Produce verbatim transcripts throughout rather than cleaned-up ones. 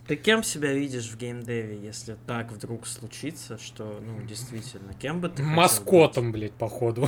Ты кем себя видишь в геймдеве, если так вдруг случится, что, ну, действительно, кем бы ты хотел Маскотом, быть? блядь, походу.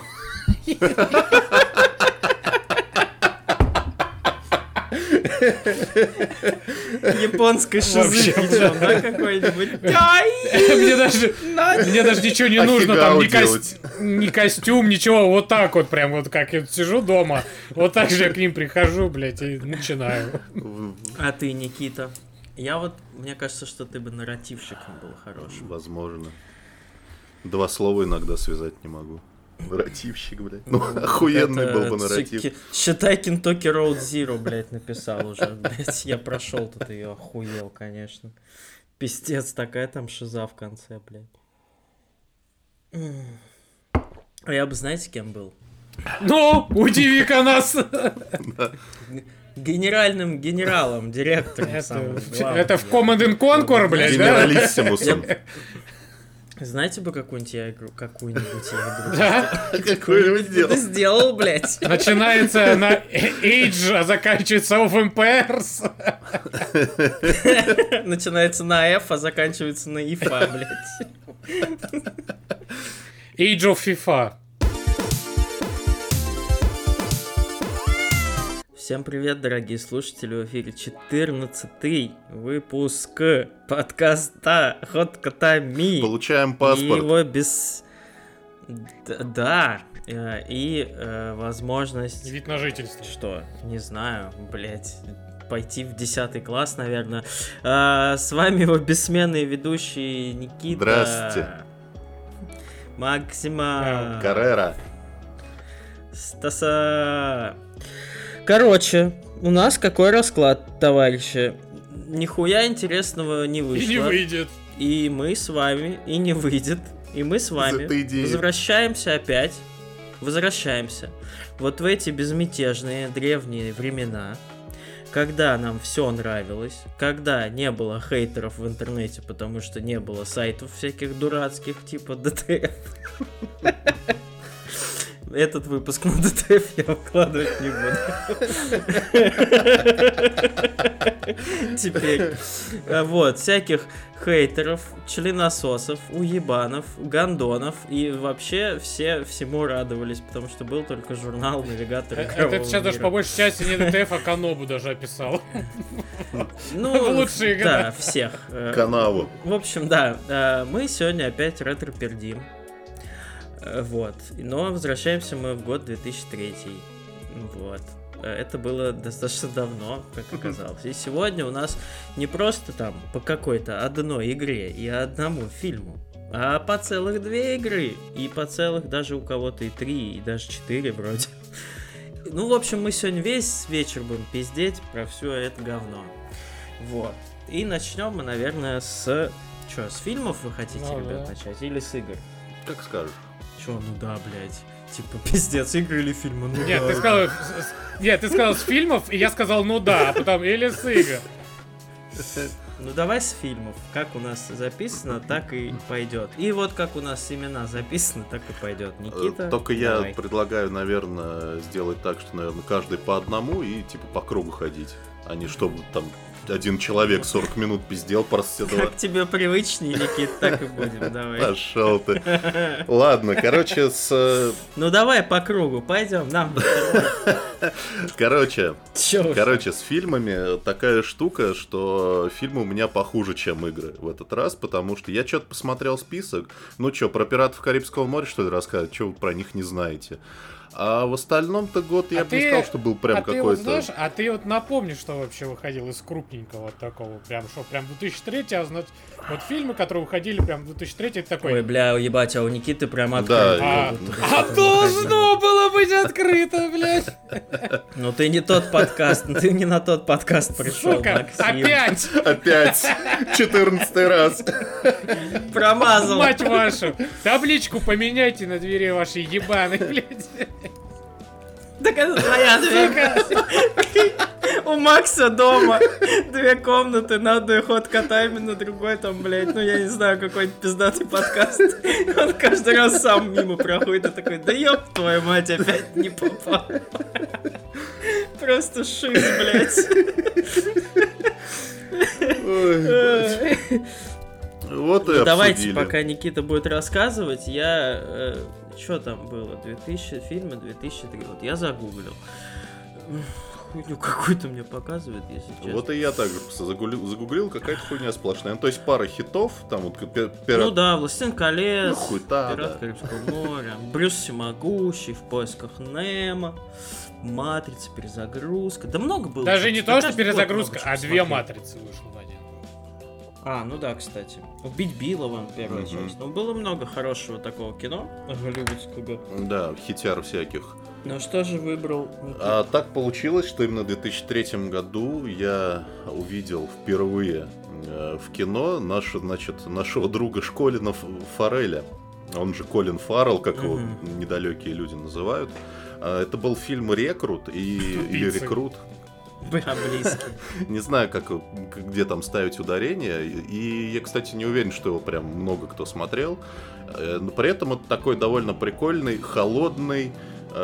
Японской шизы причем, да, какой-нибудь? Мне даже, мне даже ничего не нужно, там ни, кос... ни костюм, ничего, вот так вот прям вот как я сижу дома, вот так же я к ним прихожу, блядь, и начинаю. А ты, Никита? Я вот, мне кажется, что ты бы нарративщиком был хорошим. Возможно. Два слова иногда связать не могу. Нарративщик, блядь. Ну, охуенный Это был бы нарратив. ки- Считай, Kentucky Road Zero, блядь, написал уже, блядь. Я прошел тут ее, охуел, конечно. Пиздец, такая там шиза в конце, блядь. А я бы, знаете, кем был? Ну, удиви-ка нас! Генеральным генералом, директором самым главным. Это в Command and Conquer, блядь, да? Генералиссимусом. Знаете бы какую-нибудь я игру, какую-нибудь я игру? Да? Какой-нибудь Ты делал. сделал, блядь. Начинается на Age, а заканчивается of Empires. Начинается на F, а заканчивается на ифа, блядь. Age of FIFA. Всем привет, дорогие слушатели, в эфире четырнадцатый выпуск подкаста Hot Котами. Получаем И паспорт. его без... Д- Да, э, и э, возможность... Вид на жительство. Что? Не знаю, блять. Пойти в десятый класс, наверное. А, с вами его бессменный ведущий Никита. Здравствуйте. Максима. Каррера. Стаса. Короче, у нас какой расклад, товарищи? Нихуя интересного не вышло. И не выйдет. И мы с вами, и не выйдет. И мы с вами возвращаемся опять. Возвращаемся. Вот в эти безмятежные древние времена, когда нам все нравилось, когда не было хейтеров в интернете, потому что не было сайтов всяких дурацких, типа ди ти эф. Этот выпуск на ди ти эф я выкладывать не буду. Теперь. Вот, всяких хейтеров, членососов, уебанов, гандонов. И вообще все всему радовались, потому что был только журнал «Навигатор игрового Это сейчас даже мира». по большей части не ди ти эф, а Канобу даже описал. Ну, лучшие годы. да, всех. Канаву. В общем, да, мы сегодня опять ретро-пердим. Вот. Но возвращаемся мы в год две тысячи третий. Вот. Это было достаточно давно, как оказалось. И сегодня у нас не просто там по какой-то одной игре и одному фильму, а по целых две игры. И по целых даже у кого-то и три, и даже четыре вроде. Ну, в общем, мы сегодня весь вечер будем пиздеть про все это говно. Вот. И начнем мы, наверное, с... Че, с фильмов вы хотите, Ну, ребят, да. начать? Или с игр? Как скажешь. Чё, ну да, блядь. Типа, пиздец, игры или фильмы? Ну Нет, да. ты сказал, нет, ты сказал с фильмов, и я сказал, ну да, а потом или с игр. Ну давай с фильмов. Как у нас записано, так и пойдет. И вот как у нас имена записаны, так и пойдет. Никита, Только я давай. предлагаю, наверное, сделать так, что, наверное, каждый по одному и типа по кругу ходить. А не чтобы там один человек сорок минут пиздел просто все Как тебе привычнее, Никит, так и будем, давай. Пошел ты. Ладно, короче, с... Ну давай по кругу, пойдем, нам. Короче, Чё уж. короче, с фильмами такая штука, что фильмы у меня похуже, чем игры в этот раз, потому что я что-то посмотрел список. Ну что, про «Пиратов Карибского моря» что ли рассказывать? Что вы про них не знаете? А в остальном-то год я А бы ты- не сказал, что был прям а ты вот какой-то... знаешь, а ты вот напомни, что вообще выходил из крупненького такого, прям что, прям две тысячи третий, а значит, вот фильмы, которые выходили прям в две тысячи третий, это такой... Ой, бля, ебать, а у Никиты прям Да, открыто. а, как будто бы а что-то должно было быть открыто, блядь! выходило. Ну ты не тот подкаст, ты не на тот подкаст пришел, Сука, Максим. опять! Опять! четырнадцатый раз! Промазал. Мать вашу! Табличку поменяйте на двери вашей ебаной, блядь! Так это твоя дверь. У Макса дома две комнаты, на одной ход котами, на другой там, блядь, ну я не знаю, какой-нибудь пиздатый подкаст. Он каждый раз сам мимо проходит и такой, да ёб твою мать, опять не попал. Просто шиз, блядь. Вот и давайте, пока Никита будет рассказывать, я... Что там было? две тысячи фильма, две тысячи три. Вот я загуглил. Хуйню какую-то мне показывает, если честно. Вот и я также загуглил, загуглил какая-то хуйня сплошная. Ну, то есть пара хитов, там вот пират... Ну да, «Властелин колец», ну, хуйта, «Пират да. Карибского моря», «Брюс Всемогущий», «В поисках Немо», «Матрица», «Перезагрузка». Да много было. Даже не то, что перезагрузка, а две «Матрицы» вышло в один. А, ну да, кстати. «Убить Билла» вон первая Mm-hmm. часть. Ну, было много хорошего такого кино голливудского. Да, хитяр всяких. Ну что же выбрал? А так получилось, что именно в две тысячи третьем году я увидел впервые э, в кино наш, значит, нашего друга Колина Фарреля. Он же Колин Фаррелл, как mm-hmm. его недалекие люди называют. А, это был фильм «Рекрут» и, или «Рекрут». Бля, близкий. Не знаю, как, где там ставить ударение. И я, кстати, не уверен, что его прям много кто смотрел. Но при этом это такой довольно прикольный, холодный,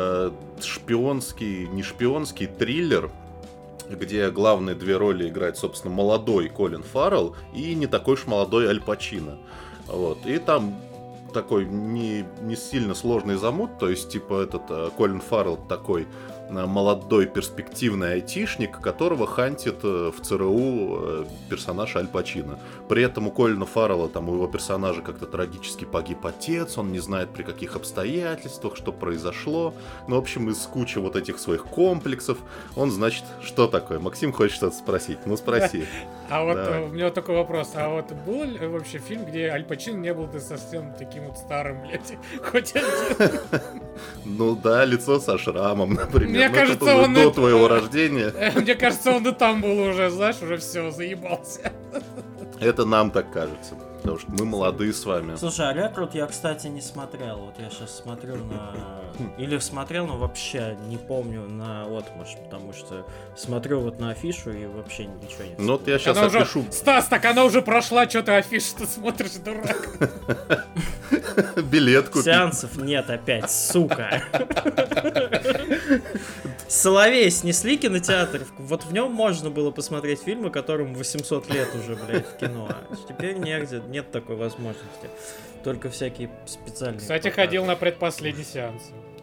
шпионский, не шпионский триллер, где главные две роли играет, собственно, молодой Колин Фаррелл и не такой уж молодой Аль Пачино. Вот. И там такой не, не сильно сложный замут, то есть, типа, этот Колин Фаррелл такой молодой перспективный айтишник, которого хантит в ЦРУ персонаж Аль Пачино. При этом у Колина Фаррелла, там, у его персонажа как-то трагически погиб отец, он не знает, при каких обстоятельствах, что произошло. Ну, в общем, из кучи вот этих своих комплексов он, значит, что такое? Максим хочет что-то спросить. Ну, спроси. А вот у меня вот такой вопрос. А вот был ли вообще фильм, где Аль Пачино не был совсем таким вот старым, блядь, хоть один? Ну да, лицо со шрамом, например. Мне кажется, он до твоего рождения. Мне кажется, он и там был уже, знаешь, уже все, заебался. Это нам так кажется. Потому что мы молодые с вами. Слушай, а «Рекрут» я, кстати, не смотрел. Вот я сейчас смотрю на... Или смотрел, но вообще не помню на отмышь, потому что смотрю вот на афишу и вообще ничего не... Ну вот я сейчас она опишу... Уже... Стас, так она уже прошла, что ты афишу-то смотришь, дурак? Билет купить. Сеансов нет опять, сука. Соловей снесли кинотеатр. Вот в нем можно было посмотреть фильмы, которым восемьсот лет уже, блядь, в кино. А теперь негде, нет такой возможности. Только всякие специальные... Кстати, показы. Ходил на предпоследний сеанс.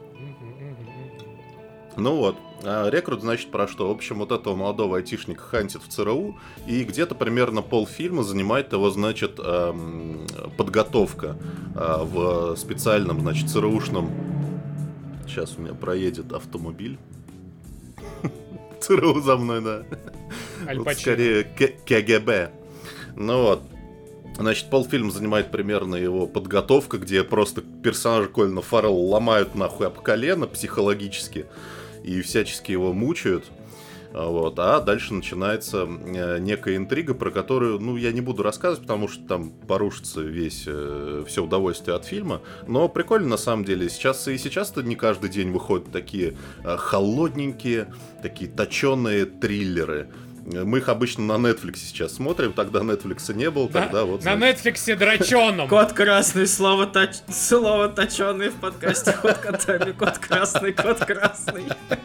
Ну вот, а «Рекрут», значит, про что? В общем, вот этого молодого айтишника хантит в ЦРУ, и где-то примерно полфильма занимает его, значит, эм, подготовка э, в специальном, значит, ЦРУшном... Сейчас у меня проедет автомобиль. ЦРУ за мной, да. Вот скорее КГБ. Ну вот. Значит, полфильма занимает примерно его подготовка, где просто персонажа Колина Фаррелла ломают нахуй об колено психологически и всячески его мучают. Вот. А дальше начинается некая интрига, про которую, ну, я не буду рассказывать, потому что там порушится весь, э, все удовольствие от фильма. Но прикольно, на самом деле. Сейчас и сейчас-то не каждый день выходят такие э, холодненькие, такие точеные триллеры. Мы их обычно на Netflix сейчас смотрим, тогда Netflix не было, тогда на, вот... На Netflix драченом. Кот красный, слово, точ... слово точеный в подкасте Кот котами, кот красный, кот красный.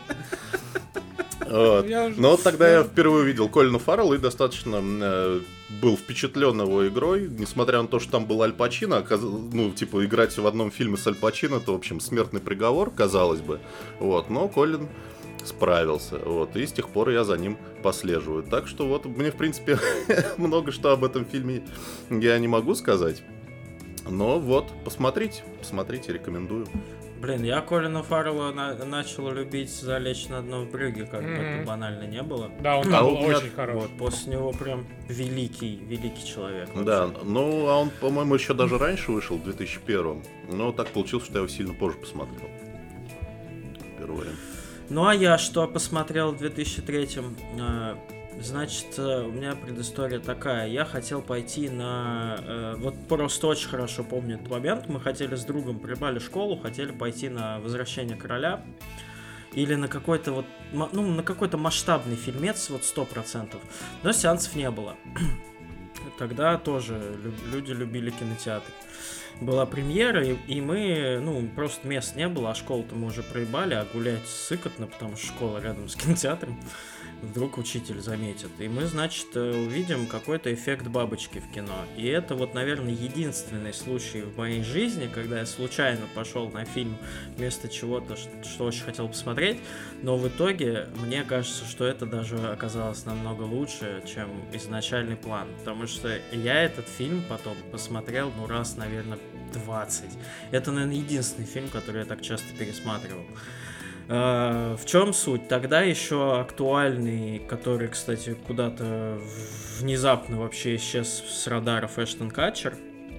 Вот. Но вот тогда я впервые увидел Колина Фаррелла и достаточно э, был впечатлен его игрой, несмотря на то, что там был Аль Пачино, оказ... ну, типа, играть в одном фильме с Аль Пачино, это, в общем, смертный приговор, казалось бы, вот, но Колин справился, вот, и с тех пор я за ним послеживаю, так что вот, мне, в принципе, много что об этом фильме я не могу сказать, но вот, посмотрите, посмотрите, рекомендую. Блин, я Колина Фаррелла на- начал любить «Залечь на дно в брюгге», как mm-hmm. бы это банально не было. Да, он там был очень хороший. Вот, после него прям великий, великий человек. Вообще. Да, ну, а он, по-моему, еще даже раньше вышел, в две тысячи первом. Но так получилось, что я его сильно позже посмотрел. Первый вариант. Ну, а я что посмотрел в две тысячи третьем? Значит, у меня предыстория такая. Я хотел пойти на... Вот просто очень хорошо помню этот момент. Мы хотели с другом, прибрали школу, хотели пойти на «Возвращение короля». Или на какой-то вот... Ну, на какой-то масштабный фильмец, вот сто процентов. Но сеансов не было. Тогда тоже люди любили кинотеатр. Была премьера, и, и мы, ну, просто мест не было, а школу-то мы уже проебали, а гулять сыкотно, потому что школа рядом с кинотеатром. вдруг учитель заметит. И мы, значит, увидим какой-то эффект бабочки в кино. И это вот, наверное, единственный случай в моей жизни, когда я случайно пошел на фильм вместо чего-то, что очень хотел посмотреть, но в итоге мне кажется, что это даже оказалось намного лучше, чем изначальный план. Потому что я этот фильм потом посмотрел, ну, раз, наверное, двадцать. Это, наверное, единственный фильм, который я так часто пересматривал. Uh, в чем суть? Тогда еще актуальный, который, кстати, куда-то внезапно вообще исчез с радаров, Эштон Катчер,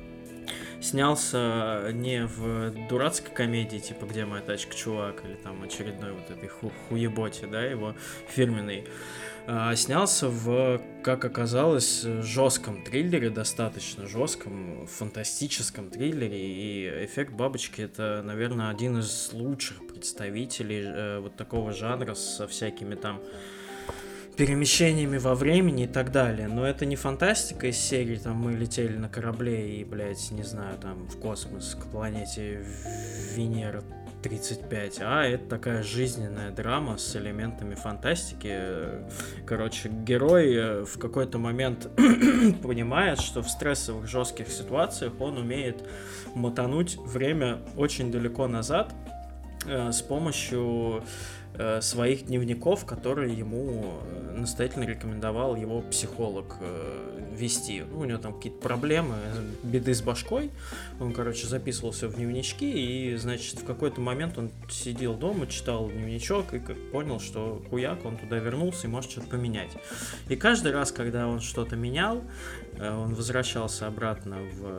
снялся не в дурацкой комедии, типа «Где моя тачка, чувак?» или там очередной вот этой ху- хуеботе, да, его фирменной, а снялся в, как оказалось, жестком триллере, достаточно жестком, фантастическом триллере, и «Эффект бабочки» — это, наверное, один из лучших представителей э, вот такого жанра со всякими там перемещениями во времени и так далее. Но это не фантастика из серии, там мы летели на корабле и, блядь, не знаю, там в космос, к планете Венера тридцать пять, а это такая жизненная драма с элементами фантастики. Короче, герой в какой-то момент понимает, что в стрессовых жестких ситуациях он умеет мотануть время очень далеко назад э, с помощью э, своих дневников, которые ему настоятельно рекомендовал его психолог э, вести. Ну, у него там какие-то проблемы, беды с башкой. Он, короче, записывался в дневнички, и, значит, в какой-то момент он сидел дома, читал дневничок и понял, что хуяк, он туда вернулся и может что-то поменять. И каждый раз, когда он что-то менял, он возвращался обратно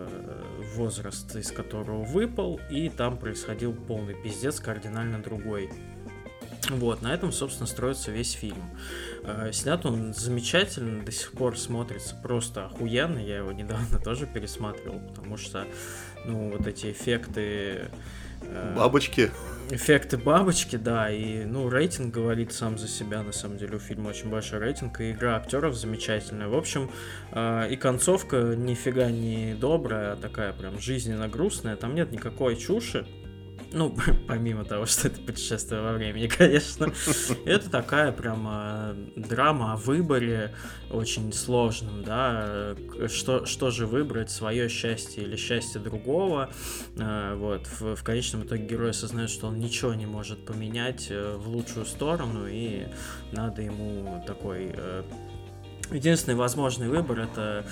в возраст, из которого выпал, и там происходил полный пиздец, кардинально другой. Вот, на этом, собственно, строится весь фильм. Снят он замечательно, до сих пор смотрится просто охуенно. Я его недавно тоже пересматривал, потому что, ну, вот эти эффекты... Бабочки. Эффекты бабочки, да, и, ну, рейтинг говорит сам за себя, на самом деле, у фильма очень большой рейтинг, и игра актеров замечательная. В общем, и концовка нифига не добрая, а такая прям жизненно грустная, там нет никакой чуши. Ну, помимо того, что это путешествие во времени, конечно. Это такая прям драма о выборе очень сложном, да. Что, что же выбрать, свое счастье или счастье другого. Вот. В, в конечном итоге герой осознает, что он ничего не может поменять в лучшую сторону, и надо ему такой... Единственный возможный выбор — это...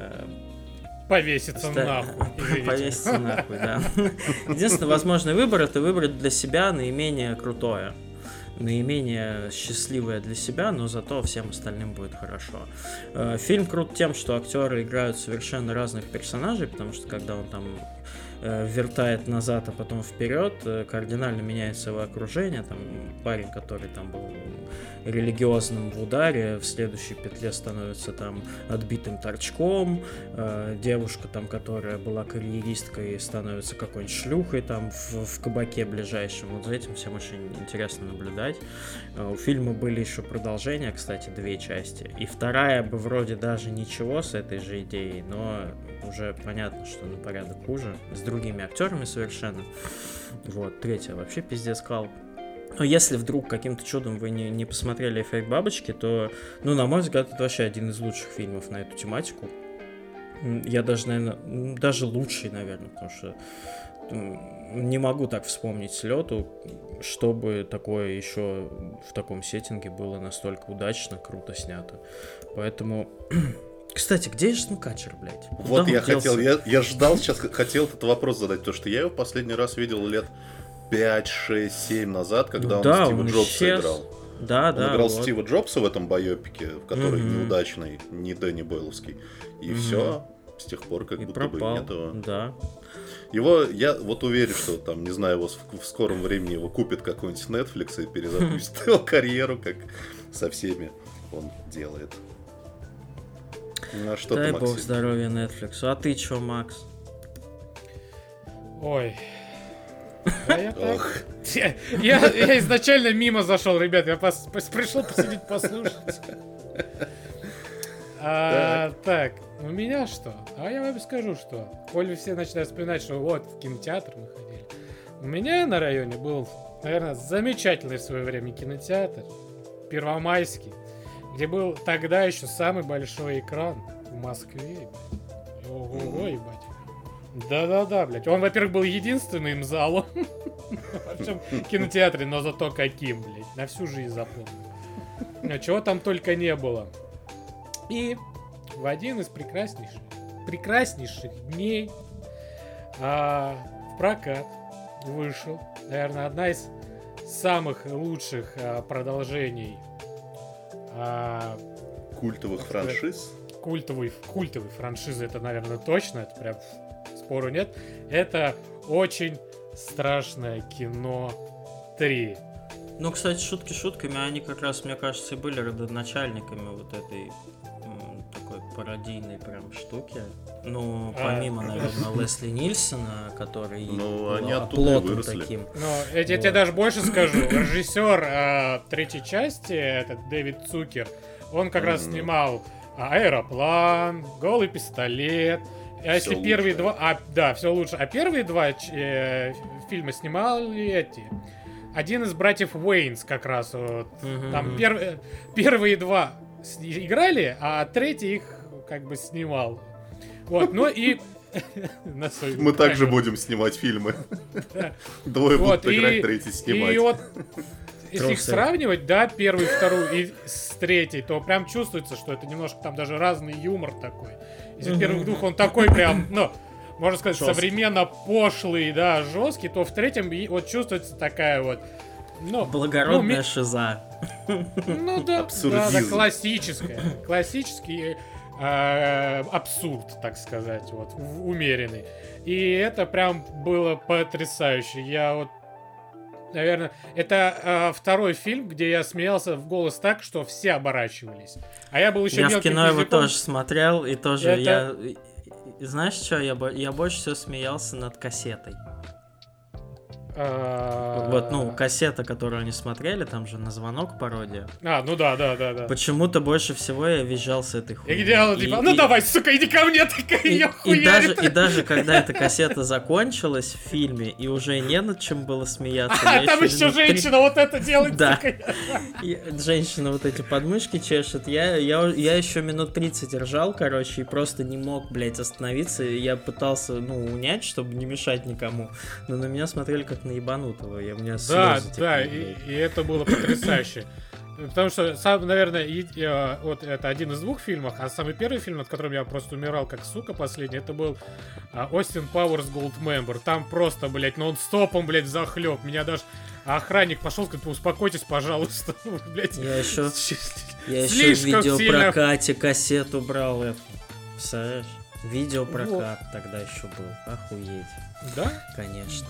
Повеситься Ста... нахуй. Повеситься нахуй, да. Единственный возможный выбор — это выбрать для себя наименее крутое, наименее счастливое для себя, но зато всем остальным будет хорошо. Фильм крут тем, что актеры играют совершенно разных персонажей, потому что когда он там вертает назад, а потом вперед, кардинально меняется его окружение. Там парень, который там был религиозным в ударе, в следующей петле становится там отбитым торчком. Девушка там, которая была карьеристкой, становится какой-нибудь шлюхой там в, в кабаке ближайшем. Вот за этим всем очень интересно наблюдать. У фильма были еще продолжения, кстати, две части. И вторая бы вроде даже ничего с этой же идеей, но уже понятно, что на порядок хуже, с другими актерами совершенно. Вот, третья вообще пиздец кал. Но если вдруг каким-то чудом вы не, не посмотрели «Эффект бабочки», то, ну, на мой взгляд, это вообще один из лучших фильмов на эту тематику. Я даже, наверное, даже лучший, наверное, потому что не могу так вспомнить с лету, чтобы такое еще в таком сеттинге было настолько удачно, круто снято. Поэтому... Кстати, где Эштон Катчер, блядь? Куда вот я делся? хотел, я, я ждал, сейчас хотел этот вопрос задать, потому что я его в последний раз видел лет пять, шесть, семь назад, когда ну, он да, Стива он Джобса исчез. играл. Да, он да. играл вот. Стива Джобса в этом байопике, который mm-hmm. неудачный, не Дэнни Бойловский. И mm-hmm. все, с тех пор как и будто пропал. бы нет его. Да. Его, я вот уверен, что там, не знаю, его в, в скором времени его купит какой-нибудь Netflix и перезапустит его карьеру, как со всеми он делает. Ну, а что Дай ты, бог здоровья Netflix. А ты чё, Макс? Ой. Да я так. Я, я, я изначально мимо зашел, ребят. Я пос, пос, пришел посидеть, послушать. А, так. так, у меня что? А я вам скажу, что. Коль все начинают вспоминать, что вот в кинотеатр мы ходили. У меня на районе был, наверное, замечательный в свое время кинотеатр. Первомайский. где был тогда еще самый большой экран в Москве. Ого-го, ебать. Да-да-да, блядь. Он, во-первых, был единственным залом во всем кинотеатре, но зато каким, блядь. На всю жизнь запомнил. Чего там только не было. И в один из прекраснейших, прекраснейших дней а, в прокат вышел, наверное, одна из самых лучших а, продолжений а, культовых франшиз. Культовый, культовый франшизы, это, наверное, точно, это прям спору нет. Это очень страшное кино три. Ну, кстати, шутки шутками, они как раз, мне кажется, и были родоначальниками вот этой м, такой пародийной прям штуки. Ну, помимо, а, наверное, Лесли Нильсона, который ну, они оттуда выросли. Таким. Но я, вот. я тебе даже больше скажу. Режиссер э, третьей части, этот Дэвид Цукер, он как mm-hmm. раз снимал «Аэроплан», «Голый пистолет». А если лучше. первые два... А, да, все лучше. А первые два э, фильма снимали эти... Один из братьев Уэйнс как раз. Вот. Mm-hmm. Там пер... первые два играли, а третий их как бы снимал. Вот, ну и... Мы также будем снимать фильмы. Двое будут играть, третий снимать. И вот... Если их сравнивать, да, первый, второй и с третьей, то прям чувствуется, что это немножко там даже разный юмор такой. Если в первых двух он такой прям, ну, можно сказать, жесткий. Современно пошлый, да, жесткий, то в третьем вот чувствуется такая вот, ну... Благородная ну, шиза. Ну да, да, да, классическая. Классический э, абсурд, так сказать, вот, умеренный. И это прям было потрясающе. Я вот наверное, это э, второй фильм, где я смеялся в голос так, что все оборачивались. А я был еще я мелким. Я в кино пиздюком. Его тоже смотрел, и тоже это... я... Знаешь что, я, я больше всего смеялся над кассетой. Вот, ну, кассета, которую они смотрели, там же на звонок пародия. А, ну да, да, да, да. Почему-то больше всего я визжал с этой хуйней. Я делал, типа, ну и, давай, сука, иди ко мне, такая ее хуярит. И даже, и даже когда эта кассета закончилась в фильме, и уже не над чем было смеяться. А, там еще, еще женщина три... вот это делает. Да. Женщина вот эти подмышки чешет. Я, я, я еще минут тридцать ржал, короче, и просто не мог, блядь, остановиться. Я пытался, ну, унять, чтобы не мешать никому. Но на меня смотрели как на ебанутого. Я, у меня да, текли, да, и, и это было потрясающе. Потому что, сам, наверное, и, и, вот это один из двух фильмов, а самый первый фильм, над которым я просто умирал как сука последний, это был а, Austin Powers Goldmember. Там просто, блядь, нон-стопом, блядь, захлеб. Меня даже охранник пошел, сказать, успокойтесь, пожалуйста. Блядь. Я еще, я еще в видеопрокате сильно... кассету брал. Представляешь? Видеопрокат вот. Тогда еще был. Охуеть. Да? Конечно.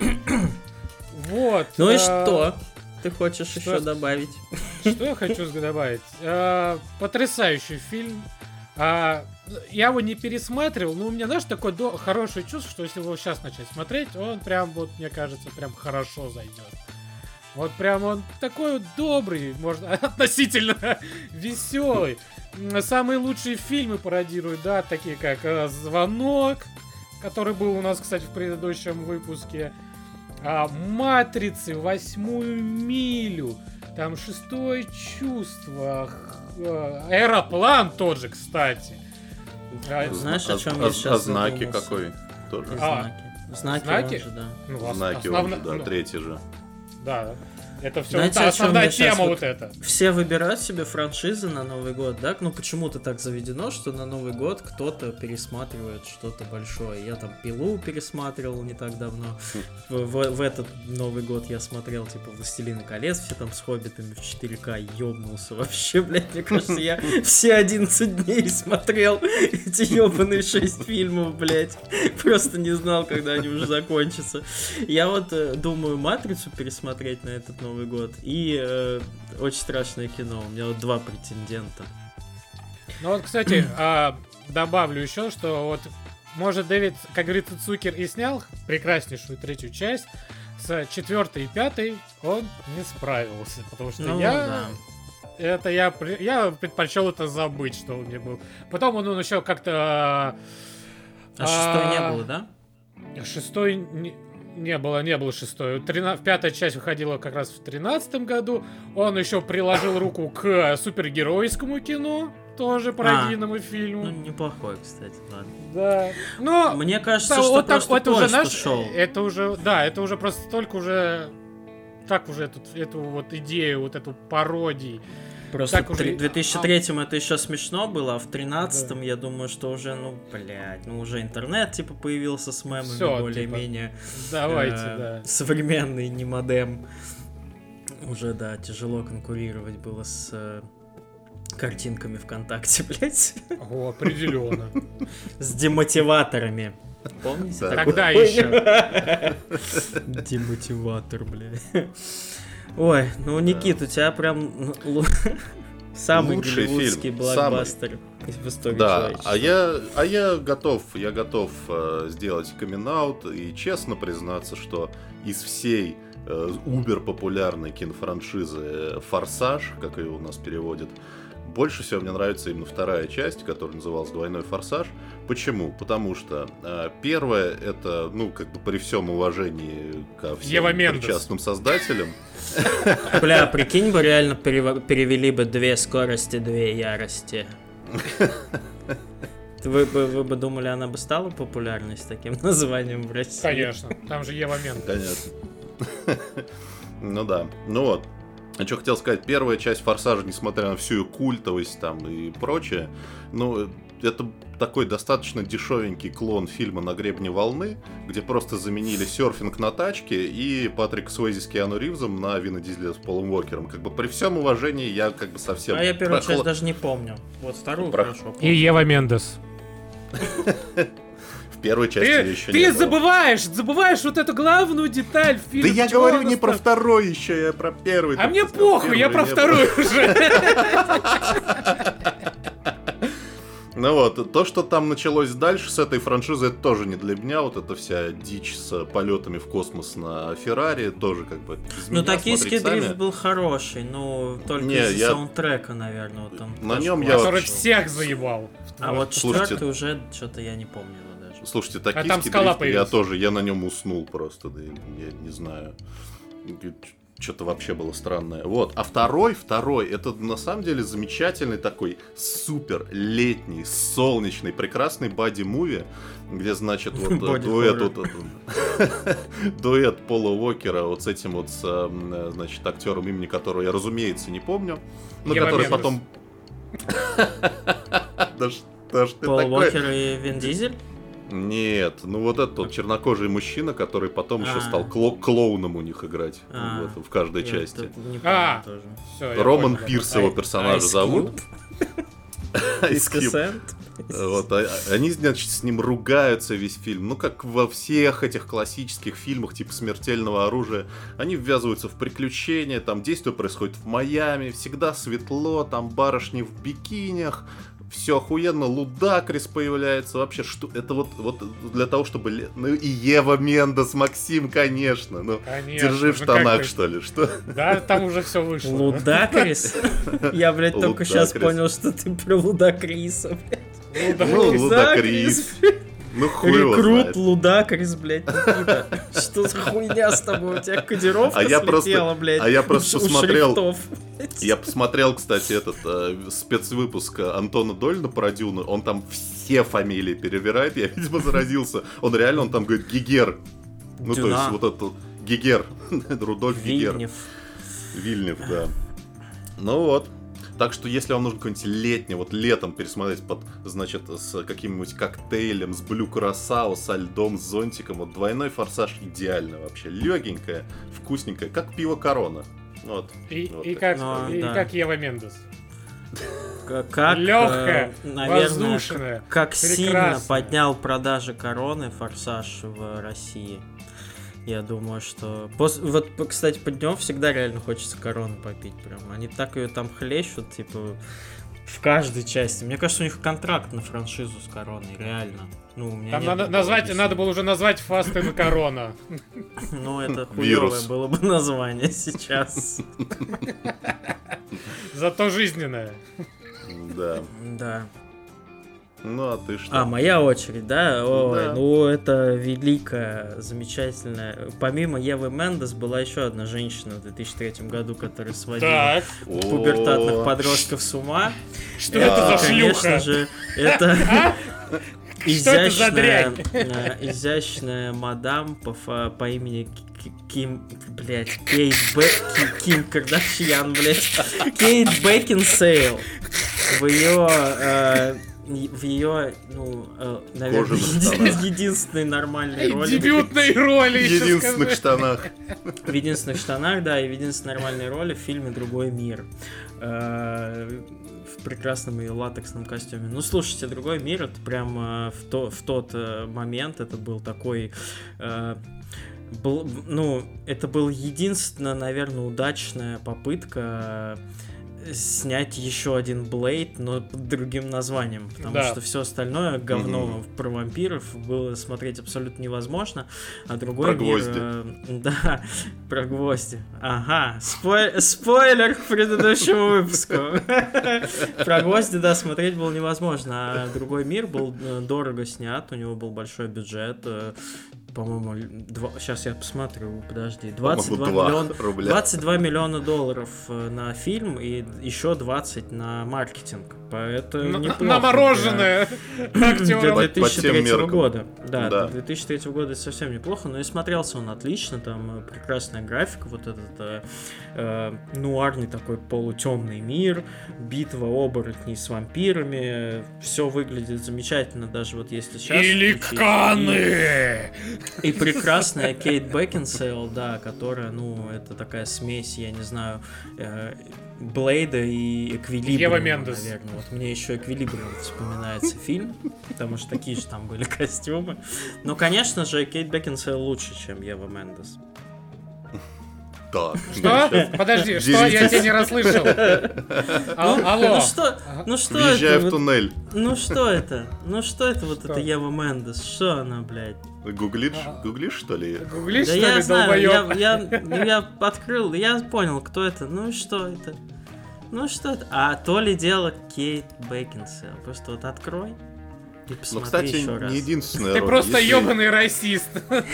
Вот. Ну а... и что? Ты хочешь что... еще добавить? Что я хочу добавить? А, потрясающий фильм. А, я его не пересматривал, но у меня, знаешь, такое до... хорошее чувство, что если его сейчас начать смотреть, он прям, вот, мне кажется, прям хорошо зайдет. Вот прям он такой вот добрый, можно относительно веселый. Самые лучшие фильмы пародируют, да, такие как «Звонок», который был у нас, кстати, в предыдущем выпуске. А, «Матрицы», «Восьмую милю», там «Шестое чувство», «Аэроплан» тот же, кстати. А, знаешь, о чем а, я сейчас а знаки задумался? Какой? Тоже. А, знаки. Знаки, же, да. Ну, знаки основно... он же, да, ну, третий же. Да, это все Знаете, вот основная тема вот, вот эта. Все выбирают себе франшизы на Новый год, да? Ну, почему-то так заведено, что на Новый год кто-то пересматривает что-то большое. Я там «Пилу» пересматривал не так давно. В, в, в этот Новый год я смотрел, типа, «Властелина колец», все там с «Хоббитами» в четыре ка, ёбнулся вообще, блядь. Мне кажется, я все одиннадцать дней смотрел эти ёбаные шесть фильмов, блядь. Просто не знал, когда они уже закончатся. Я вот думаю «Матрицу» пересмотреть на этот Новый год. И э, очень страшное кино. У меня вот два претендента. Ну вот, кстати, а, добавлю еще, что вот, может, Дэвид, как говорится, Цукер и снял прекраснейшую третью часть, с четвертой и пятой он не справился. Потому что ну, я... Да. Это я, я предпочел это забыть, что он мне был. Потом он, он еще как-то... А, а шестой не было, да? Шестой... Не... Не было, не было шестой. Трина... Пятая часть выходила как раз в тринадцатом году. Он еще приложил руку к супергеройскому кино, тоже пародийному а, фильму. Ну, неплохой, кстати, ладно. Да. Но мне кажется, да, что вот просто так, это уже наш, ушел. Это уже, да, это уже просто только уже так уже эту, эту вот идею, вот эту пародию. Просто так в уже... две тысячи третьем а... это еще смешно было, а в тринадцатом, да. я думаю, что уже, ну, блядь, ну уже интернет, типа, появился с мемами Всё, более-менее. Типа, давайте, э, да. Современный, не модем. Уже, да, тяжело конкурировать было с э, картинками ВКонтакте, блядь. О, определенно. С демотиваторами. Помните? Да. Тогда еще. Демотиватор, блядь. Ой, ну, Никит, у тебя прям самый лучший голливудский фильм, блокбастер в истории Да, человечества. а я, а я готов, я готов э, сделать камин-аут и честно признаться, что из всей э, убер-популярной кинофраншизы «Форсаж», как ее у нас переводят, больше всего мне нравится именно вторая часть, которая называлась «Двойной форсаж». Почему? Потому что э, первая, это, ну, как бы при всем уважении ко всем причастным создателям. Бля, прикинь бы, реально перевели бы две скорости, две ярости. Вы бы, вы бы думали, она бы стала популярной с таким названием в России? Конечно, там же Ева Мендес. Конечно. Ну да, ну вот. А что хотел сказать, первая часть «Форсажа», несмотря на всю ее культовость там и прочее, ну, это такой достаточно дешевенький клон фильма «На гребне волны», где просто заменили серфинг на тачке и Патрик Суэйзи с Киану Ривзом на Вина Дизеля с Полом Уокером. Как бы при всем уважении я как бы совсем... А я первую прохла... часть даже не помню. Вот вторую Про... хорошо помню. И Ева Мендес. В первой части ты, еще ты не было. забываешь, забываешь вот эту главную деталь фильма. Да я говорю не про второй еще, я про первый. А мне похуй, я про второй уже. Ну вот, то, что там началось дальше с этой франшизой, это тоже не для меня. Вот эта вся дичь с полетами в космос на Феррари, тоже как бы без Ну, меня, «Токийский смотрите дрифт» сами. был хороший, но только Не, из-за я- саундтрека, наверное. Вот там На тоже нем класс. я Который вообще- всех заебал. А вот Слушайте. четвертый уже что-то я не помню его даже. Слушайте, там «Токийский скала дрифт», я появилась. тоже, я на нем уснул просто, да, я не знаю. Что-то вообще было странное. Вот. А второй, второй, это на самом деле замечательный такой супер летний, солнечный, прекрасный боди-муви, где, значит, вот Body дуэт, horror. вот, вот, дуэт Пола Уокера вот с этим вот, с, э, значит, актером, имени которого я, разумеется, не помню, но Ева который Мендес. потом... Да что ж ты Пол такой... Уокер и Вин Дизель? Нет, ну вот этот вот чернокожий мужчина, который потом еще А. стал кло- клоуном у них играть А. в, этом, в каждой Я части. тут не помню А. тоже. Всё, я Роман понял, Пирс да. его Ай, персонажа Ice зовут. Cube, Ice Cube. fifty Cent. Вот, а- они, значит, с ним ругаются весь фильм. Ну, как во всех этих классических фильмах, типа «Смертельного оружия». Они ввязываются в приключения, там действие происходит в Майами, всегда светло, там барышни в бикинях, все охуенно, Лудакрис появляется. Вообще, что это вот, вот для того, чтобы... ле- Ну, и Ева Мендес, Максим, конечно. Ну, Конечно, держи в ну как штанах, ты- что ли, что? Да, там уже все вышло. Лудакрис? Я, блядь, только сейчас Лудакрис. понял, что ты про Лудакриса, блядь. Ну, Лудакрис. Ну, хуй его Рекрут знает. Лудакрис, блядь, Никита. Что за хуйня с тобой? У тебя кодировка А я слетела, просто- блядь. а я просто у посмотрел- шрифтов. Я посмотрел, кстати, этот э, спецвыпуск Антона Дольна про Дюну. Он там все фамилии перебирает. Я, видимо, заразился. Он реально, он там говорит Гигер. Ну, то Дюна. есть, вот этот Гигер. Рудольф Гигер. Вильнев. Вильнев, да. Ну вот. Так что, если вам нужно какой-нибудь летний, вот летом пересмотреть под, значит, с каким-нибудь коктейлем, с блю курасао, со льдом, с зонтиком, вот «Двойной форсаж» идеально вообще. Легенькое, вкусненькое, как пиво «Корона». Вот. И, Вот и так. как, Ну, и да. как Ева Мендес. К- Как, Лёгкая, э, наверное, воздушная, как, как сильно прекрасная. поднял продажи Короны «Форсаж» в России. Я думаю, что... Пос... Вот, кстати, по днем всегда реально хочется Короны попить прям. Они так ее там хлещут, типа, в каждой части. Мне кажется, у них контракт на франшизу с Короной, реально. Ну, у меня Там нет надо, такого назвать, объяснения. надо было уже назвать Фаст и Корона. Ну, это хуёвое Вирус. было бы название сейчас. Зато жизненная. Да. Да. Ну, а ты что? А, моя очередь, да? Ой, Да. ну это великая, замечательная. Помимо Евы Мендес была еще одна женщина в две тысячи третьем году, которая сводила Так, пубертатных О, подростков с ума. что это за Конечно шлюха? же, это Что это за изящная, дрянь? э, изящная мадам по, фа- по имени К- Ким, блять, Кейт Бек, Ким Кардашьян, блять, Кейт Бекинсейл. В ее, э, в ее, ну, э, наверное, Кожаных еди- штанах. единственной нормальной роли. Дебютной роли В еще единственных скажи. штанах. В единственных штанах, да, и в единственной нормальной роли в фильме «Другой мир». Э, В прекрасном ее латексном костюме. Ну, слушайте, «Другой мир» — это прям э, в, то, в тот э, момент это был такой... э, был, ну, это была единственная, наверное, удачная попытка э, снять еще один Блейд, но под другим названием, потому Да. что все остальное говно Мгм. про вампиров было смотреть абсолютно невозможно, а другой Про мир, гвозди. э, да, про гвозди. Ага, спой- спойлер к предыдущему выпуску. Про гвозди, да, смотреть было невозможно, а другой мир был э, дорого снят, у него был большой бюджет, э, по-моему, два... сейчас я посмотрю, подожди, двадцать два По-моему, миллиона, два рубля. двадцать два миллиона долларов э, на фильм и еще двадцать на маркетинг. Поэтому На- неплохо На мороженое для актерам. По- две по тысячи тем третьего меркам. года. Да, Да. для две тысячи третьего года это совсем неплохо, но и смотрелся он отлично, там э, прекрасная графика, вот этот э, э, нуарный такой полутемный мир, битва оборотней с вампирами, все выглядит замечательно, даже вот если сейчас... Или включить. Каны! И прекрасная Кейт Бекинсейл, да, которая, ну, это такая смесь, я не знаю, э, Блейда и Эквилибриума, Ева Мендес. наверное. Вот мне еще Эквилибриум вспоминается фильм, потому что такие же там были костюмы. Но, конечно же, Кейт Бекинсейл лучше, чем Ева Мендес. Да. Что? Подожди, что? Я Деритесь. тебя не расслышал. А- Ну, Алло. ну что, ну что Въезжая это? в Ну, туннель. ну что это? Ну что это вот Что? это Ева Мендес? Что она, блядь? Гуглишь, А. гуглишь, что ли? Гуглишь, Да что я ли, знаю, я, долбоёб? я, ну, я открыл, я понял, кто это. Ну и что это? Ну что это? А то ли дело Кейт Бекинсейл. Просто вот открой и посмотри Ну, кстати, еще раз. не единственная Ты роль. просто Если- ебаный расист.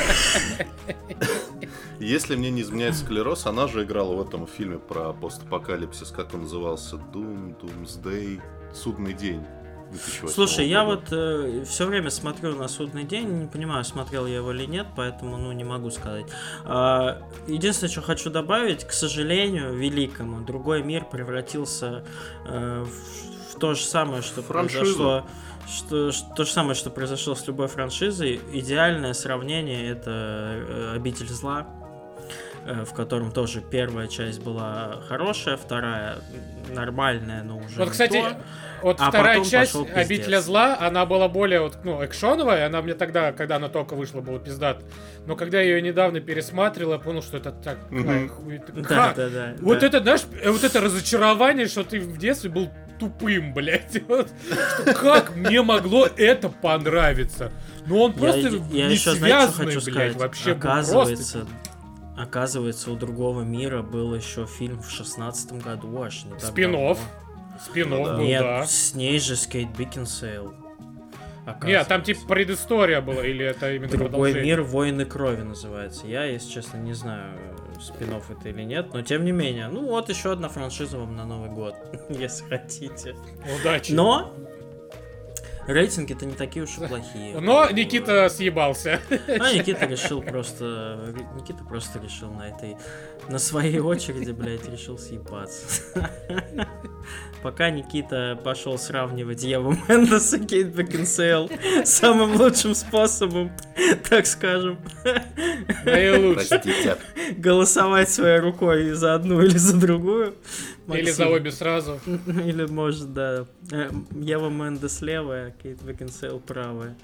Если мне не изменяет склероз, она же играла в этом фильме про постапокалипсис, как он назывался? Doom, Doomsday, Судный день. две тысячи восьмого Слушай, я года. вот э, все время смотрю на «Судный день», не понимаю, смотрел я его или нет, поэтому, ну, не могу сказать. А, единственное, что хочу добавить, к сожалению, великому, другой мир превратился э, в, в то же самое, что Франшизу. произошло. Что, что- то же самое, что произошло с любой франшизой. Идеальное сравнение — это э, «Обитель зла», э, в котором тоже первая часть была хорошая, вторая нормальная, но уже Вот, не кстати, то. вот А вторая потом часть пошел пиздец. «Обителя зла», она была более, вот, ну, экшоновая, она мне тогда, когда она только вышла, была пиздат. Но когда я ее недавно пересматривал, я понял, что это так... Мгм. Да, Как? да, да. Вот да. это, знаешь, э, вот это разочарование, что ты в детстве был тупым, блядь. Вот. Что как мне могло это понравиться? Ну он просто я, я не еще, знаете, что связанный, хочу блядь, сказать? вообще был оказывается, просто... оказывается, у другого мира был еще фильм в шестнадцатом году, аж не так Спин-офф. давно. Спин-офф Ну да. был, Нет, да. с ней же с Кейт Бекинсейл. Нет, там типа предыстория была, или это именно Другой продолжение? мир «Войны крови» называется. Я, если честно, не знаю, спин-офф это или нет, но тем не менее. Ну вот еще одна франшиза вам на Новый год, если хотите. Удачи. Но рейтинги-то не такие уж и плохие. Но Никита съебался. А Никита решил просто... Никита просто решил на этой... На своей очереди, блядь, решил съебаться. Пока Никита пошел сравнивать Еву Мендес и Кейт Бекинсейл самым лучшим способом, так скажем, Наилучший. Простите. голосовать своей рукой за одну или за другую. Или за Максим- обе сразу. Или, может, да. э, Ева Мендес левая, Кейт Бекинсейл правая.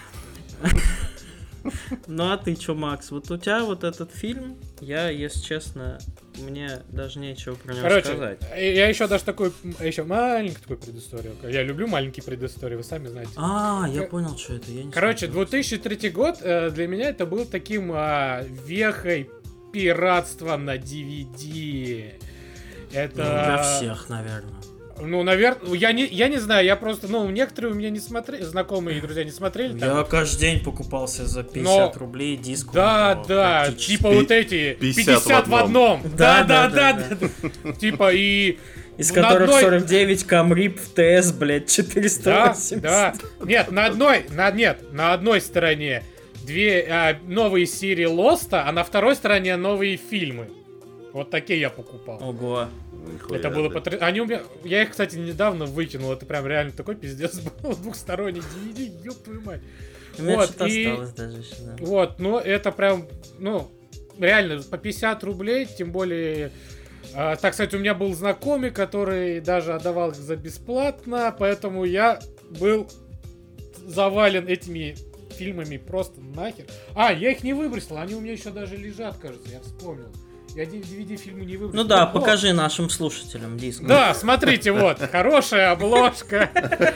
Ну а ты чё, Макс? Вот у тебя вот этот фильм, я, если честно, мне даже нечего про него Короче, сказать. я еще даже такой, еще маленький такой предысторию. Я люблю маленькие предыстории, вы сами знаете. А, я К- понял, что это. Я не Короче, смотрел. две тысячи третий год э, для меня это был таким а, вехой пиратства на ди ви ди. Это... Ну, для всех, наверное. Ну, наверное, я не, я не знаю, я просто, ну, некоторые у меня не смотрели, знакомые и друзья не смотрели. Я там. каждый день покупался за пятьдесят Но... рублей диск. Да, да, типа вот эти пятьдесят в одном. Да, да, да. Типа и... Из которых одной... сорок девять камрип в ТС, блядь, четыреста восемьдесят. Да, да. Нет, на одной, на, нет, на одной стороне две а, новые серии Лоста, а на второй стороне новые фильмы. Вот такие я покупал. Ого. Нихуя, это было потрясающе. Они у меня... Я их, кстати, недавно выкинул. Это прям реально такой пиздец был. Двухсторонний ди ви ди, ёб твою мать. У меня вот, что-то и... осталось даже еще, да. Вот, ну это прям, ну, реально, по пятьдесят рублей, тем более... А, так, кстати, у меня был знакомый, который даже отдавал их за бесплатно, поэтому я был завален этими фильмами просто нахер. А, я их не выбросил, они у меня еще даже лежат, кажется, я вспомнил. Я ди ви ди фильмы не выбросил. Ну да, покажи нашим слушателям диск. Да, смотрите, вот, хорошая обложка.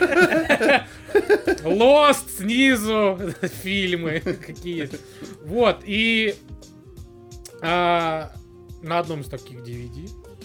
Lost снизу, фильмы какие. Вот, и а, на одном из таких ди ви ди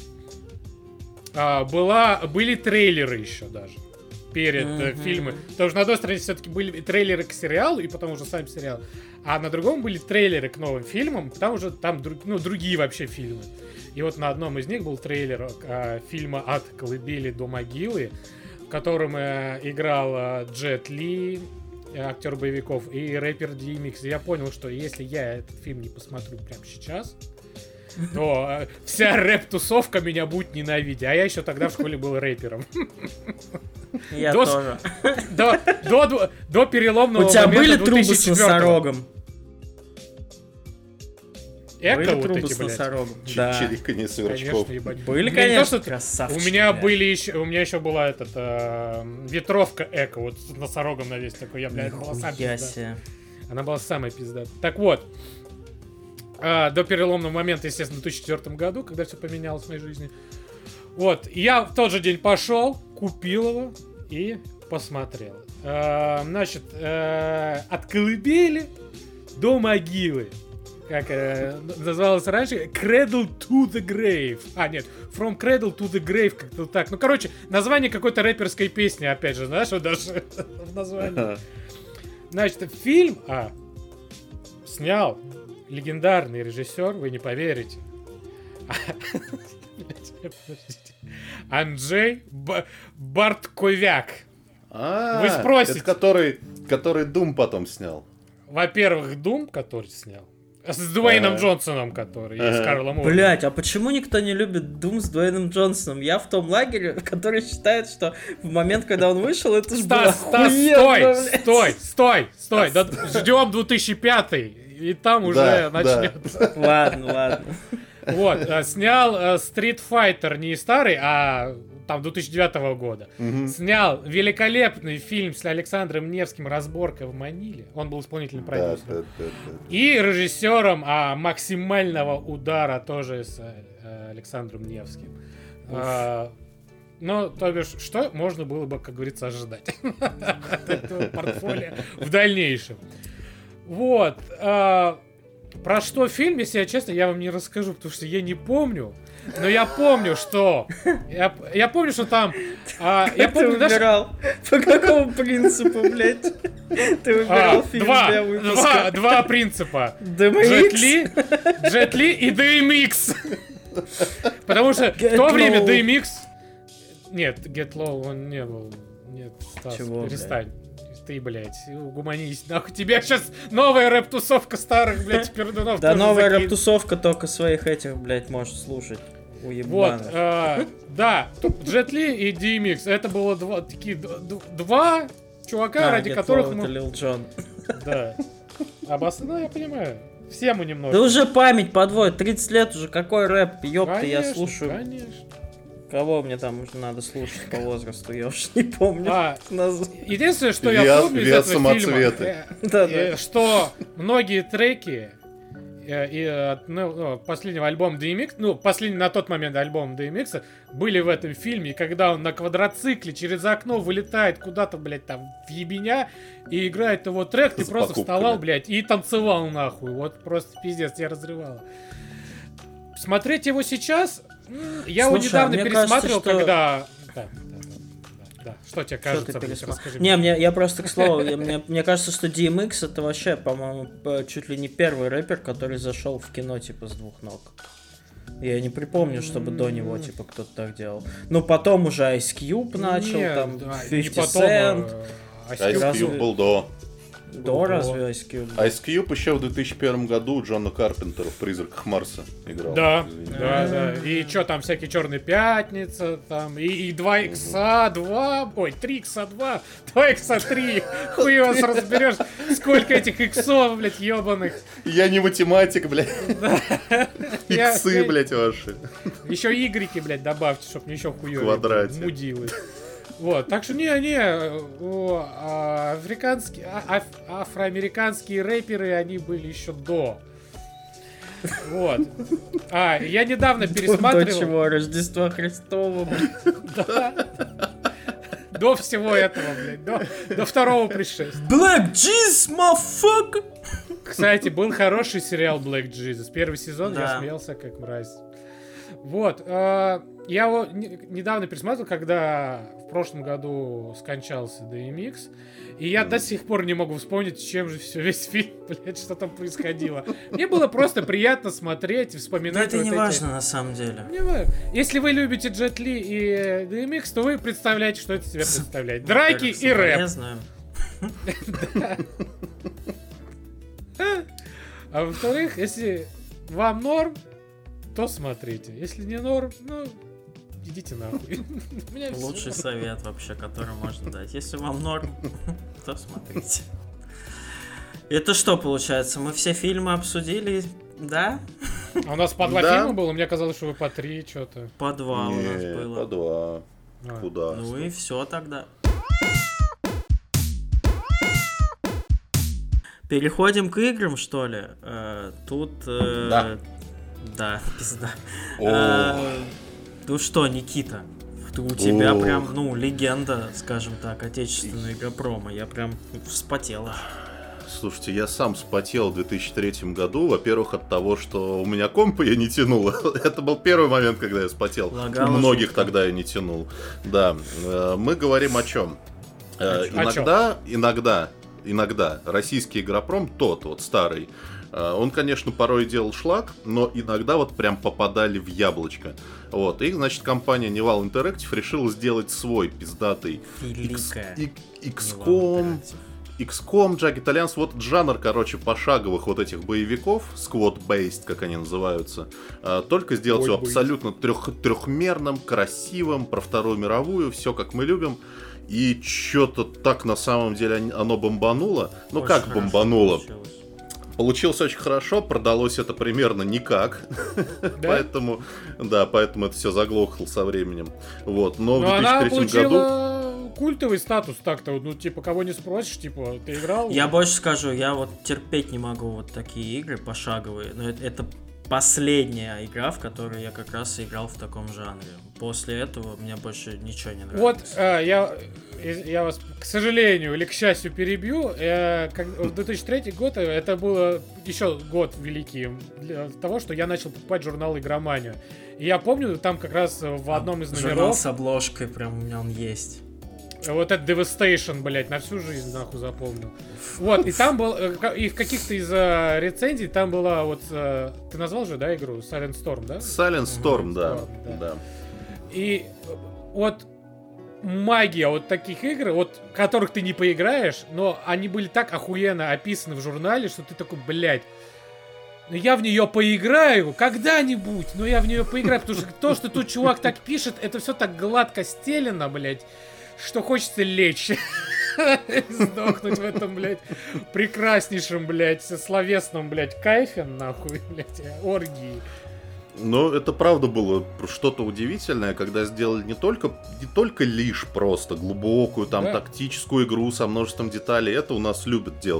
а, была, были трейлеры еще даже. Перед mm-hmm. фильмом. Потому что на одной стороне все-таки были трейлеры к сериалу, и потом уже сам сериал. А на другом были трейлеры к новым фильмам, потому что там ну, другие вообще фильмы. И вот на одном из них был трейлер э, фильма «От колыбели до могилы», в котором э, играл э, Джет Ли, э, актер боевиков, и рэпер ди микс. И я понял, что если я этот фильм не посмотрю прямо сейчас, то э, вся рэп-тусовка меня будет ненавидеть. А я еще тогда в школе был рэпером. Я до, тоже. До, до, до, до переломного У тебя момента были трубы с носорогом? Эко были вот трубы эти, с блядь. носорогом? Да. Чириканье сверчков. Конечно, были, ну, конечно, то, красавчики. У меня блядь. были еще, у меня еще была этот, э, ветровка эко, вот с носорогом на весь такой, я, блядь, была самая пизда. Она была самая пизда. Так вот, э, до переломного момента, естественно, в две тысячи четвёртом году, когда все поменялось в моей жизни. Вот, я в тот же день пошел, купил его и посмотрел. Э, значит, э, от колыбели до могилы. Как э, называлось раньше, Cradle to the Grave. А, нет, From Cradle to the Grave, как-то так. Ну, короче, название какой-то рэперской песни, опять же, знаешь, вот даже в названии. Значит, фильм а, снял легендарный режиссер, вы не поверите. Анджей Бартковяк. Вы спросите. Это который, который Doom потом снял. Во-первых, Doom, который снял. С Дуэйном а-а-а. Джонсоном, который, и с Карлом Уорреном. Блять, а почему никто не любит Doom с Дуэйном Джонсоном? Я в том лагере, который считает, что в момент, когда он вышел, это же было охуенно, стой, стой, стой, стой, да, ждем две тысячи пятый, и там уже да, начнется. Да. Ладно, ладно. Вот, снял Street Fighter не старый, а там две тысячи девятого года. Угу. Снял великолепный фильм с Александром Невским «Разборка в Маниле». Он был исполнительным продюсером. Да, да, да, да. И режиссером а, «Максимального удара» тоже с а, Александром Невским. А, ну, то бишь, что можно было бы, как говорится, ожидать от этого портфолио в дальнейшем. Вот. А, про что фильм, если я честно, я вам не расскажу, потому что я не помню. Но я помню, что... Я, я помню, что там... А, я помню, ты выбирал? Даже... По какому принципу, блядь? Ты выбирал а, фильм два, для выпуска? Два, два принципа. Джет Ли, Джет Ли и ди эм икс. Потому что Get в то low. время ди эм икс... Нет, Get Low он не был. Нет, Стас, чего, перестань. Блядь? Ты, блядь, гуманист. Нахуй тебя сейчас новая рэп-тусовка старых, блядь, пердунов. Да новая рэп-тусовка только своих этих, блядь, может слушать. Вот, э, да, Джет Ли и ди эм икс, это было два, такие два чувака, а, ради которых мы... Lil Jon. Да. Обоснованно, я понимаю. Все мы немного. Да уже память подводит, тридцать лет уже, какой рэп, ёпта, я слушаю. Конечно. Кого мне там уже надо слушать по возрасту, я уж не помню. А, единственное, что я помню из этого фильма, э, что многие треки и ну, последнего альбома ди эм икс, ну, последний на тот момент альбом ди эм икс были в этом фильме, и когда он на квадроцикле через окно вылетает куда-то, блядь, там, в ебеня, и играет его трек, ты просто вставал, блядь, и танцевал нахуй. Вот просто пиздец, тебя разрывало. Смотреть его сейчас, я Слушай, его недавно пересматривал, кажется, что... когда... Да, Да. Что тебе Что кажется? ты блядь, пересмотрел? расскажи Не, мне. мне, я просто, к слову, я- мне, мне кажется, что ди эм икс это вообще, по-моему, п- чуть ли не первый рэпер, который зашел в кино, типа, с двух ног. Я не припомню, чтобы до него, типа, кто-то так делал. Ну, потом уже Ice Cube начал, Не, там, да, не пятьдесят потом, Cent. э, Ice Ice Cube. Разве- Cube был до. До разве Ice Cube? Ice Cube еще в две тысячи первом году Джона Карпентера в «Призраках Марса» играл. Да, Извини. да, да. И что там, всякие Черные Пятницы, там, и, и два икса два, ой, три икса два, два икса три. Хуй вас разберешь, сколько этих иксов, блядь, ебаных. Я не математик, блядь. Я- Иксы, я- блядь, ваши. Еще игреки, блядь, добавьте, чтоб мне еще хуёвее. квадрате. Мудилы. Вот, так что не-не, о, а, африканские, а- аф- афроамериканские рэперы, они были еще до. Вот. А, я недавно До пересматривал. чего? Рождество Христово, блин. До всего этого, блядь, до, до второго пришествия. Black Jesus, motherfucker! Кстати, был хороший сериал Black Jesus. Первый сезон я Да. смеялся как мразь. Вот. э, Я его не- недавно пересмотрел, когда в прошлом году скончался ди эм икс. И я до сих пор не могу вспомнить, чем же все, весь фильм, блядь, что там происходило. Мне было просто приятно смотреть и Да вспоминать это вот не эти- важно на самом деле. Не важно. Если вы любите Джет Ли и ди эм икс, то вы представляете, что это себя представляет. Драки и рэп. Я знаю. А во-вторых, если вам норм, то смотрите. Если не норм, ну, идите нахуй. У меня всё. Лучший совет вообще, который можно дать. Если вам норм, то смотрите. Это что получается? Мы все фильмы обсудили, да? А у нас по два Да. фильма было, мне казалось, что вы по три, что-то. По два у нас Не, было. по два. А. Куда? Ну и все тогда. Переходим к играм, что ли? Э, Тут... э, Да. Да, пизда. О. Э, Ну что, Никита, ты- у тебя Ох. прям, ну, легенда, скажем так, отечественного игропрома. Я прям вспотела. Слушайте, я сам спотел в две тысячи третьем году. Во-первых, от того, что у меня компа я не тянул. Это был первый момент, когда я спотел. Лагало У многих жутко. тогда я не тянул. Да. Э, Мы говорим о чем? О чём? Иногда, иногда, иногда российский игропром, тот вот старый, э, он, конечно, порой делал шлак, но иногда вот прям попадали в яблочко. Вот. И, значит, компания Nival Interactive решила сделать свой пиздатый Великая. икс ком, икс ком, Jagged Alliance, вот жанр, короче, пошаговых вот этих боевиков, squad-based, как они называются, а, только сделать его Ой, абсолютно трех, трехмерным, красивым, про Вторую мировую, все как мы любим. И что-то так на самом деле они- оно бомбануло. Ну Очень как хорошо бомбануло? получилось. Получилось очень хорошо, продалось это примерно никак. Да? Поэтому, да, поэтому это все заглохло со временем. Вот, но в Но она две тысячи третьем году... получила культовый статус так-то. вот, Ну, типа, кого не спросишь, типа, ты играл? Я больше скажу, я вот терпеть не могу вот такие игры пошаговые, но это, это последняя игра, в которой я как раз играл в таком жанре. После этого мне больше ничего не нравится. Вот, э, я, я вас, к сожалению или к счастью, перебью. Э, как- в две тысячи третий год, э, это было еще год великий для того, что я начал покупать журнал «Игромания». И я помню, там как раз в одном из Журнал номеров с обложкой, прям у меня он есть. вот этот Devastation, блядь, на всю жизнь, нахуй, запомнил. Вот, и там был, э, ка- и в каких-то из э, рецензий там была вот, э, ты назвал же, да, игру? Silent Storm, да? Silent Storm, да, Storm, да. да. И э, вот магия вот таких игр, вот которых ты не поиграешь, но они были так охуенно описаны в журнале, что ты такой, блядь, ну я в нее поиграю когда-нибудь, но я в нее поиграю, потому что то, что тут чувак так пишет, это все так гладко стелено, блядь, что хочется лечь. И сдохнуть в этом, блядь, прекраснейшем, блядь, словесном, блядь, кайфе, нахуй, блядь, оргии. Но это правда было что-то удивительное, когда сделали не только, не только лишь просто глубокую там Да. тактическую игру со множеством деталей. Это у нас любят делать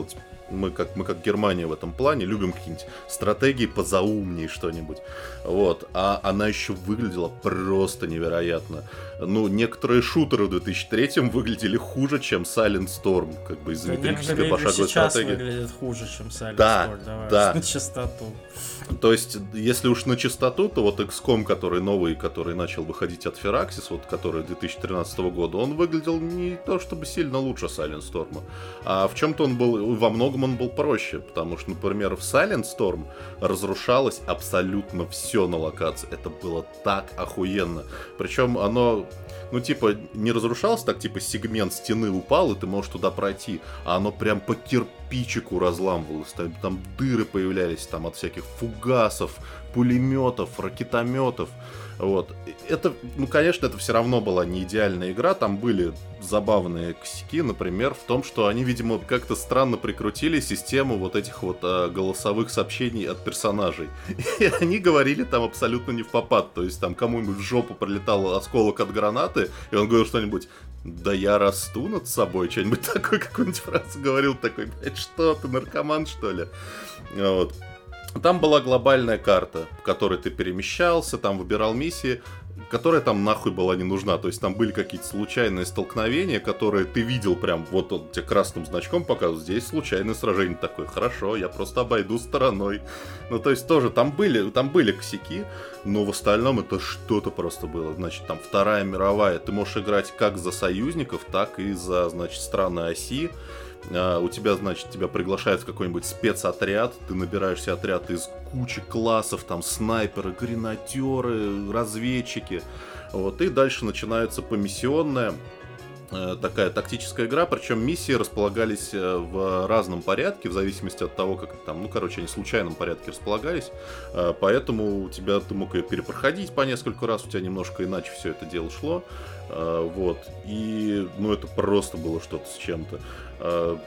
Мы как, мы как Германия в этом плане любим какие-нибудь стратегии позаумнее что-нибудь. Вот. А она еще выглядела просто невероятно. Ну, некоторые шутеры в две тысячи третьем выглядели хуже, чем Silent Storm, как бы изометрическая пошаговая стратегия. Выглядит хуже, чем Silent да, Storm. Давай да. на чистоту. То есть, если уж на чистоту, то вот икс ком, который новый, который начал выходить от Firaxis, вот который две тысячи тринадцатого года, он выглядел не то чтобы сильно лучше Silent Storm. А в чем-то он был, во многом он был проще, потому что, например, в Silent Storm разрушалось абсолютно все на локации. Это было так охуенно. Причем оно, ну типа, не разрушалось так, типа сегмент стены упал, и ты можешь туда пройти, а оно прям по кирпичику разламывалось. Там, там дыры появлялись там от всяких фугасов, пулеметов, ракетометов. Вот. Это, ну, конечно, это все равно была не идеальная игра. Там были забавные косяки, например, в том, что они, видимо, как-то странно прикрутили систему вот этих вот а, голосовых сообщений от персонажей. И они говорили там абсолютно не впопад. То есть там кому-нибудь в жопу пролетал осколок от гранаты, и он говорил что-нибудь: да я расту над собой, что-нибудь такое, какую-нибудь фразу говорил, такой: блядь, что ты, наркоман, что ли? Вот. Там была глобальная карта, по которой ты перемещался, там выбирал миссии, которая там нахуй была не нужна. То есть там были какие-то случайные столкновения, которые ты видел прям, вот он тебе красным значком показывал, здесь случайное сражение. Такое: хорошо, я просто обойду стороной. Ну, то есть тоже там были, там были косяки, но в остальном это что-то просто было. Значит, там Вторая мировая, ты можешь играть как за союзников, так и за, значит, страны оси. Uh, у тебя, значит, тебя приглашают в какой-нибудь спецотряд, ты набираешься отряд из кучи классов, там снайперы, гренадеры, разведчики, вот, и дальше начинается помиссионная uh, такая тактическая игра, причем миссии располагались uh, в разном порядке, в зависимости от того, как там, ну, короче, они в случайном порядке располагались, uh, поэтому у тебя, ты мог ее перепроходить по несколько раз, у тебя немножко иначе все это дело шло. Uh, вот, и, ну, это просто было что-то с чем-то. Uh,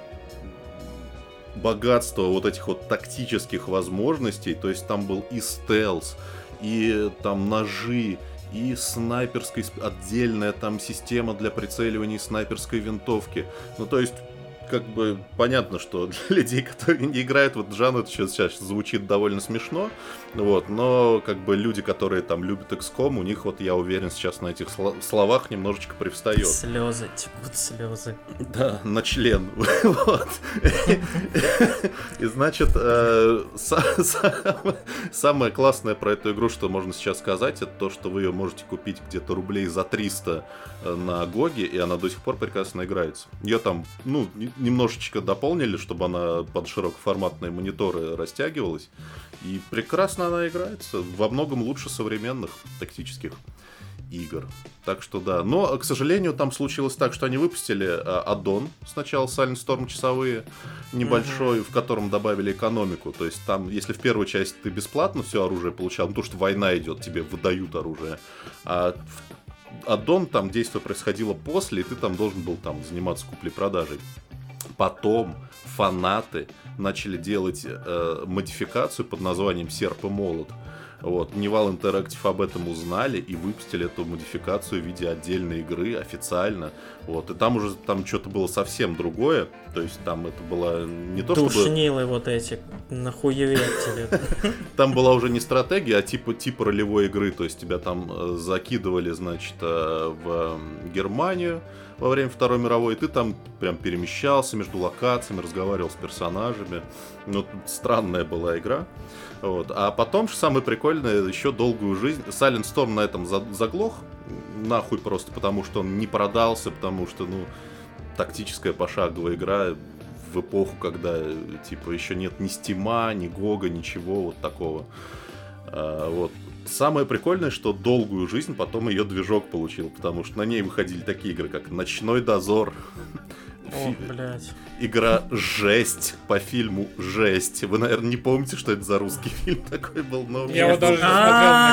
богатство вот этих вот тактических возможностей, то есть там был и стелс, и там ножи, и снайперская отдельная там система для прицеливания снайперской винтовки. Ну, то есть, как бы понятно, что для людей, которые не играют в этот жанр, это сейчас, сейчас звучит довольно смешно, вот, но как бы люди, которые там любят икс ком, у них, вот я уверен, сейчас на этих сло- словах немножечко привстает. Слезы, текут слезы. Да, на член. Вот. И значит, самое классное про эту игру, что можно сейчас сказать, это то, что вы ее можете купить где-то рублей за триста на Гоге, и она до сих пор прекрасно играется. Ее там, ну, немножечко дополнили, чтобы она под широкоформатные мониторы растягивалась. И прекрасно она играется. Во многом лучше современных тактических игр. Так что да. Но, к сожалению, там случилось так, что они выпустили аддон сначала Silent Storm часовые, небольшой, mm-hmm. в котором добавили экономику. То есть там, если в первую часть ты бесплатно все оружие получал, ну то, что война идет, тебе выдают оружие. А аддон, там действие происходило после, и ты там должен был там заниматься куплей-продажей. Потом фанаты начали делать э, модификацию под названием «Серп и молот». Вот. Nival Interactive об этом узнали и выпустили эту модификацию в виде отдельной игры официально. Вот. И там уже там что-то было совсем другое. То есть там это было не то, чтобы... Душнилы вот эти, нахуевертили. Там была уже не стратегия, а типа, типа ролевой игры. То есть тебя там закидывали, значит, в Германию во время Второй мировой, и ты там прям перемещался между локациями, разговаривал с персонажами. Ну, странная была игра. Вот. А потом, что самое прикольное, еще долгую жизнь Silent Storm на этом заглох нахуй просто, потому что он не продался, потому что, ну, тактическая пошаговая игра в эпоху, когда, типа, еще нет ни Стима, ни Гога, ничего вот такого. А, вот. Самое прикольное, что долгую жизнь потом ее движок получил, потому что на ней выходили такие игры, как «Ночной дозор». О, блядь. Игра «Жесть» по фильму «Жесть». Вы, наверное, не помните, что это за русский фильм такой был, но... Я вот даже смотрел.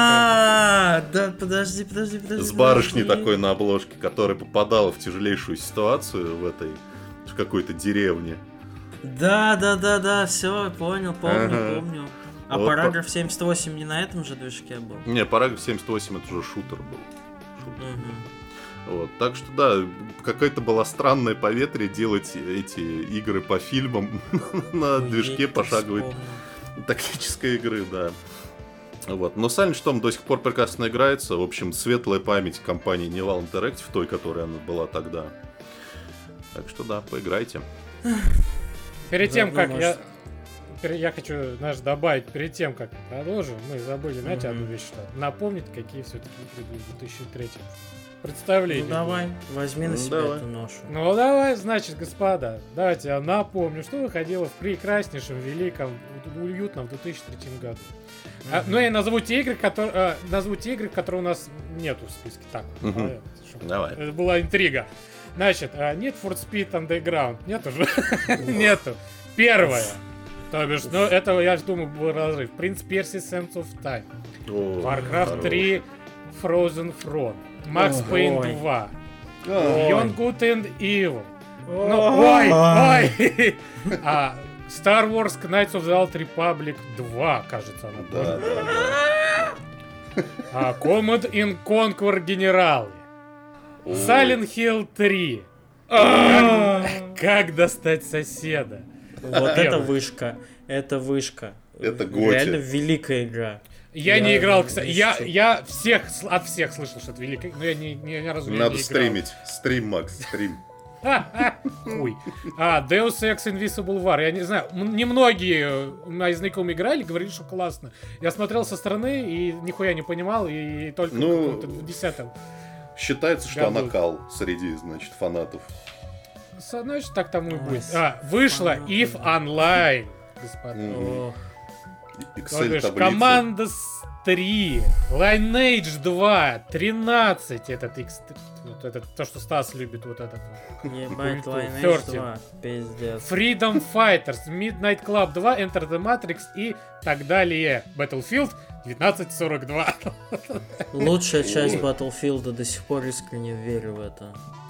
Да, подожди, подожди, подожди. С барышней такой на обложке, которая попадала в тяжелейшую ситуацию в этой, в какой-то деревне. Да, да, да, да, все, понял, помню, ага. помню. А вот параграф семьдесят восемь не на этом же движке был? Не, параграф семьдесят восемь это уже шутер был. Шутер. Угу. Вот, так что да, какая-то была странная поветрие делать эти игры по фильмам на движке пошаговой тактической игры, да. Вот. Но Silent Storm до сих пор прекрасно играется. В общем, светлая память компании Nival Interactive, той, которая она была тогда. Так что да, поиграйте. Перед тем, как я... Я хочу, знаешь, добавить, перед тем, как продолжим, мы забыли, знаете, одну вещь, что напомнить, какие все-таки игры были в две тысячи третьем. Представление. Ну давай, возьми на Ну, себя давай. эту ношу. Ну давай, значит, господа, давайте я напомню, что выходило в прекраснейшем, великом, уютном две тысячи третьем году. Mm-hmm. А, ну я назову те игры, которые, а, назову те игры, которые у нас нету в списке. Так, Mm-hmm. Давай. Это была интрига. Значит, Need for Speed Underground. Нет уже? Нету. Первое. То бишь, ну это, я думаю, был разрыв. Prince Percy Sands of Time. Warcraft три Frozen Throne. Max Payne два. Beyond Good and Evil. Ну, ой, ой. А, Star Wars Knights of the Old Republic два, кажется, она. Да, да, да. А, Command and Conquer Генералы. Silent Hill три. Как, как достать соседа? Вот это вышка. Это вышка. Это Готи. Реально великая игра. Я, я не играл, кстати. Я, я всех, от всех слышал, что это великая, но я ни, ни, ни разу не играл. Надо стримить. Стрим, Макс, стрим. Хуй. А, Deus Ex Invisible War. Я не знаю, немногие мои знакомые играли, говорили, что классно. Я смотрел со стороны и нихуя не понимал, и только ну, в десятом. Считается, что она кал среди, значит, фанатов. Значит, так тому и будет. А, вышла иф Online, господа. Mm-hmm. Excel Команда три, Lineage два, тринадцать, этот X, вот это, то, что Стас любит, вот этот. Ебать, Lineage два, пиздец. Freedom Fighters, Midnight Club два, Enter the Matrix и так далее. Battlefield девятнадцать сорок два. Лучшая часть Battlefield, до сих пор искренне верю в это.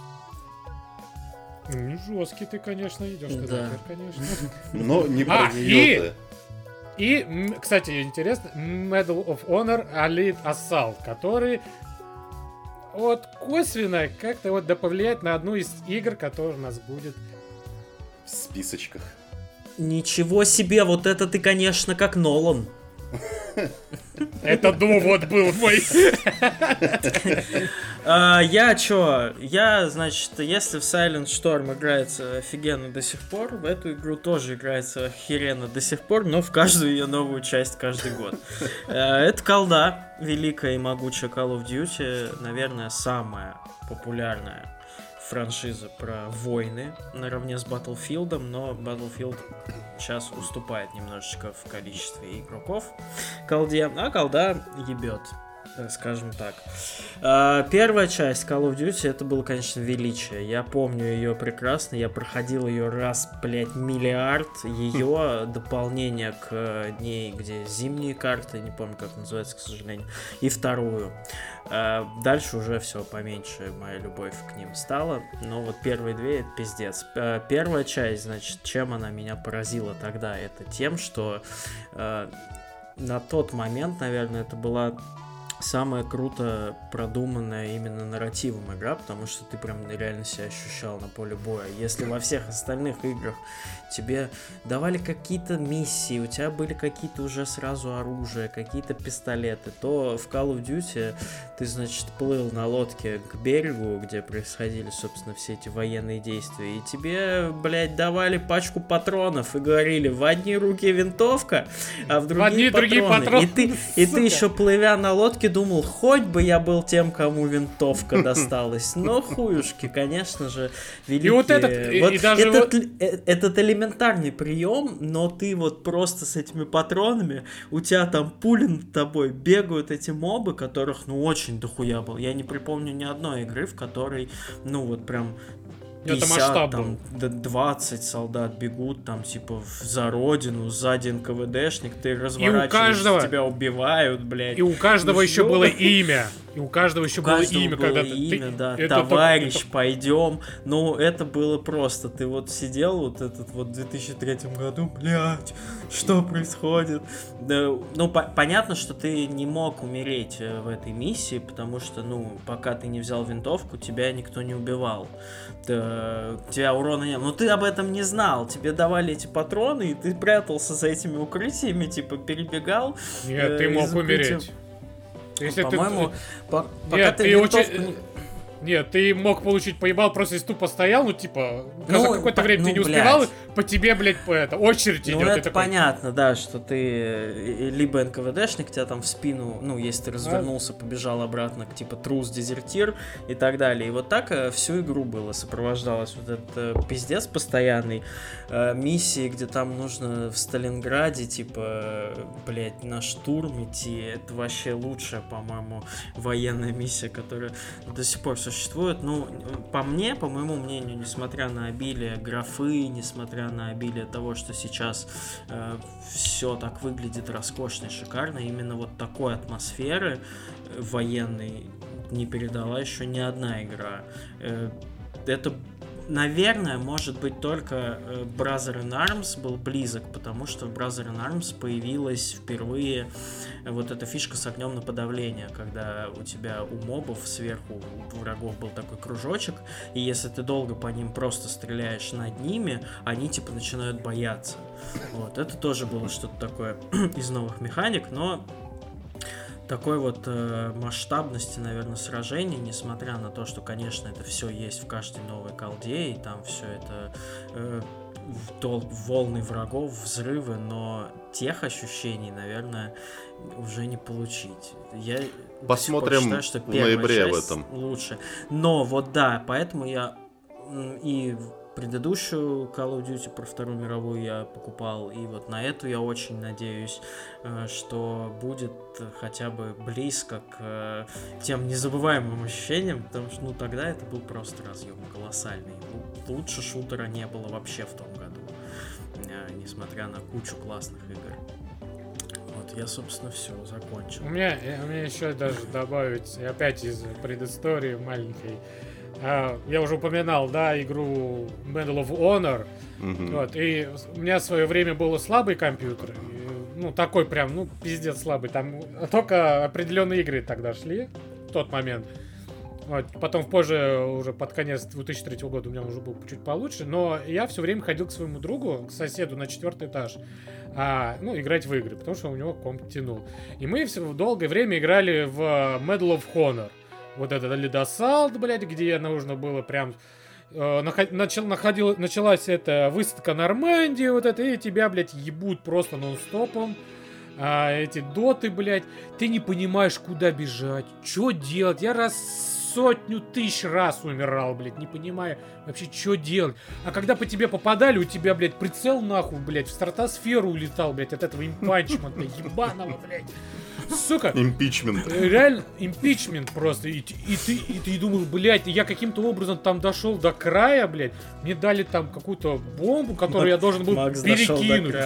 Ну, жесткий ты, конечно, идешь, да. конечно. Но не про нее. И, кстати, интересно, Medal of Honor Elite Assault, который вот косвенно как-то вот да повлияет на одну из игр, которая у нас будет в списочках. Ничего себе, вот это ты, конечно, как Нолан. Это довод был мой. Я чё? Я, значит, если в Silent Storm играется офигенно до сих пор, в эту игру тоже играется охеренно до сих пор, но в каждую ее новую часть каждый год. Это колда, великая и могучая Call of Duty, наверное, самая популярная франшиза про войны наравне с Battlefield, но Battlefield сейчас уступает немножечко в количестве игроков колде, а колда ебет, скажем так. Первая часть Call of Duty, это было, конечно, величие. Я помню ее прекрасно, я проходил ее раз, блять, миллиард. Ее дополнение к ней, где зимние карты, не помню, как называется, к сожалению, и вторую. Дальше уже все поменьше моя любовь к ним стала. Но вот первые две — это пиздец. Первая часть, значит, чем она меня поразила тогда? Это тем, что э, на тот момент, наверное, это была самая круто продуманная именно нарративом игра, потому что ты прям реально себя ощущал на поле боя. Если во всех остальных играх тебе давали какие-то миссии, у тебя были какие-то уже сразу оружия, какие-то пистолеты, то в Call of Duty ты, значит, плыл на лодке к берегу, где происходили, собственно, все эти военные действия, и тебе, блядь, давали пачку патронов и говорили: в одни руки винтовка, а в другие, в одни, патроны. Другие патроны. И ты, и ты еще, плывя на лодке, думал: хоть бы я был тем, кому винтовка досталась. Но хуюшки, конечно же, великие. И вот этот, вот и даже этот, вот... этот элементарный прием, но ты вот просто с этими патронами, у тебя там пули над тобой, бегают эти мобы, которых, ну, очень дохуя было. Я не припомню ни одной игры, в которой, ну, вот прям пятьдесят, там, двадцать солдат бегут, там, типа, за родину, сзади эн ка вэ дэшник, ты разворачиваешься, каждого... тебя убивают, блядь. И у каждого еще было имя. И у каждого еще было имя, когда ты... имя, да, товарищ, пойдем. Ну, это было просто. Ты вот сидел вот этот вот в две тысячи третьем году, блядь, что происходит? Ну, понятно, что ты не мог умереть в этой миссии, потому что, ну, пока ты не взял винтовку, тебя никто не убивал. Тебя урона не было. Но ты об этом не знал. Тебе давали эти патроны, и ты прятался за этими укрытиями, типа, перебегал. Нет, э, ты мог умереть. Если По-моему, ты... по- Нет, пока ты, ты винтовку... очень... Нет, ты мог получить поебал, просто если тупо стоял, ну, типа, ну, за какое-то по... время ну, ты не блядь. успевал, по тебе, блядь, по это, очередь ну, идет. Ну, это такой... понятно, да, что ты либо эн ка вэ дэшник тебя там в спину, ну, если ты развернулся, а? побежал обратно, типа, трус, дезертир и так далее. И вот так всю игру было, сопровождалось вот этот пиздец постоянный, миссии, где там нужно в Сталинграде, типа, блядь, на штурм идти. Это вообще лучшая, по-моему, военная миссия, которая до сих пор существует. Ну, по мне, по моему мнению, несмотря на обилие графы, несмотря на обилие того, что сейчас э, все так выглядит роскошно и шикарно, именно вот такой атмосферы военной не передала еще ни одна игра. Э, это, наверное, может быть, только Brother in Arms был близок, потому что в Brother in Arms появилась впервые вот эта фишка с огнем на подавление, когда у тебя у мобов сверху, у врагов был такой кружочек, и если ты долго по ним просто стреляешь над ними, они типа начинают бояться. Вот, это тоже было что-то такое из новых механик, но такой вот э, масштабности, наверное, сражений, несмотря на то, что, конечно, это все есть в каждой новой колде, и там все это э, тол- волны врагов, взрывы, но тех ощущений, наверное, уже не получить. Я посмотрим считаю, что в ноябре в этом. Лучше. Но вот да, поэтому я и предыдущую Call of Duty про Вторую мировую я покупал, и вот на эту я очень надеюсь, что будет хотя бы близко к тем незабываемым ощущениям, потому что, ну, тогда это был просто разъем колоссальный. Лучше шутера не было вообще в том году, несмотря на кучу классных игр. Вот, я, собственно, все, закончил. У меня, у меня еще даже добавить, опять из предыстории маленькой. Uh, я уже упоминал, да, игру Medal of Honor. Mm-hmm. Вот, и у меня в свое время был слабый компьютер. И, ну, такой прям, ну, пиздец слабый. Там только определенные игры тогда шли в тот момент. Вот, потом позже, уже под конец две тысячи третьего года у меня уже был чуть получше. Но я все время ходил к своему другу, к соседу на четвертый этаж, а, ну, играть в игры, потому что у него комп тянул. И мы все долгое время играли в Medal of Honor. Вот этот Lead Assault, блядь, где нужно было прям... Э, наход, начал, находил, началась эта высадка Нормандии, вот это, и тебя, блядь, ебут просто нон-стопом. А эти доты, блядь, ты не понимаешь, куда бежать, что делать. Я раз сотню тысяч раз умирал, блядь, не понимаю вообще, что делать. А когда по тебе попадали, у тебя, блядь, прицел нахуй, блядь, в стратосферу улетал, блядь, от этого импанчмента ебаного, блядь. Сука. Импичмент. Реально, импичмент просто. И, и, ты, и ты думал, блядь, я каким-то образом там дошел до края, блядь. Мне дали там какую-то бомбу, которую Мак, я должен был Макс перекинуть.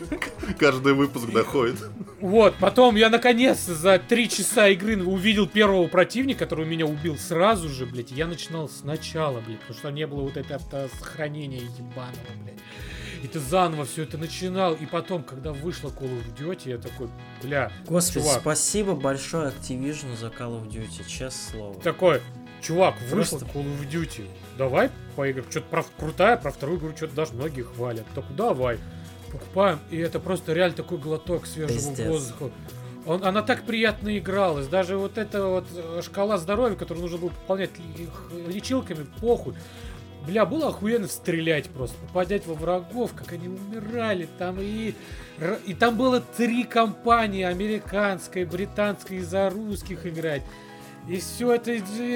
Каждый выпуск доходит. Вот, потом я наконец за три часа игры увидел первого противника, который меня убил сразу же, блядь. И я начинал сначала, блядь, потому что не было вот этого автосохранения ебаного, блядь. И ты заново все это начинал, и потом, когда вышла Call of Duty, я такой, бля, Господи, чувак. Спасибо большое Activision за Call of Duty, честное слово. Такой, чувак, вышла Просто... Call of Duty, давай поиграем. Что-то про, крутая, про вторую игру что-то даже многие хвалят. Так давай, покупаем, и это просто реально такой глоток свежего Пиздец. воздуха. Он, она так приятно игралась, даже вот эта вот шкала здоровья, которую нужно было пополнять лечилками, похуй. Бля, было охуенно стрелять просто, попадать во врагов, как они умирали там, и, и там было три компании, американская, британская, из-за русских играть. И все это,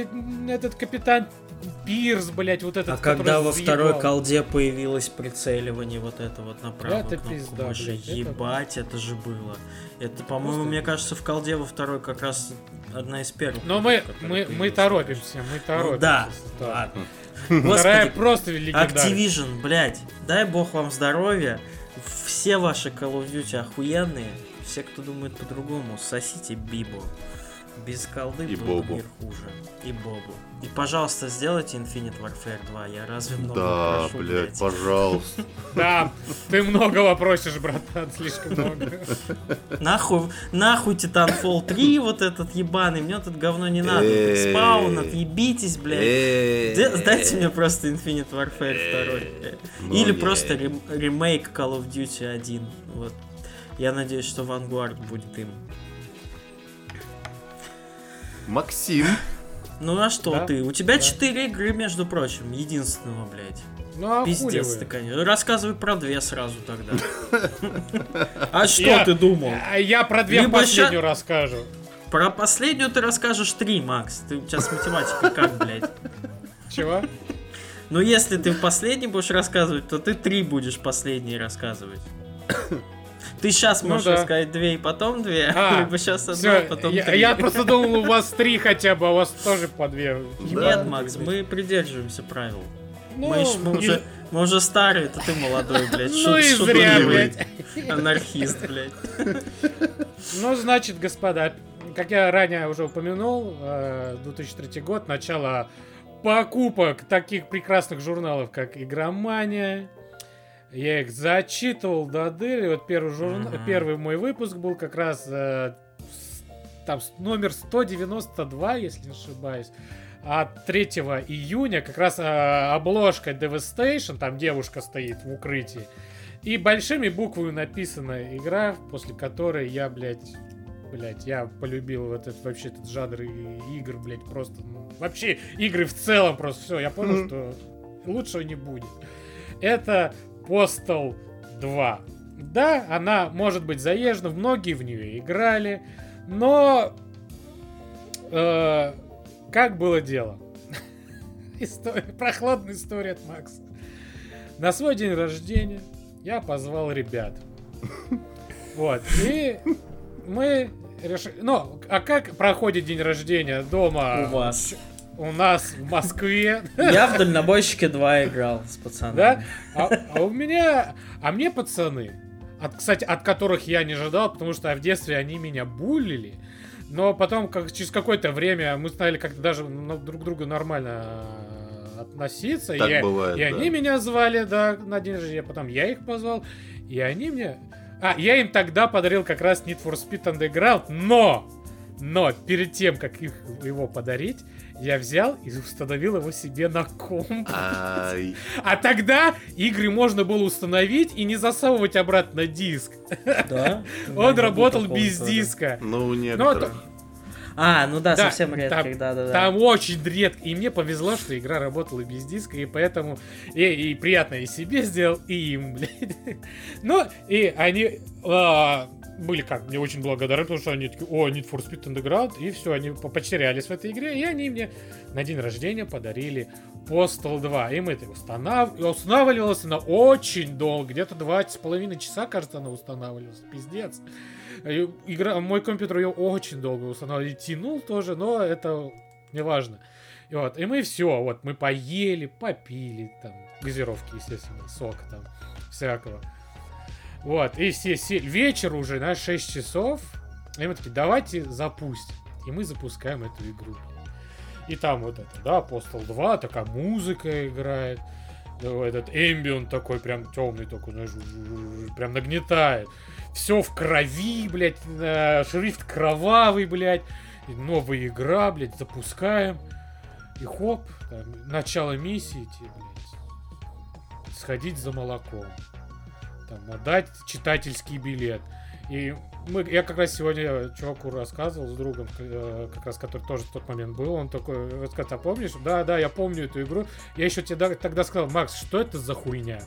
этот капитан Пирс, блять, вот этот. А когда во второй колде появилось прицеливание вот это вот на правую это кнопку пизда, мыши, блядь, ебать, это... это же было. Это, по-моему, Просто... мне кажется, в колде во второй как раз одна из первых. Но мы, мы, мы торопимся, мы торопимся. Ну, да, да. ладно. Вторая просто легендарная. Activision, блядь, дай бог вам здоровья. Все ваши Call of Duty охуенные. Все, кто думает по-другому, сосите Бибу. Без колды И был бы Бобу. мир хуже. И Бобу. И, пожалуйста, сделайте Infinite Warfare два. Я разве много Да, прошу, блядь, блядь? пожалуйста. Да, ты многого просишь, братан, слишком много. Нахуй, нахуй Titanfall три вот этот ебаный. Мне вот это говно не надо. Эй. Спаун, отъебитесь, блядь. Эй. Д- Дайте мне просто Infinite Warfare Эй. два. Ну Или не. просто рем- ремейк Call of Duty один. Вот. Я надеюсь, что Vanguard будет им. Максим. Ну а что Да, ты? У тебя да. четыре игры, между прочим. Единственного, блядь. Ну а хули Пиздец вы? ты, конечно. Рассказывай про две сразу тогда. А что Я- ты думал? А я про две Либо последнюю ща- расскажу. Про последнюю ты расскажешь три, Макс. Ты, у тебя с математикой как, блядь? Чего? Ну если ты в последней будешь рассказывать, то ты три будешь последние рассказывать. Ты сейчас Ну можешь да. рассказать две и потом две, А, либо сейчас одну, Всё, а потом я, три. я просто думал, у вас три хотя бы, а у вас тоже по две. Нет, Да. Макс, мы придерживаемся правил. Ну, мы, ещё- мы и- уже, мы уже старые, то ты молодой, блядь. Ну шут- и шутливый зря, блядь. Анархист, блядь. Ну, значит, господа, как я ранее уже упомянул, э, две тысячи третий год, начало покупок таких прекрасных журналов, как Игромания. Я их зачитывал до дыры. Вот первый, журнал, Мгм. первый мой выпуск был как раз э, с- там с- номер сто девяносто два, если не ошибаюсь. От третьего июня как раз э, обложка Devastation, там девушка стоит в укрытии. И большими буквами написана игра, после которой я, блядь, блядь, я полюбил вот этот, вообще этот жанр и- игр, блядь, просто, ну, вообще игры в целом просто, все, я понял, Мгм. что лучшего не будет. Это Postal два. Да, она может быть заезжена, многие в нее играли, но э, как было дело? История, прохладная история от Макса. На свой день рождения я позвал ребят. Вот. И мы решили... Ну, а как проходит день рождения дома? У вас. У нас в Москве. Я в Дальнобойщике два играл с пацанами. Да? А, а у меня... А мне пацаны, от, кстати, от которых я не ожидал, потому что в детстве они меня буллили. Но потом, как, через какое-то время, мы стали как-то даже ну, друг к другу нормально э, относиться. Так и я- бывает, и да. они меня звали, да, на день рождения. Потом я их позвал. И они мне... А, я им тогда подарил как раз Need for Speed Underground, но... Но перед тем, как их, его подарить, я взял и установил его себе на комп. Ай. А тогда игры можно было установить и не засовывать обратно на диск. Да? Он Не работал такого без тоже. диска. Ну, у Ну, некоторых. то- А, ну да, Да, совсем редко, там- да, да, да. Там очень редко. И мне повезло, что игра работала без диска, и поэтому и, и приятно и себе сделал, и им, блядь. Ну, и они а, были как, мне очень благодарны, потому что они такие, о, Need for Speed Underground, и все, они по- потерялись в этой игре, и они мне на день рождения подарили Postal два. И мы это устанав... устанавливалось она очень долго, где-то два с половиной часа, кажется, она устанавливалась. Пиздец. И Игра, мой компьютер ее очень долго устанавливал, и тянул тоже, но это не важно. И вот, и мы все, вот, мы поели, попили, там, газировки, естественно, сок там, всякого. Вот, и все сели, вечер уже, на шесть часов, и мы такие, давайте запустим. И мы запускаем эту игру. И там вот это, да, Postal два, такая музыка играет, да, этот эмбиент такой, прям темный такой, знаешь, прям нагнетает. Все в крови, блядь, э, шрифт кровавый, блядь. И новая игра, блядь, запускаем. И хоп, там, начало миссии, тебе, блядь, сходить за молоком. Там, отдать читательский билет. И мы, я как раз сегодня чуваку рассказывал с другом, э, как раз который тоже в тот момент был. Он такой, вот сказать, а помнишь? Да, да, я помню эту игру. Я еще тебе да- тогда сказал, Макс, что это за хуйня?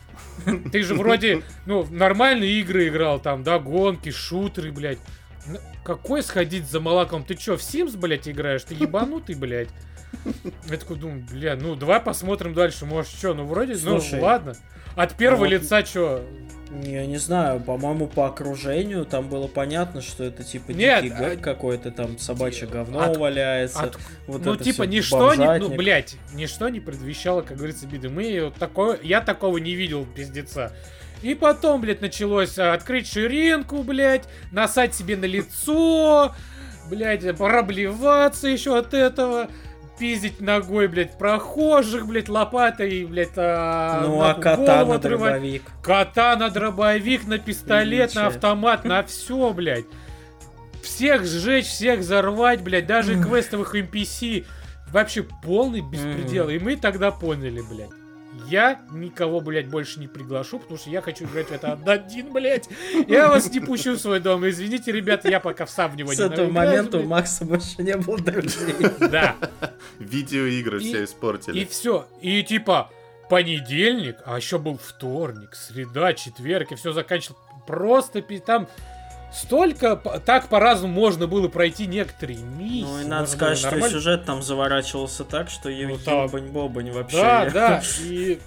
Ты же вроде, ну, нормальные игры играл, там, да, гонки, шутеры, блядь. Н- Какой сходить за молоком? Ты чё, в Sims, блядь, играешь? Ты ебанутый, блядь? Я такой думаю, бля, ну, давай посмотрим дальше, может, чё, ну, вроде, Слушай. ну, ладно. От первого Вот. лица что? Я не знаю, по-моему, по окружению там было понятно, что это типа Нет, дикий год а- какой-то, там собачье говно От- валяется. От- вот ну, это типа, всё, ничто не, ну, бомжатник. блядь, ничто не предвещало, как говорится, беды. Мы вот такое, я такого не видел, пиздеца. И потом, блядь, началось а, открыть ширинку, блядь, насать себе на лицо, блядь, проблеваться еще от этого, пиздить ногой, блядь, прохожих, блядь, лопатой, блядь, а, Ну, а нахуй кота голову на отрывать. дробовик. Кота на дробовик, на пистолет, на Приличие. автомат, на все, блядь. Всех сжечь, всех взорвать, блядь, даже М. квестовых эн пи си. Вообще полный беспредел. Мгм. И мы тогда поняли, блядь. Я никого, блядь, больше не приглашу, потому что я хочу играть в это один, блядь. Я вас не пущу в свой дом. Извините, ребята, я пока сам в него С не этого наиграюсь, момента у блядь. Макса больше не было друзей. Да. Видеоигры И- все испортили. И все. И типа понедельник, а еще был вторник, среда, четверг, и все заканчивал просто пи- там столько, по- так по-разному можно было пройти некоторые миссии. Ну и надо можно сказать, было что нормально- сюжет там заворачивался так, что Ну, там- ебань-бобань вообще. Да, да, и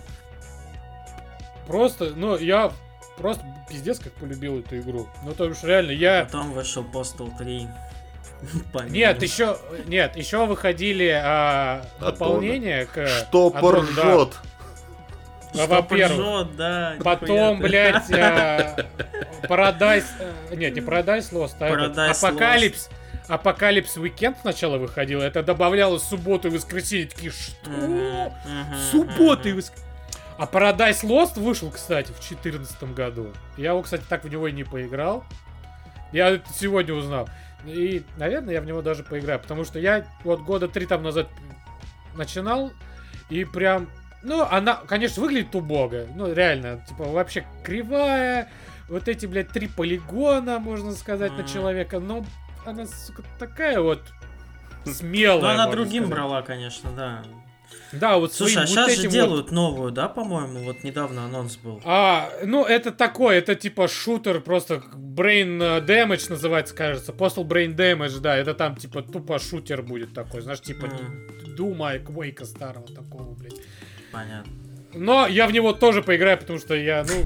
просто, ну, я просто пиздец как полюбил эту игру. Ну, то уж реально, я... Потом вышел Postal три. Помимо. Нет, еще, нет, еще выходили а, Аддоны. дополнения к... Что аддону, да. поржет? Что А, во-первых. поржет, да. Потом, нихуя ты. блядь, а, Paradise... э, Нет, не Paradise Lost, а этот, Paradise Апокалипс. Апокалипс Уикенд сначала выходил, это добавляло субботу и воскресенье. Такие, что? Мгм, мгм, Суббота и мгм. воскресенье. А Paradise Lost вышел, кстати, в четырнадцатом году. Я его, кстати, так в него и не поиграл. Я это сегодня узнал. И, наверное, я в него даже поиграю, потому что я вот года три там назад начинал, и прям... Ну, она, конечно, выглядит убого. Ну, реально, типа, вообще кривая. Вот эти, блядь, три полигона, можно сказать, на Мгм. человека. Но она, сука, такая вот смелая. Ну, она можно другим сказать. брала, конечно, да. Да, вот Слушай, своим а вот сейчас же этим вот- делают новую, да, по-моему? Вот недавно анонс был. А, ну, это такое, это типа шутер, просто Brain Damage называется, кажется. Postal Brain Damage, да, это там типа тупо шутер будет такой, знаешь, типа Мгм. Дума и Квейка старого такого, блядь. Понятно. Но я в него тоже поиграю, потому что я, ну,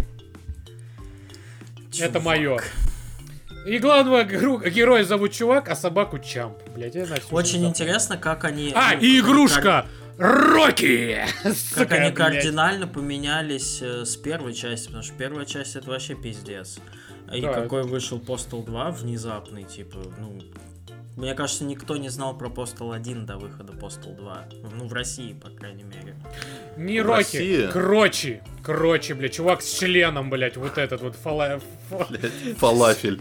это Чувак. мое. И главного геру- героя зовут Чувак, а собаку Чамп, блядь. я на всю Очень жизнь интересно, как они... запомнил. А, ну, и как- игрушка! Рокки! Как, Сука, они блядь. кардинально поменялись э, с первой части, потому что первая часть это вообще пиздец. И Да. какой вышел Postal два внезапный, типа, ну... Мне кажется, никто не знал про Postal один до выхода Postal два. Ну, в России, по крайней мере. Не В Рокки, России? Крочи. Крочи, блядь, чувак с членом, блядь, вот этот вот фала... фа- Блядь, фалафель.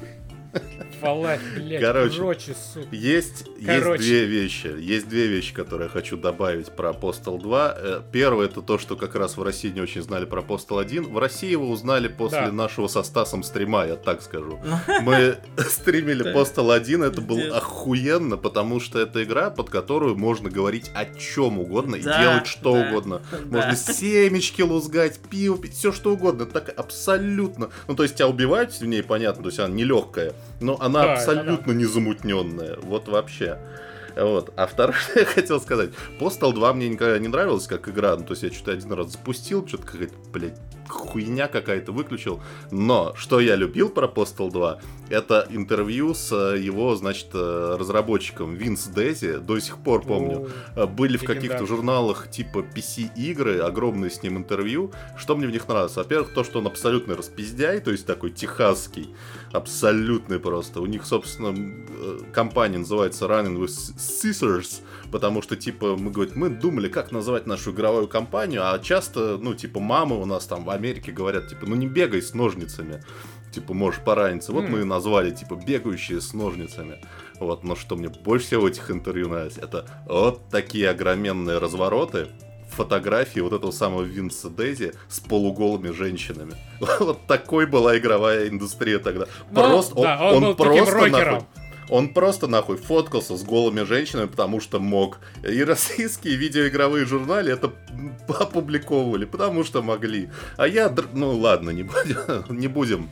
фала, блядь, Короче. Крочи, сука. Есть, Короче. есть две вещи. Есть две вещи, которые я хочу добавить про Postal два. Э, Первое, это то, что как раз в России не очень знали про Postal один. В России его узнали после Да. нашего со Стасом стрима, я так скажу. Ну, Мы стримили Да. Postal один, это было Пиздец. охуенно, потому что это игра, под которую можно говорить о чем угодно и Да, делать что да, угодно. да. Можно семечки лузгать, пиво пить, все что угодно. Это так абсолютно... Ну, то есть тебя убивают в ней, понятно, то есть она нелегкая, но она Да, абсолютно незамутненная. Вот вообще. Вот. А второе, что я хотел сказать. Postal два мне никогда не нравилась как игра. Ну, то есть я что-то один раз запустил, что-то какая-то, блядь, хуйня какая-то выключил. Но что я любил про Postal два, это интервью с э, его, значит, э, разработчиком Винс Дези. До сих пор помню. О, Э, Были в легендарный. каких-то журналах типа пи си-игры, огромные с ним интервью. Что мне в них нравилось? Во-первых, то, что он абсолютный распиздяй, то есть такой техасский, абсолютный просто. У них, собственно, э, компания называется Running with Scissors, потому что, типа, мы, говорит, мы думали, как назвать нашу игровую компанию, а часто, ну, типа, мамы у нас там в Америке говорят, типа, ну, не бегай с ножницами, типа, можешь пораниться. Вот М. мы и назвали, типа, бегающие с ножницами. Вот, но что мне больше всего в этих интервью нравится, это вот такие огроменные развороты, фотографии вот этого самого Винса Дези с полуголыми женщинами. Вот такой была игровая индустрия тогда. Ну, Просто, да, он был таким просто рокером. нахуй, он просто нахуй фоткался с голыми женщинами, потому что мог. И российские видеоигровые журналы это опубликовывали, потому что могли. А я, др- ну ладно, не будем, не будем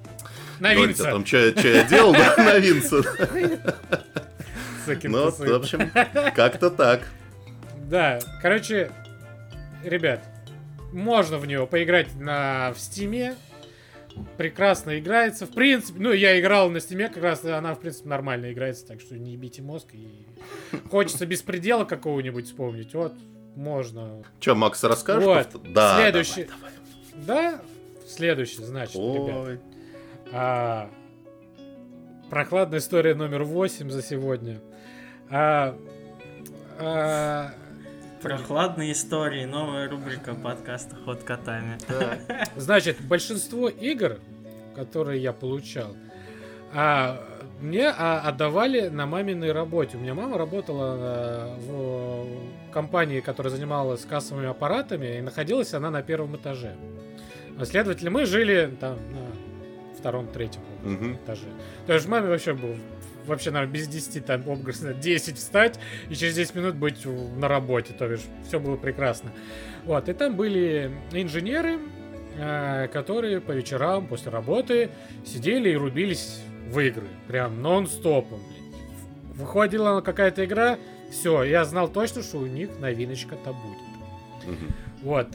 На говорить Винса. о том, что я, что я делал да, на Винса. Сукин Ну, ты в сын. общем, как-то так. Да, короче, ребят, можно в нее поиграть на, в Стиме. Прекрасно играется. В принципе, ну, я играл на Стиме, как раз она, в принципе, нормально играется, так что не ебите мозг. И хочется беспредела какого-нибудь вспомнить. Вот, можно. Че, Макс, расскажешь? Вот. Да, следующий. давай, давай. Да? Следующий, значит, Ой. ребят. А, прохладная история номер восемь за сегодня. А, а, Прохладные истории, новая рубрика подкаста «Ход котами». Значит, большинство игр, которые я получал, а, мне а, отдавали на маминой работе. У меня мама работала а, в компании, которая занималась кассовыми аппаратами, и находилась она на первом этаже. Следовательно, мы жили там на втором-третьем Мгм. этаже. То есть маме вообще был вообще, наверное, без десяти, там, образно, десять встать и через десять минут быть в- на работе, то бишь, все было прекрасно. Вот, и там были инженеры, э, которые по вечерам после работы сидели и рубились в игры, прям нон-стопом, блядь. Выходила какая-то игра, все, я знал точно, что у них новиночка-то будет. Мгм. Вот,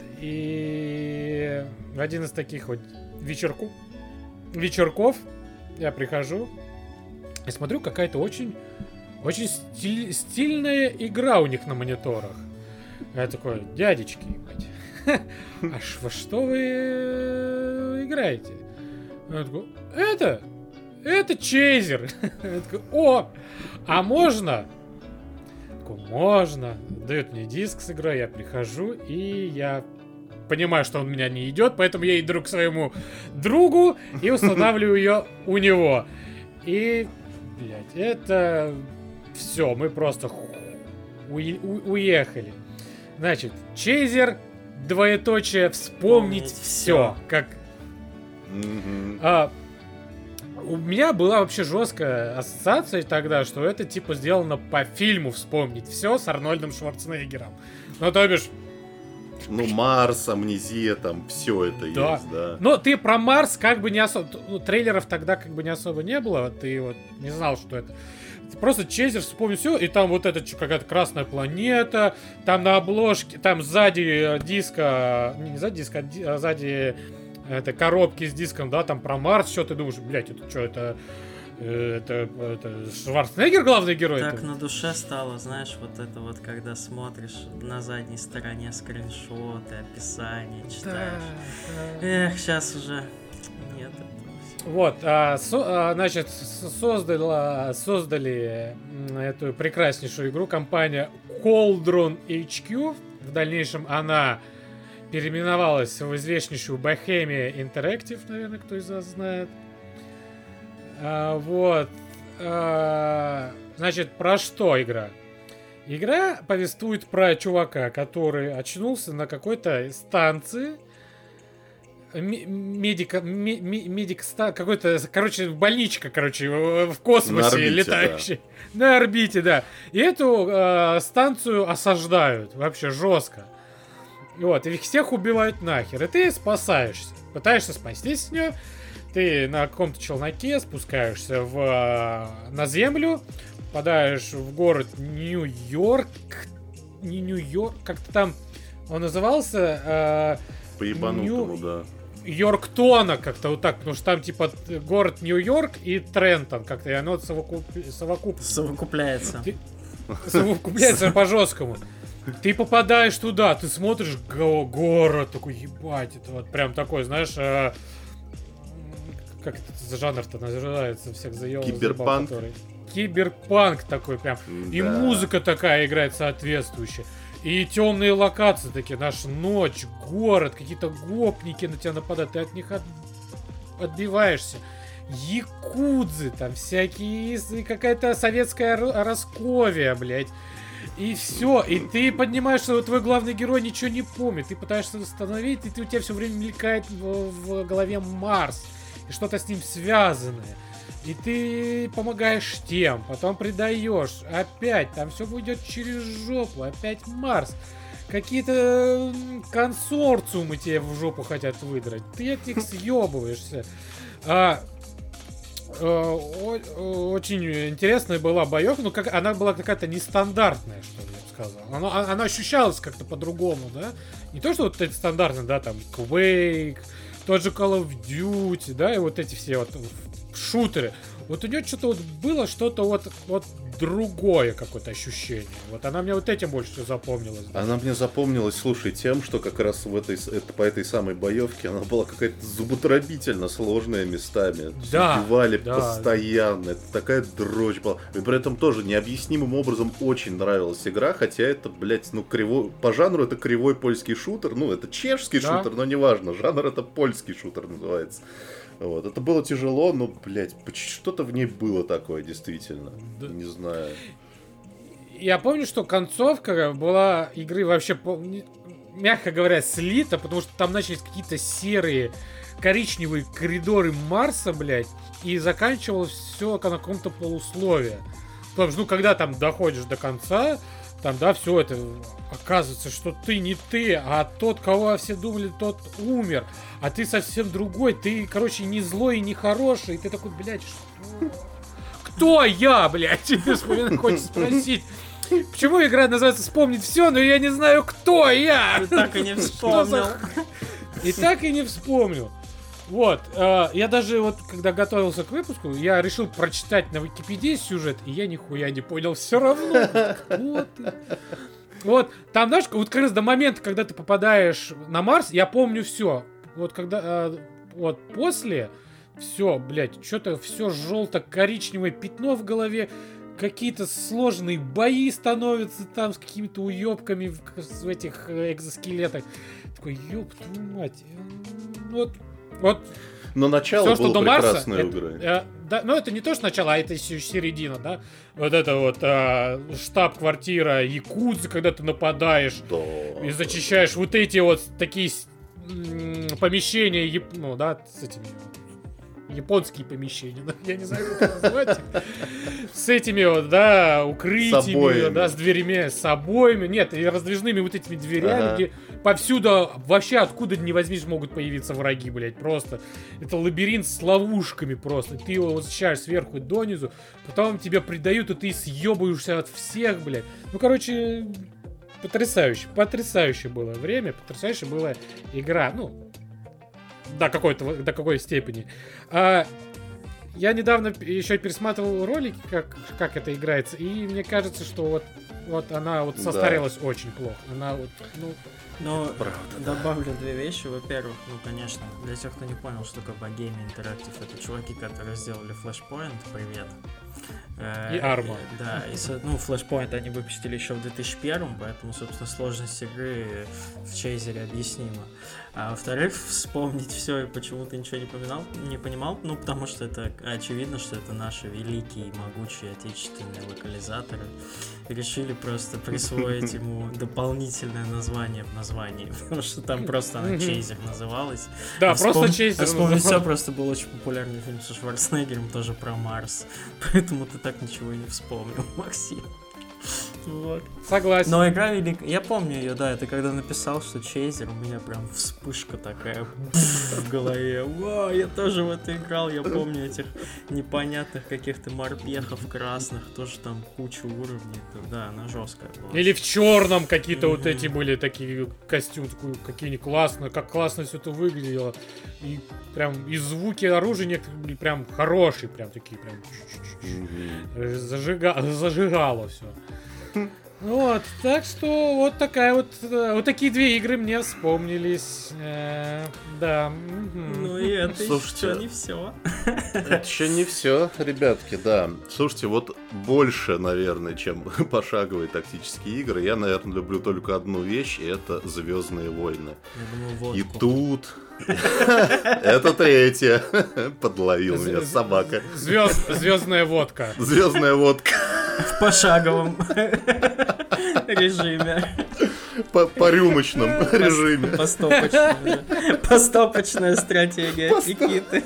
и в один из таких вот вечерку... вечерков я прихожу и смотрю, какая-то очень, очень стиль- стильная игра у них на мониторах. Я такой, дядечки, ебать, а ш- во что вы э, играете? Я такой, это, это чейзер. Я такой, о, а можно? Я такой, можно. Дает мне диск с игрой, я прихожу, и я понимаю, что он у меня не идет, поэтому я иду к своему другу и устанавливаю ее у него. И, блядь, это все, мы просто ху- уе- у- уехали. Значит, чейзер, двоеточие, вспомнить Вспомнить все. всё. Как Мгм. а, у меня была вообще жесткая ассоциация тогда, что это типа сделано по фильму «Вспомнить все» с Арнольдом Шварценеггером. Ну, то бишь, Ну, Марс, Амнезия, там все это Да. есть, да. но ты про Марс как бы не особо... Ну, трейлеров тогда как бы не особо не было, ты вот не знал, что это. Ты просто чейзер, вспомни все, и там вот эта чё- какая-то красная планета, там на обложке, там сзади диска, не, не сзади диска, а ди- а сзади это коробки с диском, да, там про Марс, что ты думаешь, блядь, это что, это, э, это, это Шварценеггер главный герой? Так Это- на душе стало, знаешь, вот это вот, когда смотришь на задней стороне скриншоты, описание, Да, читаешь. да. Эх, сейчас уже нет этого всего. Вот, а, со- а, значит, с- создала, создали м, эту прекраснейшую игру компания Cauldron эйч кью. В дальнейшем она переименовалась в известнейшую Bohemia Interactive, наверное, кто из вас знает. А, вот. А, значит, про что игра? Игра повествует про чувака, который очнулся на какой-то станции, Ме- медика, ме- ме- медик ста- какой-то, короче, больничка, короче, в в космосе На орбите, летающая. На орбите, да. И эту э, станцию осаждают вообще жестко. Вот, и их всех убивают нахер. И ты спасаешься. Пытаешься спастись с нее. Ты на каком-то челноке спускаешься в, э, на землю, попадаешь в город Нью-Йорк. Не Нью-Йорк, как-то там он назывался. Э, По ебанутому, Нью- да. Йорктона как-то вот так, потому что там типа т- город Нью-Йорк и Трентон как-то, и оно совокуп... совокуп... Совокупляется. Ты- совокупляется по-жесткому. Ты попадаешь туда, ты смотришь го- город, такой, ебать, это вот прям такой, знаешь, э, как это за жанр-то называется, всех заебал. Киберпанк? Киберпанк такой прям. И Да. музыка такая играет соответствующая. И темные локации такие, наша ночь, город, какие-то гопники на тебя нападают, ты от них от- отбиваешься. Якудзы там всякие, и какая-то советская ро- Росковия, блядь. И все, и ты понимаешь, что твой главный герой ничего не помнит. Ты пытаешься восстановить, и ты, у тебя все время мелькает в, в голове Марс. И что-то с ним связанное. И ты помогаешь тем, потом предаешь. Опять, там все уйдет через жопу. Опять Марс. Какие-то м, консорциумы тебе в жопу хотят выдрать. Ты от них съебываешься. А, очень интересная была боевка, но как, она была какая-то нестандартная, что ли, я бы сказал. Она, она ощущалась как-то по-другому, да? Не то, что вот это стандартно, да, там, Quake, тот же Call of Duty, да, и вот эти все вот шутеры. Вот у нее что-то вот было, что-то вот, вот другое какое-то ощущение. Вот она мне вот этим больше всего запомнилась. Да. Она мне запомнилась, слушай, тем, что как раз в этой, это, по этой самой боевке она была какая-то зуботробительно сложная местами. Да, убивали да. постоянно. Это такая дрочь была. И при этом тоже необъяснимым образом очень нравилась игра, хотя это, блядь, ну, кривой... по жанру это кривой польский шутер. Ну, это чешский да. шутер, но неважно. Жанр это польский шутер называется. Вот. Это было тяжело, но, блядь, что-то в ней было такое, действительно. Да. Не знаю. Я помню, что концовка была игры вообще, мягко говоря, слита, потому что там начались какие-то серые, коричневые коридоры Марса, блядь, и заканчивалось все на каком-то полусловии. Потому что, ну, когда там доходишь до конца, там, да, все это, оказывается, что ты не ты, а тот, кого все думали, тот умер, а ты совсем другой, ты, короче, не злой и не хороший, и ты такой, блядь, что? Кто я, блядь? Тебе хочется спросить. Почему игра называется «Вспомнить все», но я не знаю, кто я? Ты так и не вспомнил. И так и не вспомнил. Вот, э, я даже вот, когда готовился к выпуску, я решил прочитать на Википедии сюжет, и я нихуя не понял все равно. Кто ты? Вот, там, знаешь, вот как раз до момента, когда ты попадаешь на Марс, я помню все. Вот когда, э, вот после, все, блядь, что-то все желто-коричневое пятно в голове, какие-то сложные бои становятся там с какими-то уебками в, в этих экзоскелетах. Такой, ёб твою мать. Вот. Вот. Но начало все, было что прекрасной Марса, игрой. Это, э, да, ну, это не то, что начало, а это еще середина, да? Вот это вот э, штаб-квартира Якудзы, когда ты нападаешь да. и зачищаешь вот эти вот такие м- помещения, яп- ну, да, с этими японские помещения, я не знаю, как это назвать. С этими вот, да, укрытиями, да, с дверями, с обоями. Нет, и раздвижными вот этими дверями, ага. где повсюду вообще откуда ни возьмись могут появиться враги, блядь, просто. Это лабиринт с ловушками просто. Ты его возвращаешь сверху донизу, потом тебе придают, и ты съебаешься от всех, блядь. Ну, короче, потрясающе, потрясающе было время, потрясающая была игра, ну, до какой-то, до какой степени. А, я недавно еще пересматривал ролики, как, как это играется, и мне кажется, что вот, вот она вот состарилась да. очень плохо. Она вот, ну... Но добавлю две вещи. Во-первых, ну, конечно, для тех, кто не понял, что такое Bogame Interactive, это чуваки, которые сделали Flashpoint, привет. И Арма. Да, и, ну, Flashpoint они выпустили еще в две тысячи первом, поэтому, собственно, сложность игры в Чейзере объяснима. А во-вторых, вспомнить все и почему ты ничего не понимал, не понимал, ну, потому что это очевидно, что это наши великие и могучие отечественные локализаторы решили просто присвоить ему дополнительное название в названии, потому что там просто она Чейзер называлась. Да, а просто вспом... Чейзер. А вспомнить все просто был очень популярный фильм со Шварценеггером, тоже про Марс, поэтому ты так ничего и не вспомнил, Максим. Вот. Согласен. Но игра великая. Я помню ее, да, это когда написал, что Чейзер, у меня прям вспышка такая в голове. Вау, я тоже в это играл. Я помню этих непонятных каких-то морпехов красных, тоже там куча уровней. Да, она жесткая была. Или в черном какие-то mm-hmm. вот эти были такие костюмы, какие-нибудь классные, как классно все это выглядело. И прям и звуки оружия некоторые были прям хорошие, прям такие прям mm-hmm. Зажига... зажигало все. Вот, так что вот такая вот, вот такие две игры мне вспомнились, э, да. Ну и это Слушайте, еще не все. Это еще не все, ребятки, да. Слушайте, вот больше, наверное, чем пошаговые тактические игры, я, наверное, люблю только одну вещь, и это «Звездные войны». Я думаю, и тут... Это третья. Подловил меня собака. Звездная водка. Звездная водка. В пошаговом режиме. По, по рюмочном по, режиме. Постопочная. Постопочная стратегия Никиты.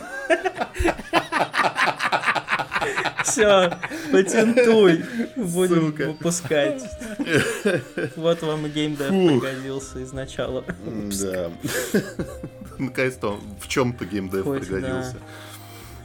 Все, патентуй. Будем Ссылка. Выпускать. Вот вам и геймдев пригодился изначала. Да. Наконец-то в чем-то геймдев Хоть, пригодился.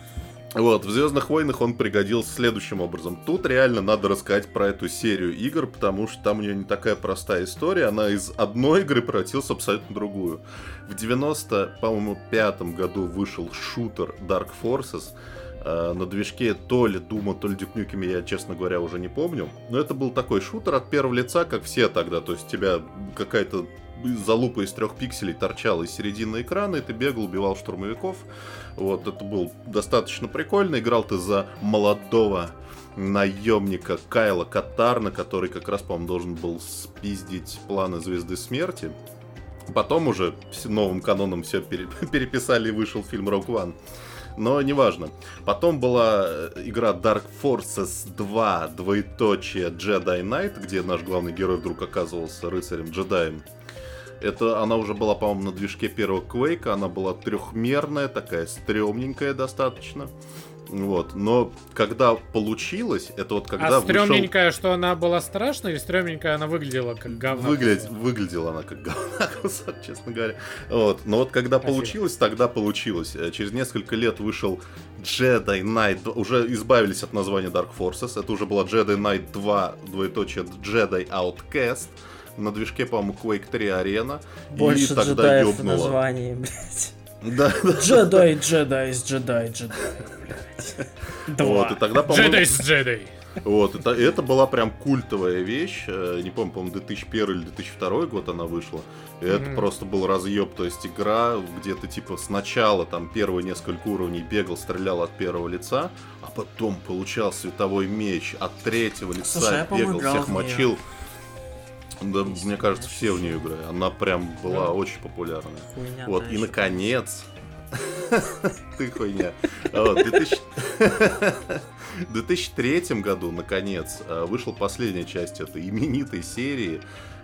Вот, в «Звездных войнах» он пригодился следующим образом. Тут реально надо рассказать про эту серию игр, потому что там у нее не такая простая история. Она из одной игры превратилась в абсолютно другую. В девяносто, по-моему, пятом году вышел шутер Dark Forces. Э, на движке то ли Дума, то ли Duke Nukem, я, честно говоря, уже не помню. Но это был такой шутер от первого лица, как все тогда. То есть у тебя какая-то залупа из трех пикселей торчала из середины экрана, и ты бегал, убивал штурмовиков. Вот, это был достаточно прикольно. Играл ты за молодого наемника Кайла Катарна, который как раз, по-моему, должен был спиздить планы Звезды Смерти. Потом уже новым каноном все переписали и вышел фильм Rogue One. Но неважно. Потом была игра Dark Forces два, двоеточие Jedi Knight, где наш главный герой вдруг оказывался рыцарем-джедаем. Это она уже была, по-моему, на движке первого Quake. Она была трехмерная, такая стрёмненькая достаточно. Вот. Но когда получилось, это вот когда а стрёмненькая, вышел... что она была страшная, или стрёмненькая она выглядела как говно? Выглядь, выглядела она как говно, честно говоря. Вот. Но вот когда Спасибо. получилось, тогда получилось. Через несколько лет вышел Jedi Knight. Уже избавились от названия Dark Forces. Это уже была Jedi Knight два, двоеточие Jedi Outcast. На движке, по-моему, Quake три Arena. Больше и тогда джедаев в ёбнуло. названии, блядь. Да, Джедай, джедай, джедай, джедай, блядь. Два. Вот, и тогда, по-моему... Джедай с джедай. Вот, это, это была прям культовая вещь. Не помню, по-моему, две тысячи первый или две тысячи второй год она вышла. И mm-hmm. это просто был разъеб. То есть игра, где ты типа сначала там первые несколько уровней бегал, стрелял от первого лица, а потом получал световой меч от третьего лица, Слушай, бегал, всех мочил. Да, Пусть мне кажется, все в нее играли. Она прям была да. очень популярная. Хуйня, вот, да, и наконец... Ты хуйня. В две тысячи третьем году, наконец, вышла последняя часть этой именитой серии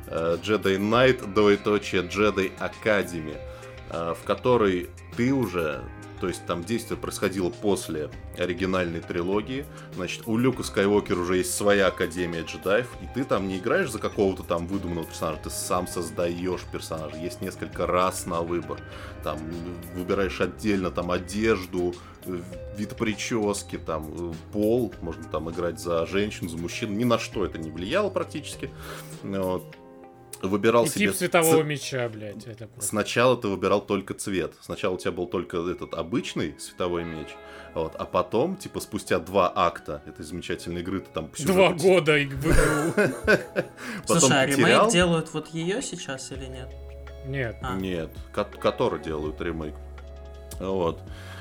Jedi Knight, двоеточие Jedi Academy, в которой ты уже... То есть там действие происходило после оригинальной трилогии. Значит, у Люка Скайуокера уже есть своя академия джедаев, и ты там не играешь за какого-то там выдуманного персонажа, ты сам создаешь персонажа. Есть несколько рас на выбор. Там выбираешь отдельно там одежду, вид прически, там пол. Можно там играть за женщину, за мужчину. Ни на что это не влияло практически. Вот. Выбирал и себе тип светового ц... меча, блядь. Это Сначала ты выбирал только цвет. Сначала у тебя был только этот обычный световой меч, вот, а потом, типа, спустя два акта этой замечательной игры, ты там... Два года в игру. Слушай, а ремейк делают вот ее сейчас или нет? Нет. Нет, который делают ремейк. Вот.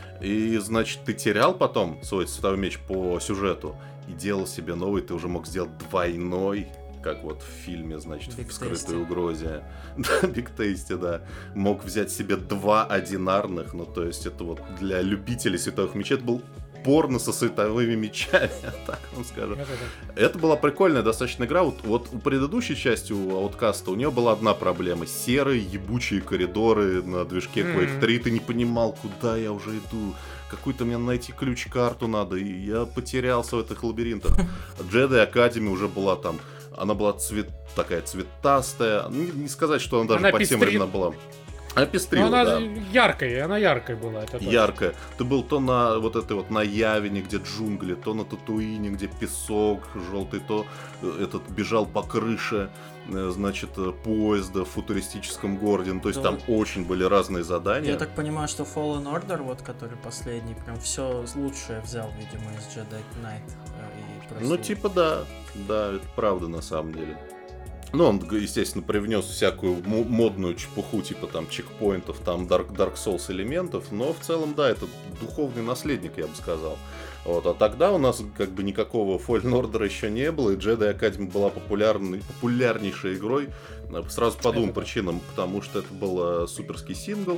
И, значит, ты терял потом свой световой меч по сюжету и делал себе новый, ты уже мог сделать двойной, как вот в фильме, значит, Big в «Скрытой угрозе». Да, Big Tasty, да. Мог взять себе два одинарных, ну, то есть это вот для любителей световых мечей, это был порно со световыми мечами, так вам скажу. Это, это была прикольная достаточно игра. Вот, вот у предыдущей части, у Ауткаста, у нее была одна проблема. Серые ебучие коридоры на движке Quake три. Ты не понимал, куда я уже иду. Какую-то мне найти ключ-карту надо. И я потерялся в этих лабиринтах. Jedi Academy уже была там... Она была цвет, такая цветастая. Не, не сказать, что она даже она по пестрит. Тем временам была. Она пестрила, она да. яркая, она яркая была. Это яркая. Ты был то на вот этой вот на Явине, где джунгли, то на Татуине, где песок желтый, то этот бежал по крыше, значит, поезда в футуристическом городе. Ну, то есть да. Там очень были разные задания. Я так понимаю, что Fallen Order, вот который последний, прям все лучшее взял, видимо, из Jedi Knight. Просто... Ну, типа, да. Да, это правда на самом деле. Ну, он, естественно, привнес всякую м- модную чепуху, типа там чекпоинтов, там Dark, Dark Souls элементов, но в целом, да, это духовный наследник, я бы сказал. Вот, а тогда у нас как бы никакого Fallen Order еще не было, и Jedi Academy была популярной, популярнейшей игрой сразу по двум причинам, потому что это был суперский сингл,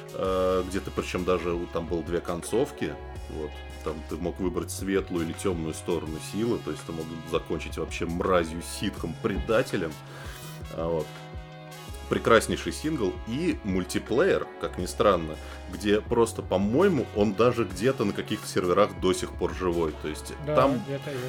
где ты, причем даже там было две концовки, вот. Там ты мог выбрать светлую или темную сторону силы, то есть ты мог закончить вообще мразью, ситхом, предателем. Вот. Прекраснейший сингл и мультиплеер, как ни странно, где просто, по-моему, он даже где-то на каких-то серверах до сих пор живой. То есть да, там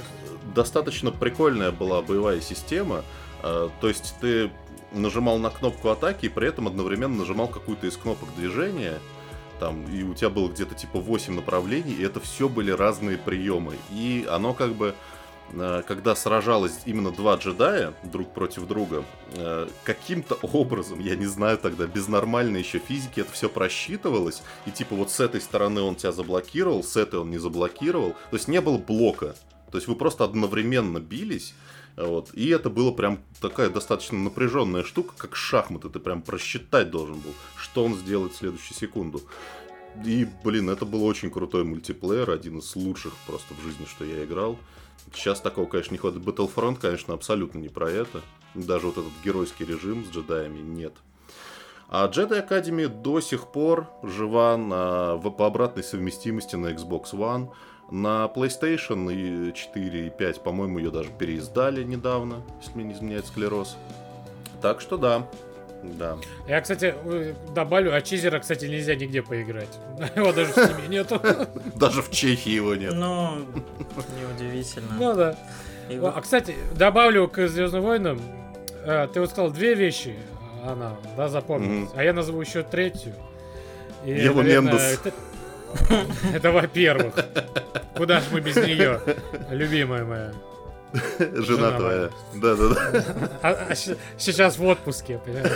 достаточно прикольная была боевая система. То есть ты нажимал на кнопку атаки и при этом одновременно нажимал какую-то из кнопок движения. Там, и у тебя было где-то типа восемь направлений, и это все были разные приемы. И оно как бы, когда сражалось именно два джедая друг против друга, каким-то образом, я не знаю тогда, без нормальной еще физики это все просчитывалось, и типа вот с этой стороны он тебя заблокировал, с этой он не заблокировал, то есть не было блока, то есть вы просто одновременно бились, вот, и это было прям такая достаточно напряженная штука, как шахматы, ты прям просчитать должен был, что он сделает в следующую секунду. И, блин, это был очень крутой мультиплеер, один из лучших просто в жизни, что я играл. Сейчас такого, конечно, не хватает. Battlefront, конечно, абсолютно не про это. Даже вот этот геройский режим с джедаями нет. А Jedi Academy до сих пор жива на, по обратной совместимости на Xbox One. На PlayStation четыре и пять, по-моему, ее даже переиздали недавно, если мне не изменяет склероз. Так что да. Да. Я, кстати, добавлю, а Чизера, кстати, нельзя нигде поиграть. Его даже в Steam нету. Даже в Чехии его нет. Ну, неудивительно. Ну да. А, кстати, добавлю к Звездным войнам. Ты вот сказал две вещи, она, да, запомнилась. А я назову еще третью. Ева Мендес. Это во-первых. Куда ж мы без нее, любимая моя. Жена, Жена твоя. Да-да-да. А, а сейчас в отпуске, понимаешь?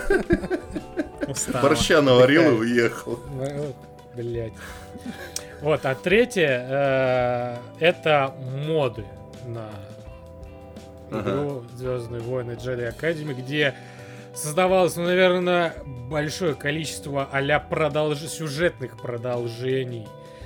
Борща наварил и уехал. Блять. Вот, а третье э, это моды на игру ага. Звездные войны Jedi Academy, где создавалось, ну, наверное, большое количество а-ля продолж... сюжетных продолжений,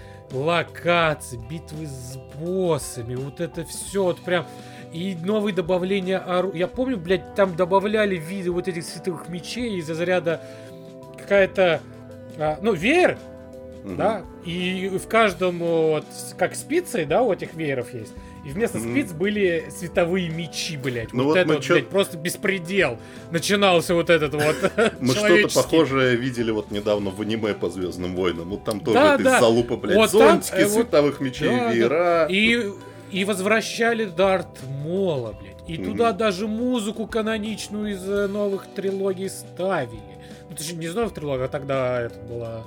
локаций, битвы с боссами, вот это все, вот прям, и новые добавления оружия. Я помню, блядь, там добавляли виды вот этих световых мечей из-за заряда какая-то, а, ну, веер, угу. да, и в каждом, вот, как спицы, да, у этих вееров есть. И вместо mm. спиц были световые мечи, блядь. Ну вот, вот это вот, чё... блядь, просто беспредел. Начинался вот этот вот. Мы что-то похожее видели вот недавно в аниме по Звездным войнам. Вот там тоже да, да. из залупа, блядь, вот зонтики, там, световых вот, мечей, да, веера. Да. И, и возвращали Дарт Мола, блядь. И mm-hmm. туда даже музыку каноничную из новых трилогий ставили. Ну, точнее, не из новых трилогий, а тогда это была...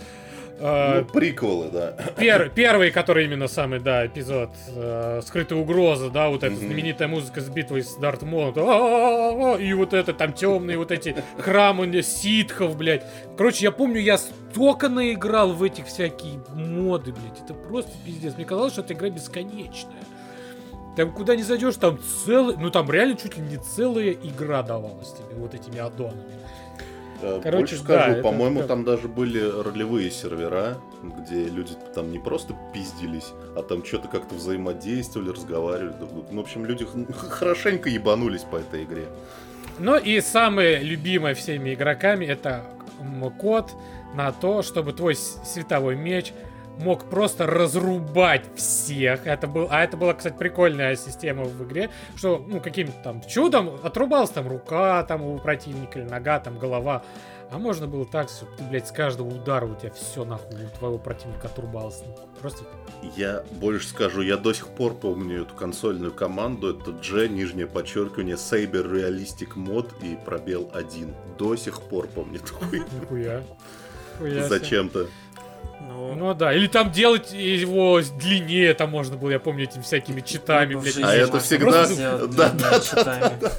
Ну, приквелы, да. Пер, первый, который именно самый, да, эпизод э, «Скрытая угроза», да, вот эта mm-hmm. знаменитая музыка с битвой с Дарт Молом, и вот это, там темные вот эти храмы ситхов, блядь. Короче, я помню, я столько наиграл в этих всякие моды, блядь, это просто пиздец. Мне казалось, что эта игра бесконечная. Там куда не зайдешь, там целый, ну там реально чуть ли не целая игра давалась тебе вот этими аддонами. Короче, больше скажу, да, по-моему, это... там даже были ролевые сервера, где люди там не просто пиздились, а там что-то как-то взаимодействовали, разговаривали. Ну, в общем, люди хорошенько ебанулись по этой игре. Ну и самое любимое всеми игроками — это код на то, чтобы твой световой меч мог просто разрубать всех. Это был, а это была, кстати, прикольная система в игре, что, ну, каким-то там чудом отрубалась там рука там у противника, или нога, там голова. А можно было так, что ты, блядь, с каждого удара у тебя все нахуй у твоего противника отрубалось. Просто... Я больше скажу, я до сих пор помню эту консольную команду. Это G, нижнее подчеркивание, Saber Realistic Mod и пробел один. До сих пор помню такой. Нихуя. Зачем-то. Ну, ну да, или там делать его длиннее, там можно было, я помню, этими всякими читами, ну, блядь. А это всегда... Да, да, да.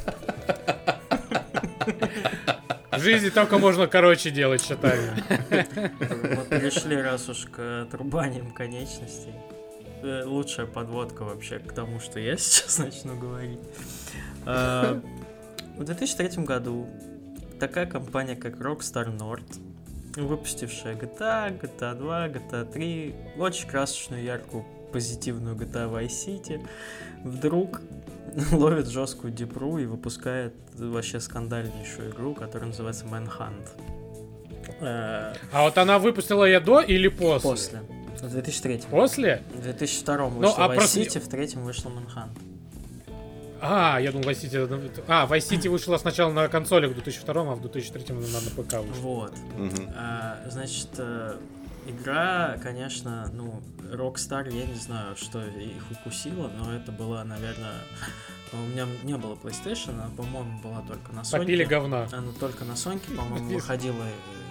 В жизни только можно короче делать читами. Мы перешли раз уж к отрубаниям конечностей. Лучшая подводка вообще к тому, что я сейчас начну говорить. В две тысячи третьем году такая компания, как Rockstar North, выпустившая джи ти эй, джи ти эй два, джи ти эй три, очень красочную, яркую, позитивную джи ти эй Vice City, вдруг ловит жесткую дипру и выпускает вообще скандальнейшую игру, которая называется Manhunt. А вот она выпустила ее до или после? После. В две тысячи третьем. После? В две тысячи втором вышла ну, а Vice просто... City, в третьем вышла Manhunt. А, я думал, Vice City... А, Vice City вышла сначала на консолях в две тысячи втором, а в две тысячи третьем она на ПК вышла. Вот. Угу. А, значит, игра, конечно, ну, Rockstar, я не знаю, что их укусило, но это было, наверное... У меня не было PlayStation, она, по-моему, была только на Sony. Попили говна. Она только на Sony, по-моему, выходила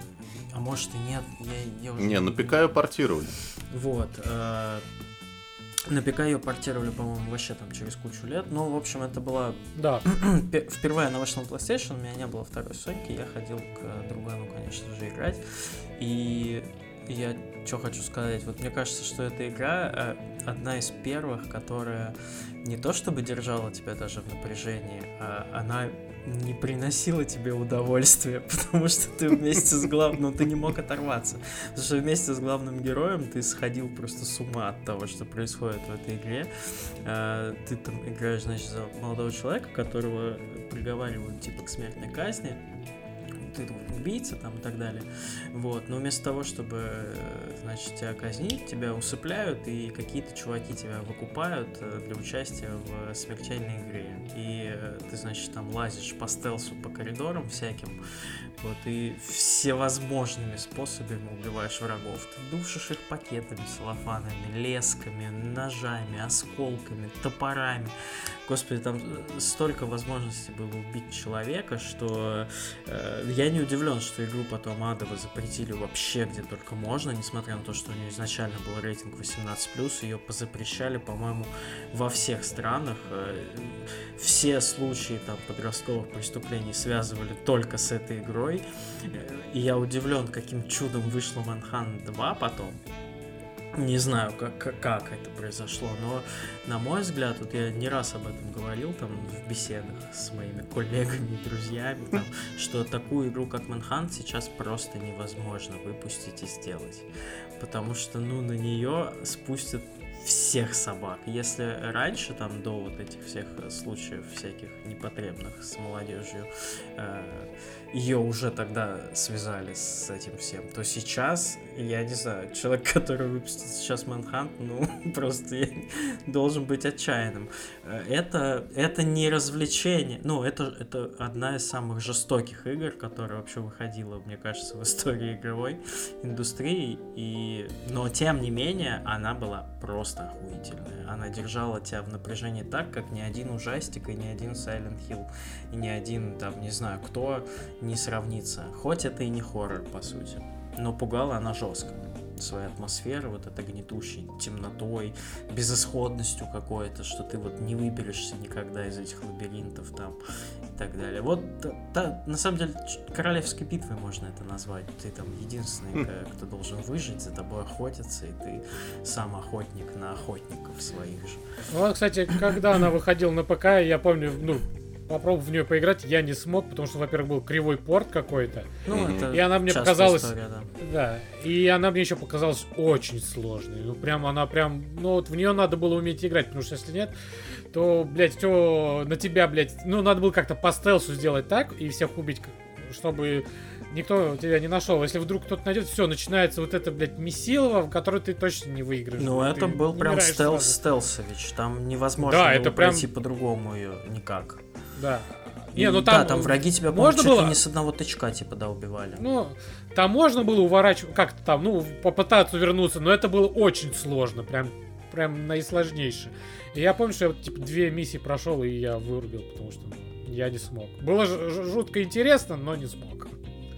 а может и нет, я, я уже... Не, на ПК ее портировали. Вот. Э, на ПК ее портировали, по-моему, вообще там через кучу лет. Ну, в общем, это была... Да. Впервые она вышла на PlayStation, у меня не было второй Соньки, я ходил к другому, конечно же, играть. И я что хочу сказать, вот мне кажется, что эта игра э, одна из первых, которая не то чтобы держала тебя даже в напряжении, а она не приносила тебе удовольствия, потому что ты вместе с главным, ну, ты не мог оторваться, потому что вместе с главным героем ты сходил просто с ума от того, что происходит в этой игре. Э, ты там играешь, значит, за молодого человека, которого приговаривают типа к смертной казни, ты убийца там и так далее, вот, но вместо того, чтобы, значит, тебя казнить, тебя усыпляют, и какие-то чуваки тебя выкупают для участия в смертельной игре, и ты, значит, там лазишь по стелсу, по коридорам всяким, вот, и всевозможными способами убиваешь врагов, ты душишь их пакетами, целлофанами, лесками, ножами, осколками, топорами, господи, там столько возможностей было убить человека, что э, я не удивлен, что игру потом адово запретили вообще где только можно, несмотря на то, что у нее изначально был рейтинг восемнадцать плюс, ее позапрещали, по-моему, во всех странах. Все случаи там подростковых преступлений связывали только с этой игрой. И я удивлен, каким чудом вышло Manhunt два потом. Не знаю, как, как это произошло, но, на мой взгляд, вот я не раз об этом говорил там в беседах с моими коллегами и друзьями, там, что такую игру, как Manhunt, сейчас просто невозможно выпустить и сделать, потому что, ну, на нее спустят всех собак. Если раньше, там, до вот этих всех случаев всяких непотребных с молодежью, э, ее уже тогда связали с этим всем, то сейчас, я не знаю, человек, который выпустит сейчас Manhunt, ну, просто должен быть отчаянным. Это, это не развлечение, ну, это, это одна из самых жестоких игр, которая вообще выходила, мне кажется, в истории игровой индустрии, и... но, тем не менее, она была просто охуительная. Она держала тебя в напряжении так, как ни один ужастик и ни один Silent Hill, и ни один, там, не знаю, кто не сравнится. Хоть это и не хоррор, по сути, но пугала она жестко. Своей атмосферой, вот этой гнетущей темнотой, безысходностью какой-то, что ты вот не выберешься никогда из этих лабиринтов там и так далее. Вот, та, на самом деле, королевской битвой можно это назвать. Ты там единственный, кто должен выжить, за тобой охотиться, и ты сам охотник на охотников своих же. Вот, кстати, когда она выходила на ПК, я помню, ну, попробовав в нее поиграть, я не смог, потому что, во-первых, был кривой порт какой-то. Ну, это и она мне показалась... История, да. Да, и она мне еще показалась очень сложной. Ну, прям она прям... Ну, вот в нее надо было уметь играть, потому что если нет, то, блядь, все на тебя, блядь... Ну, надо было как-то по стелсу сделать так и всех убить, чтобы никто тебя не нашел. Если вдруг кто-то найдет, все, начинается вот это, блядь, месилово, в которое ты точно не выиграешь. Ну, ты это был прям стелс стелсович. Там невозможно да, было это пройти прям... по-другому ее никак. Да. И, не, ну там, да, там враги тебя, можно было... было... не с одного тычка, типа, да, убивали. Ну, там можно было уворачивать, как-то там, ну, попытаться вернуться, но это было очень сложно, прям, прям наисложнейшее. И я помню, что я вот, типа, две миссии прошел, и я вырубил, потому что ну, я не смог. Было ж- жутко интересно, но не смог.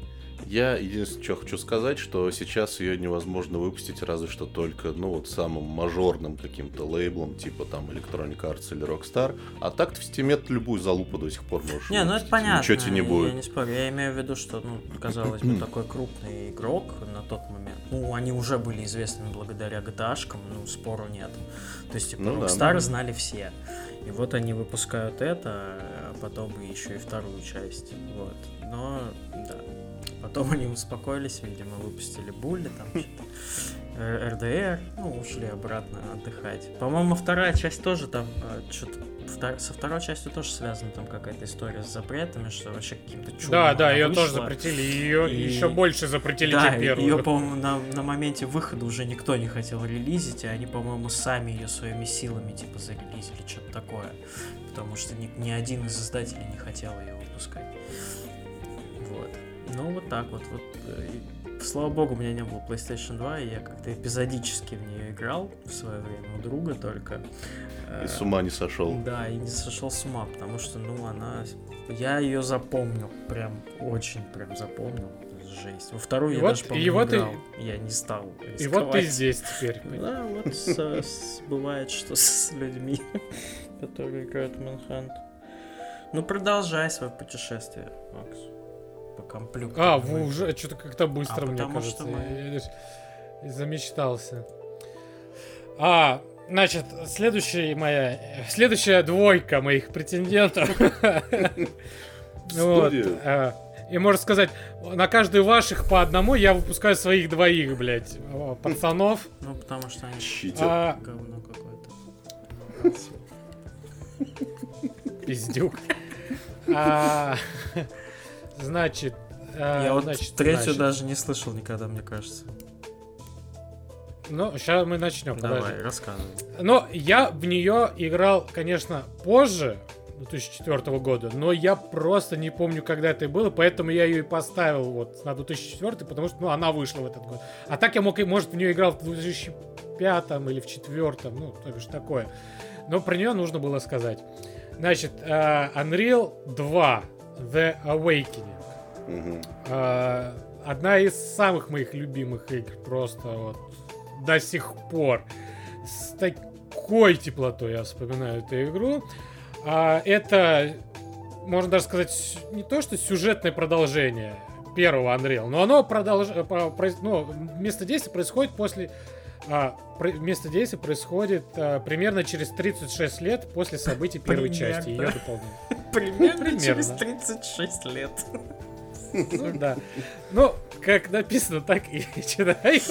Я единственное, что хочу сказать, что сейчас ее невозможно выпустить разве что только, ну, вот самым мажорным каким-то лейблом, типа там Electronic Arts или Rockstar. А так-то в Steam любую залупу до сих пор можешь Не, ну это понятно, ничего тебе не будет. Я не спорю, я имею в виду, что, ну, казалось бы, такой крупный игрок на тот момент. Ну, они уже были известны благодаря джи ти эй-шкам, ну, спору нет. То есть, типа, ну, Rockstar да, да. знали все. И вот они выпускают это, а потом еще и вторую часть. Вот. Но, да. Потом они успокоились, видимо, выпустили Булли, там что-то, эр дэ эр, ну, ушли обратно отдыхать. По-моему, вторая часть тоже там, что-то, втор... со второй частью тоже связана там какая-то история с запретами, что вообще каким-то чудом Да, да, ее вышла. тоже запретили, ее и... еще больше запретили, да, чем первую. Ее, по-моему, на, на моменте выхода уже никто не хотел релизить, и они, по-моему, сами ее своими силами, типа, зарелизили, что-то такое. Потому что ни, ни один из издателей не хотел ее выпускать. Вот. Ну, вот так вот. вот. И, слава богу, у меня не было PlayStation два, и я как-то эпизодически в нее играл в свое время у друга только. И с ума не сошел. Да, и не сошел с ума, потому что, ну, она... Я ее запомнил, прям очень прям запомнил. жесть. Во вторую И я вот- даже, по-моему, и вот не и- играл. Я не стал И вот ты рисковать. здесь теперь. Да, вот с- с- бывает, что с людьми, которые играют в Manhunt. Ну, продолжай свое путешествие, Макс. По комплю. А, вы уже что-то как-то быстро, А, мне потому кажется. что мы- Я, я даже замечтался. А, значит, следующая моя... Следующая двойка моих претендентов. Вот, студию. а, И можно сказать, на каждый ваших по одному я выпускаю своих двоих, блядь, о, пацанов. Ну, потому что они Читер. А, говно какое-то. Пиздюк. А, Значит... а, Я вот значит, третью значит. даже не слышал никогда, мне кажется. Ну, сейчас мы начнем. Давай, подожди. рассказывай. Но я в нее играл, конечно, позже, две тысячи четвёртого года, но я просто не помню, когда это было, поэтому я ее и поставил вот на две тысячи четвёртый, потому что, ну, она вышла в этот год. А так я мог, и, может, в нее играл в две тысячи пятом или в четвёртом, ну, то бишь такое. Но про нее нужно было сказать. Значит, э, Unreal два The Awakening. Мгм. Э, Одна из самых моих любимых игр, просто вот до сих пор. С такой теплотой я вспоминаю эту игру. А, это, можно даже сказать, с- не то что сюжетное продолжение первого Unreal, но оно продолж... по- произ- ну, место действия происходит после... а, про- место действия происходит а, примерно через тридцать шесть лет после событий первой Примерно. части, ее дополнения. Примерно, Примерно. через тридцать шесть лет. Ну да. Ну, как написано, так и читаю.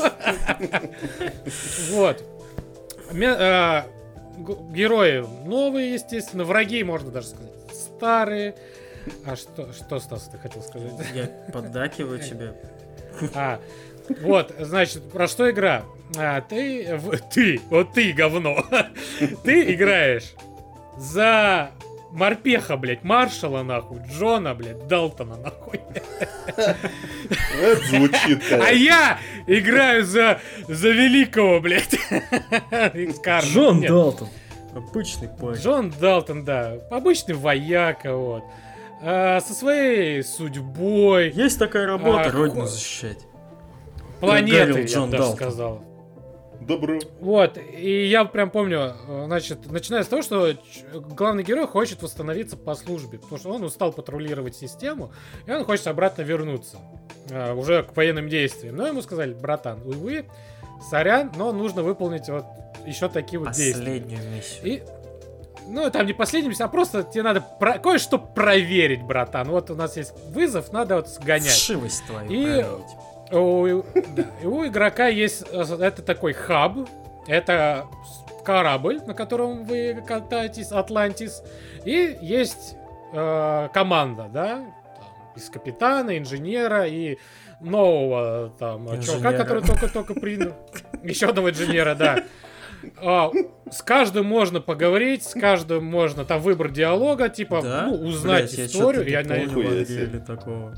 Вот. Ме- а, г- Герои новые, естественно. Враги, можно даже сказать, старые. А что, что, Стас, ты хотел сказать? Я поддакиваю тебе. А, вот, значит, про что игра? А, ты, в- ты, вот ты, говно. Ты играешь за морпеха, блядь, маршала, нахуй, Джона, блядь, Далтона, нахуй. Это звучит А как... я играю за, за великого, блядь. Скаржа. Джон Нет, Далтон. Обычный парень. Джон Далтон, да. Обычный вояка, вот. А, со своей судьбой, Есть такая работа, А, родину хо- защищать. планеты, говорил я Джон бы даже Далтон. сказал. Добро. Вот, и я прям помню, э, значит, начиная с того, что ч- главный герой хочет восстановиться по службе, потому что он устал патрулировать систему, и он хочет обратно вернуться, э, уже к военным действиям. Но ему сказали: братан, увы, сорян, но нужно выполнить вот еще такие вот действия. Последнюю миссию. И, ну, там не последнюю миссию, а просто тебе надо про- кое-что проверить, братан. Вот у нас есть вызов, надо вот сгонять. Вшивость твою И- проверить. У, да, и у игрока есть э, это такой хаб, это с- корабль, на котором вы катаетесь, Атлантис, и есть э, команда, да, там, из капитана, инженера и нового там чувака, Инженера. который только-только принял, еще одного инженера, да. А, с каждым можно поговорить, с каждым можно там выбор диалога, типа, Да? ну, узнать Блядь, я историю. чё-то Я не на- помню в Нихуя Unreal себе. такого.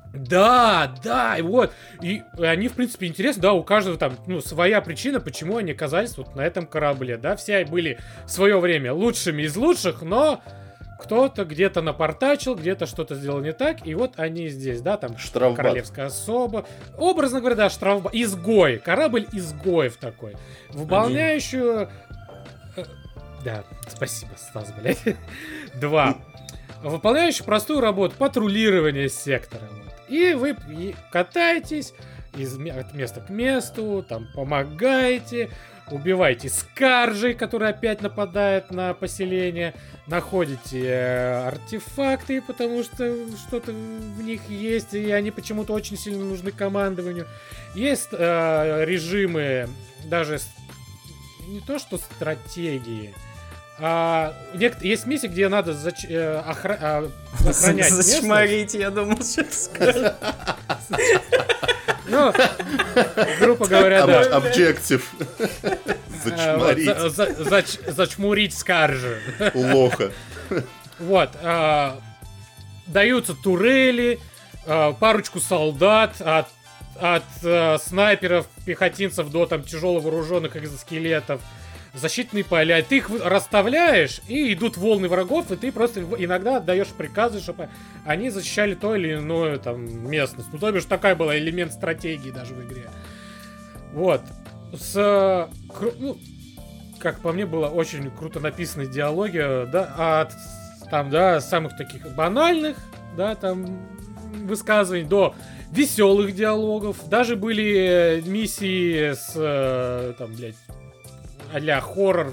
Да, да, и вот. И они, в принципе, интересны, да, у каждого там, ну, своя причина, почему они оказались вот на этом корабле, да, все были в свое время лучшими из лучших, но кто-то где-то напортачил, где-то что-то сделал не так, и вот они здесь, да, там Штрафбат. королевская особа, образно говоря, да, штрафбат, изгой, корабль изгоев такой, выполняющую... э, Да, спасибо, Стас, блядь. Два. Выполняющий простую работу патрулирования сектора. Вот. И вы и катаетесь из ме- от места к месту, там помогаете, убиваете скаржей, которые опять нападают на поселение, находите э, артефакты, потому что что-то в них есть, и они почему-то очень сильно нужны командованию. Есть э, режимы, даже с- не то что стратегии, а, нек- есть миссии, где надо зач- э, охра- а, охранять местность. Зачморить, я думал, сейчас скажешь. Ну, грубо говоря, да. Об- Объектив. А, вот, Зачморить. за- за- зач- Зачмурить скаржи. Лоха. Вот. а, Даются турели, а, парочку солдат от, от а, снайперов, пехотинцев до там тяжело вооруженных экзоскелетов. защитные поля. Ты их расставляешь, и идут волны врагов, и ты просто иногда отдаешь приказы, чтобы они защищали то или иное там местность. Ну, то бишь, такая была элемент стратегии даже в игре. Вот. С... Ну, как по мне, было очень круто написаны диалоги, да, от там, да, самых таких банальных, да, там, высказываний до веселых диалогов. Даже были миссии с, там, блядь, а-ля хоррор,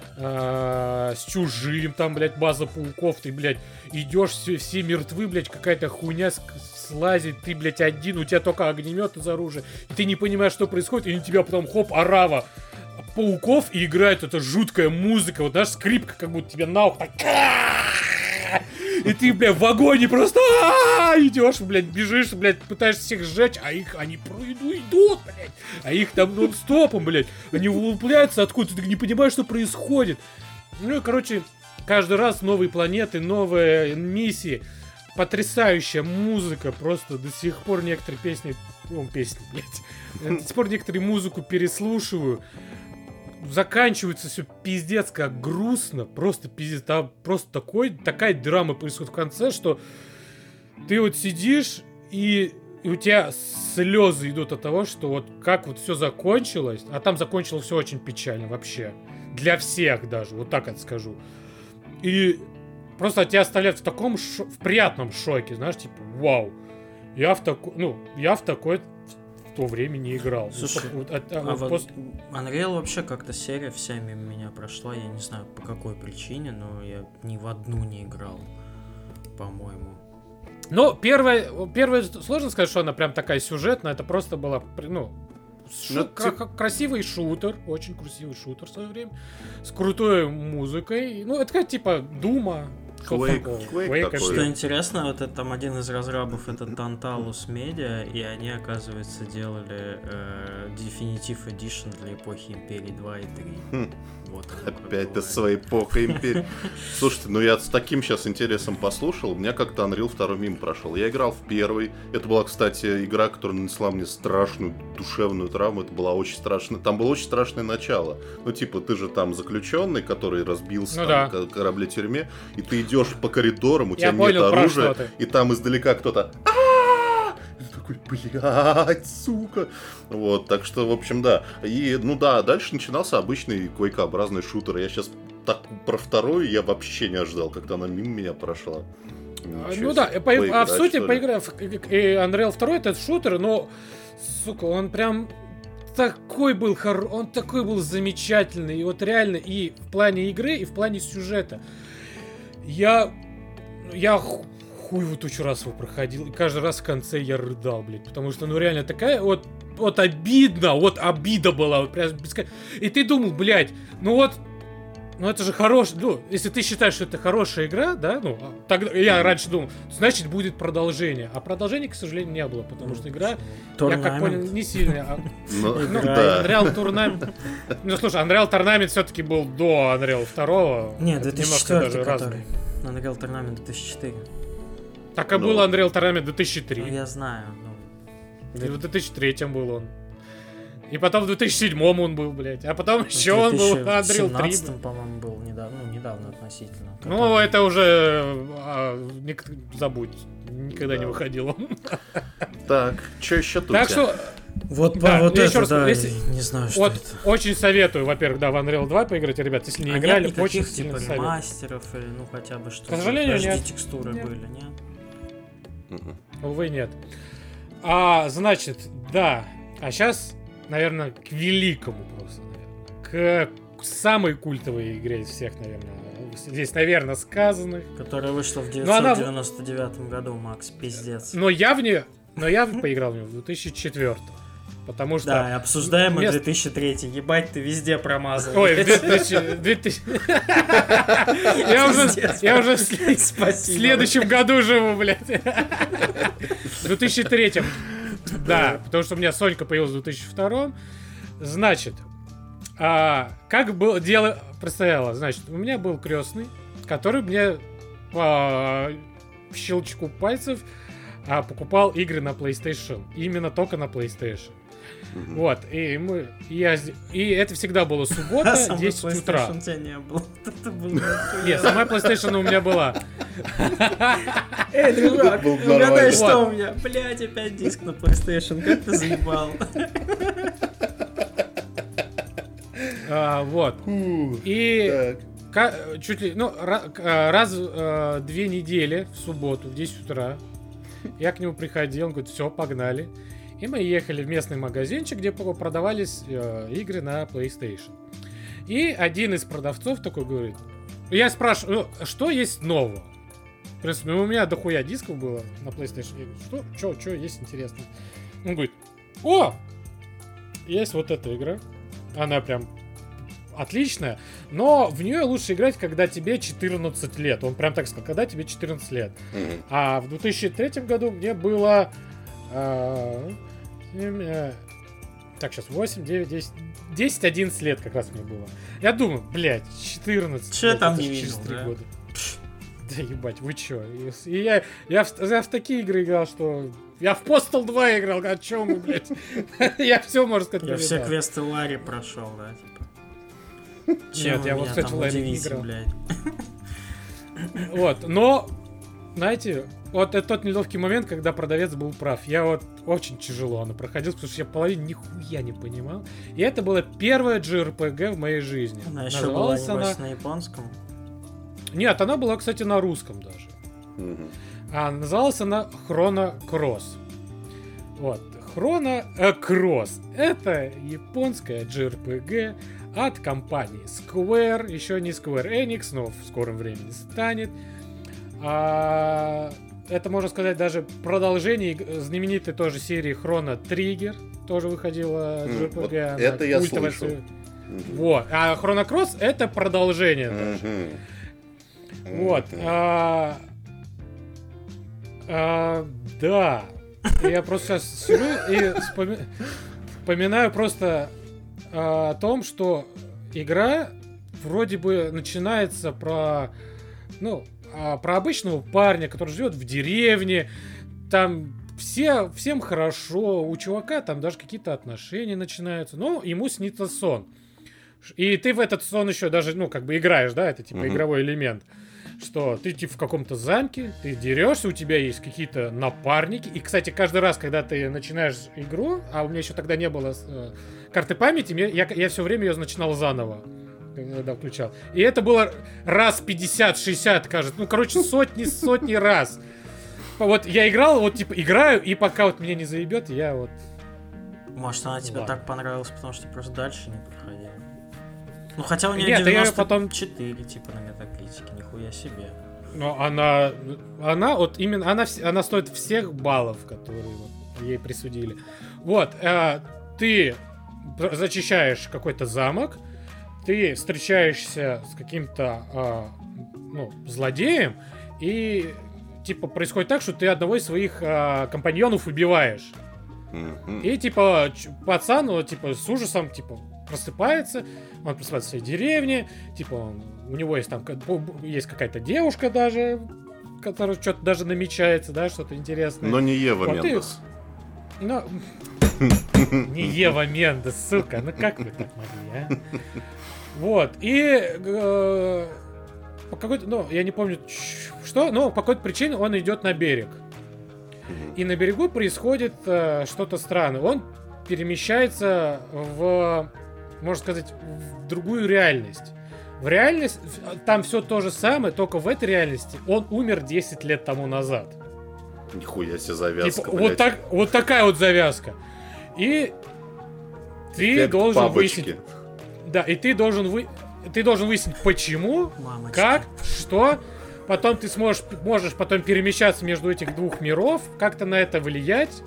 э, с чужим, там, блядь, база пауков, ты, блядь, идешь, все, все мертвы, блядь, какая-то хуйня слазит, ты, блядь, один, у тебя только огнемет из оружия, и ты не понимаешь, что происходит, и у тебя потом, хоп, орава пауков, и играет эта жуткая музыка, вот, знаешь, скрипка, как будто тебе на ухо, так... И ты, блядь, в вагоне просто идешь, блядь, бежишь, блядь, пытаешься всех сжечь, а их, они пройду идут, блядь. А их там нон-стопом, блядь. Они вылупляются откуда-то, ты не понимаешь, что происходит. Ну и, короче, каждый раз новые планеты, новые миссии. Потрясающая музыка, просто до сих пор некоторые песни, ну, песни, блядь, до сих пор некоторые музыку переслушиваю. Заканчивается все пиздец как грустно, просто пиздец, там просто такой, такая драма происходит в конце, что ты вот сидишь и, и у тебя слезы идут от того, что вот как вот все закончилось, а там закончилось все очень печально вообще, для всех даже, вот так это скажу. И просто тебя оставляют в таком, шо- в приятном шоке, знаешь, типа, вау, я в такой, ну, я в такой в то время не играл. Слушай, вот, а, а вот вот после... Unreal вообще как-то серия вся мимо меня прошла, я не знаю по какой причине, но я ни в одну не играл, по-моему. Ну, первое, первое, сложно сказать, что она прям такая сюжетная, это просто была, ну, шу- Ну, кра- тип- красивый шутер, очень красивый шутер в свое время, с крутой музыкой, ну, это как типа Дума. Quake, такого. Quake Quake такой. Что вообще. интересно, вот это там один из разрабов, это Tantalus Media, и они, оказывается, делали э, Definitive Edition для эпохи Империи два и три. Хм. Вот оно Опять какое. до своей эпохи империи. Слушайте, ну я с таким сейчас интересом послушал, у меня как-то Unreal два мимо прошел. Я играл в первый. Это была, кстати, игра, которая нанесла мне страшную душевную травму. Это была очень страшная. Там было очень страшное начало. Ну, типа, ты же там заключенный, который разбился Ну там, да. к корабле-тюрьме, и ты идешь по коридорам, у тебя Я нет понял, про оружия, что ты. и там издалека кто-то. «А-а-а!» И ты такой, блядь, сука. Вот, так что, в общем, да. И, ну да, дальше начинался обычный квейкообразный шутер. Я сейчас так про второй я вообще не ожидал, когда она мимо меня прошла. А, Ничего Ну да, себе. по- а в Поиграть, сути, что ли? поиграв, и Unreal два это шутер, но, сука, он прям такой был хор... он такой был замечательный, и вот реально и в плане игры, и в плане сюжета. Я, я ху- хуй вот тучу раз его проходил, и каждый раз в конце я рыдал, блядь, потому что, ну, реально такая вот, вот обидно, вот обида была, вот прям бескон- и ты думал, блядь, ну вот, ну это же хорош, ну, если ты считаешь, что это хорошая игра, да, ну, тогда я раньше думал, значит будет продолжение, а продолжения, к сожалению, не было, потому что игра, я как понял, не сильная, а... Ну, Ну, да. Unreal Tournament... Ну, слушай, Unreal Tournament все-таки был до Unreal два. Нет, Это две тысячи немножко даже четвёртый, разные. который. Unreal Tournament две тысячи четыре. Так и Ну. был Unreal Tournament две тысячи три. Ну, я знаю, ну... И в две тысячи третьем был он. И потом в две тысячи седьмом он был, блядь. А потом еще он был в Unreal две тысячи три. семнадцатом, по-моему, был недавно, ну, недавно относительно. Ну, который- это уже... а, ник- забудь. Никогда Да. не выходил он. Так, что еще тут? Так у тебя? что, Вот, Да, по- вот я это, еще раз да, говорю, если- не знаю, что вот это. очень советую, во-первых, да, в Unreal два поиграть, ребят, если не А играли, нет очень никаких, сильно типа, советую. ремастеров или, ну, хотя бы что-то. К сожалению, эйч ди нет. текстуры Нет. были, нет? Мгм. Увы, нет. А, значит, да. А сейчас, наверное, к великому просто, наверное. К самой культовой игре из всех, наверное. Здесь, наверное, сказанных. Которая вышла в Ну, она- девятьсот девяносто девятом году, Макс, пиздец. Но я в нее... Но я поиграл в нее в две тысячи четвёртом. Потому что... Да, и обсуждаем мы место- две тысячи третий. Ебать, ты везде промазал. Ой, в две тысячи... две тысячи Я уже, Пиздец, я уже в след- в Спасибо. следующем году живу, блядь. В две тысячи третьем. Да, потому что у меня Сонька появилась в две тысячи втором. Значит, а, как было дело простояло? Значит, у меня был крестный, который мне по щелчку пальцев а, покупал игры на PlayStation. Именно только на PlayStation. Mm-hmm. Вот, и мы... И, я, и это всегда было суббота, а десять утра. у тебя не было. Нет, сама PlayStation у меня была. Эй, дружок, угадай, что у меня? Блядь, опять диск на PlayStation, как ты заебал. А, вот. Фу, и к, чуть ли, ну, раз в две недели в субботу в десять утра я к нему приходил, он говорит, все, погнали. И мы ехали в местный магазинчик, где продавались э, игры на PlayStation. И один из продавцов такой говорит, я спрашиваю, ну, что есть нового? В принципе, у меня дохуя дисков было на PlayStation. Я говорю, что, что, что есть интересно? Он говорит, о, есть вот эта игра, она прям отличная, но в нее лучше играть, когда тебе четырнадцать лет. Он прям так сказал, когда тебе четырнадцать лет. Mm-hmm. А в две тысячи третьем году мне было... Э, э, так, сейчас восемь, девять, десять... десять-одиннадцать лет как раз мне было. Я думаю, блядь, четырнадцать. Че там не видел, да? Года. Да ебать, вы чё? И я, я, в, я в такие игры играл, что... Я в Postal два играл, о чем мы, блядь? Я все, можно сказать, я все квесты Ларри прошел, да, типа. Нет, я вот, кстати, Ларри не играл. Вот, но, знаете, вот это тот неловкий момент, когда продавец был прав. Я вот очень тяжело она проходила, потому что я половину нихуя не понимал. И это была первая джей ар пи джи в моей жизни. Она еще была, небось, на японском? Нет, она была, кстати, на русском даже. Mm-hmm. А называлась она Chrono Cross. Вот. Chrono э, Cross. Это японская джей ар пи джи от компании Square. Еще не Square Enix, но в скором времени станет. А, это, можно сказать, даже продолжение знаменитой тоже серии Chrono Trigger. Тоже выходила джей ар пи джи. Вот это я слышал. Mm-hmm. Вот. А Chrono Cross это продолжение даже. Mm-hmm. Вот. Mm-hmm. А, а, да. Я просто сейчас сижу и вспоми... вспоминаю просто а, о том, что игра вроде бы начинается про, ну, а, про обычного парня, который живет в деревне. Там все, всем хорошо, у чувака там даже какие-то отношения начинаются, но ему снится сон. И ты в этот сон еще даже, ну, как бы играешь, да, это типа mm-hmm. игровой элемент. Что ты типа в каком-то замке, ты дерешься, у тебя есть какие-то напарники. И, кстати, каждый раз, когда ты начинаешь игру, а у меня еще тогда не было э, карты памяти, я, я все время ее начинал заново, когда включал. И это было раз пятьдесят-шестьдесят, кажется. Ну, короче, сотни-сотни раз. Вот я играл, вот типа играю, и пока вот меня не заебет, я вот... Может, она тебе Ладно. так понравилась, потому что просто дальше не проходил. Ну, хотя у нее Нет, девяносто четыре, потом... типа, на метакритике, нихуя себе. Но она, она вот именно, она, она стоит всех баллов, которые вот ей присудили. Вот, э, ты зачищаешь какой-то замок, ты встречаешься с каким-то, э, ну, злодеем, и, типа, происходит так, что ты одного из своих э, компаньонов убиваешь. Mm-hmm. И, типа, пацан, ну, типа, с ужасом, типа, просыпается, он просыпается в своей деревне, типа, он, у него есть там, есть какая-то девушка даже, которая что-то даже намечается, да, что-то интересное. Но не Ева вот, Мендес. И, ну, не Ева Мендес, сука, ну как вы так могли, а? Вот, и по какой-то, ну, я не помню, что, но по какой-то причине он идет на берег. И на берегу происходит что-то странное. Он перемещается в, можно сказать, в другую реальность. В реальность, там все то же самое, только в этой реальности он умер десять лет тому назад. Нихуя себе завязка, типа, вот, так, вот такая вот завязка. И ты Эффект должен бабочки. выяснить... Да, и ты должен, вы, ты должен выяснить, почему, Мамочки. как, что... Потом ты сможешь, можешь потом перемещаться между этих двух миров, как-то на это влиять.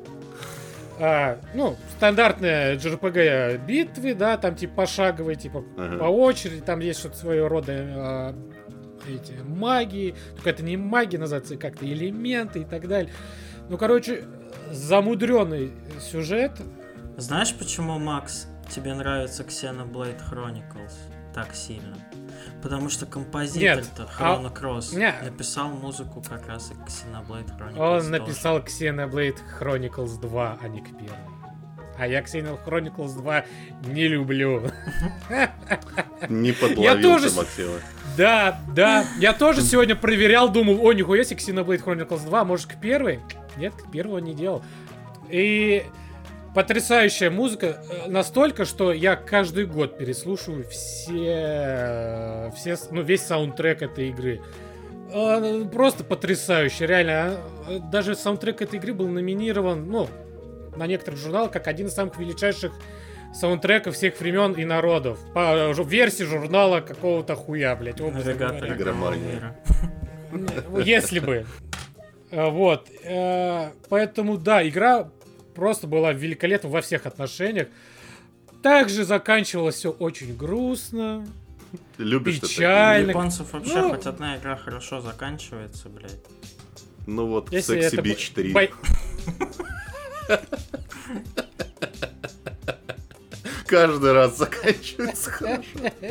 А, ну, стандартные джей ар пи джи битвы, да, там типа пошаговые, типа uh-huh. по очереди, там есть что-то своего рода а, эти магии, только это не магия называется, как-то элементы и так далее. Ну, короче, замудренный сюжет. Знаешь, почему, Макс, тебе нравится Xenoblade Chronicles так сильно? Потому что композитор-то Chrono Cross а... написал музыку как раз и к Xenoblade Chronicles. Он написал Xenoblade Chronicles два, а не к первой. А я Xenoblade Chronicles два не люблю. Не подловил тоже... ты, Максима. Да, да. Я тоже сегодня проверял, думал, о, нихуя себе, Xenoblade Chronicles два, может, к первой? Нет, к первого не делал. И потрясающая музыка настолько, что я каждый год переслушиваю все, все, ну, весь саундтрек этой игры. Просто потрясающе, реально. Даже саундтрек этой игры был номинирован, ну, на некоторых журналах как один из самых величайших саундтреков всех времен и народов. По версии журнала какого-то хуя, блядь. Навигатор игромания. Если бы. Вот. Поэтому, да, игра просто была великолепна во всех отношениях. Также заканчивалось все очень грустно. Любишь печально. У японцев вообще ну, хоть одна игра хорошо заканчивается, блядь. Ну вот, Если Sexy это... Beach три. Бай... Каждый раз заканчивается хорошо.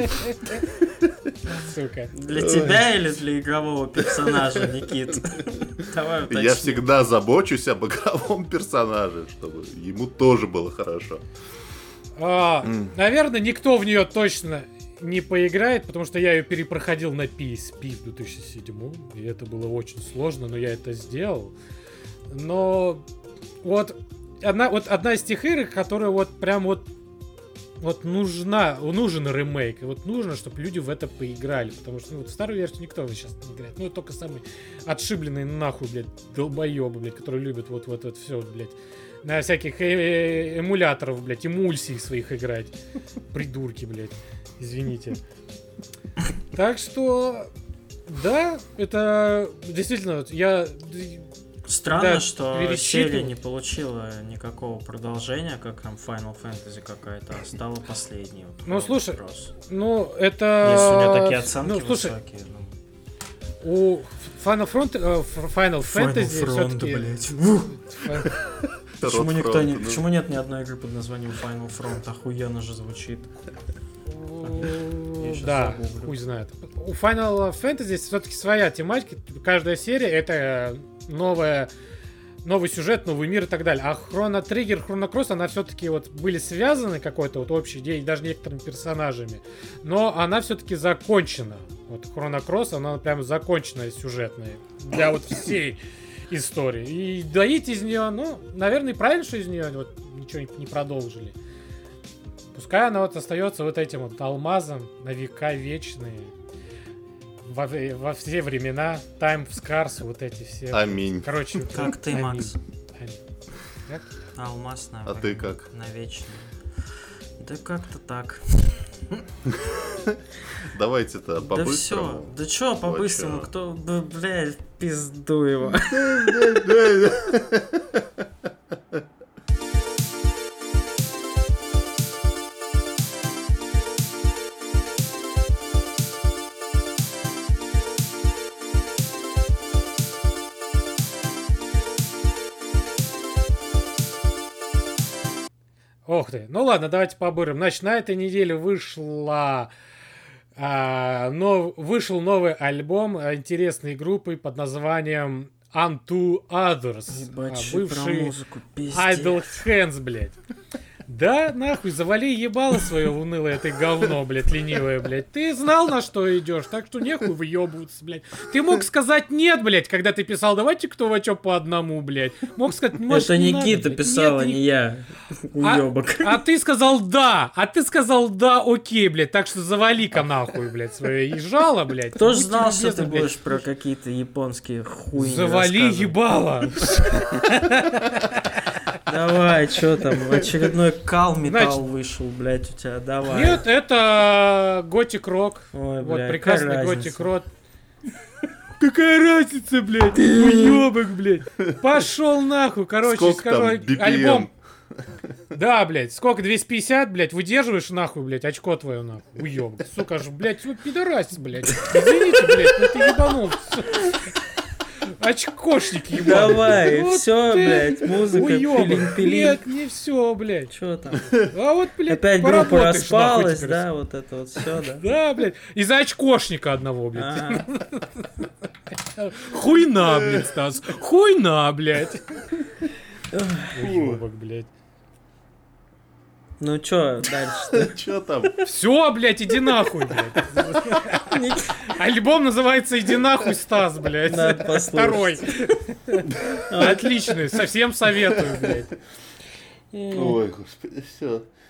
Сука. Для тебя или для игрового персонажа, Никит? Давай уточним. Я всегда забочусь об игровом персонаже, чтобы ему тоже было хорошо. А, mm. Наверное, никто в нее точно не поиграет, потому что я ее перепроходил на пи эс пи в две тысячи седьмом, и это было очень сложно, но я это сделал. Но вот одна, вот одна из тех игр, которая вот прям вот вот нужна, нужен ремейк, и вот нужно, чтобы люди в это поиграли, потому что ну, вот в старую версию никто сейчас не играет, ну только самые отшибленные нахуй, блядь, долбоебы, блядь, которые любят вот вот это все, блядь, на всяких э- э- эмуляторов, блядь, эмульсий своих играть, придурки, блядь, извините. Так что, да, это действительно, я... Странно, да, что пересчитывал. серия не получила никакого продолжения, как там Final Fantasy какая-то, а стала последней. Вот, ну, слушай, вопрос. ну, это... Если у нее такие оценки ну, слушай, высокие. Ну... У Final, Front, uh, Final Fantasy Final все-таки... Front, почему, никто не... Почему нет ни одной игры под названием Final Front? Охуенно же звучит. Да, хуй знает. У Final Fantasy все-таки своя тематика. Каждая серия это новая, новый сюжет, новый мир и так далее. А Chrono Trigger, Chrono Cross, она все-таки вот были связаны какой-то вот общей идеей, даже некоторыми персонажами. Но она все-таки закончена. Вот Chrono Cross, она прям законченная сюжетная для вот всей истории. И доить из нее, ну, наверное, правильно, что из нее вот ничего не продолжили. Пускай она вот остается вот этим вот алмазом на века вечные. Во, во все времена. Time Scars, вот эти все. Аминь. Короче, как ты, аминь. Макс? Аминь. Как? Алмаз на А ты как? На вечные. Да как-то так. Давайте-то по-быстрому. Да все, да чё по-быстрому, кто, блядь, пизду его. Ох ты. Ну ладно, давайте побырим. Значит, на этой неделе вышла, а, нов, вышел новый альбом интересной группы под названием Unto Others. Ебать, а, бывший музыку, Idle Hands, блядь. Да, нахуй, завали ебало свое унылое ты говно, блядь, ленивое, блядь. Ты знал, на что идешь, так что нехуй выебываться, блядь. Ты мог сказать нет, блядь, когда ты писал, давайте кто во чё по одному, блядь. Мог сказать, может, это не Никита надо, писал, а нет, не я, уебок. А, а ты сказал да, а ты сказал да, окей, блядь, так что завали-ка нахуй, блядь, свое ежало, блядь. Кто ж знал, что любезны, ты блядь. будешь про какие-то японские хуйни Завали ебало. Давай, что там, очередной кал металл вышел, блядь, у тебя, давай. Нет, это Готик Рок. Ой, Вот бля, прекрасный какая Готик разница? Рок. Какая разница, блядь? Уёбок, блядь. Пошел нахуй, короче, Сколько скажу, там би пи эм? альбом. Да, блядь, сколько, двести пятьдесят, блядь, выдерживаешь нахуй, блядь, очко твое нахуй, уёбок. Сука ж, блядь, вы пидорасец, блядь. Извините, блядь, ну ты ебанул. Очкошник ебаный. Давай, Вот все, ты блядь, музыка, уёбок. пилинг-пилинг. Нет, не все, блядь. Что там? А вот, блядь, Опять группа поработаешь нахуй распалась, теперь. да, вот это вот все, да? Да, блядь, из-за очкошника одного, блядь. А, Хуйна, блядь, Стас. Хуйна, блядь. Уёбок, блядь. Ну чё дальше? Чё там? Все, блядь, иди нахуй, блядь. Альбом называется «Иди нахуй, Стас», блядь. Надо послушать. Второй. Отличный, совсем советую, блядь. Ой, господи, все.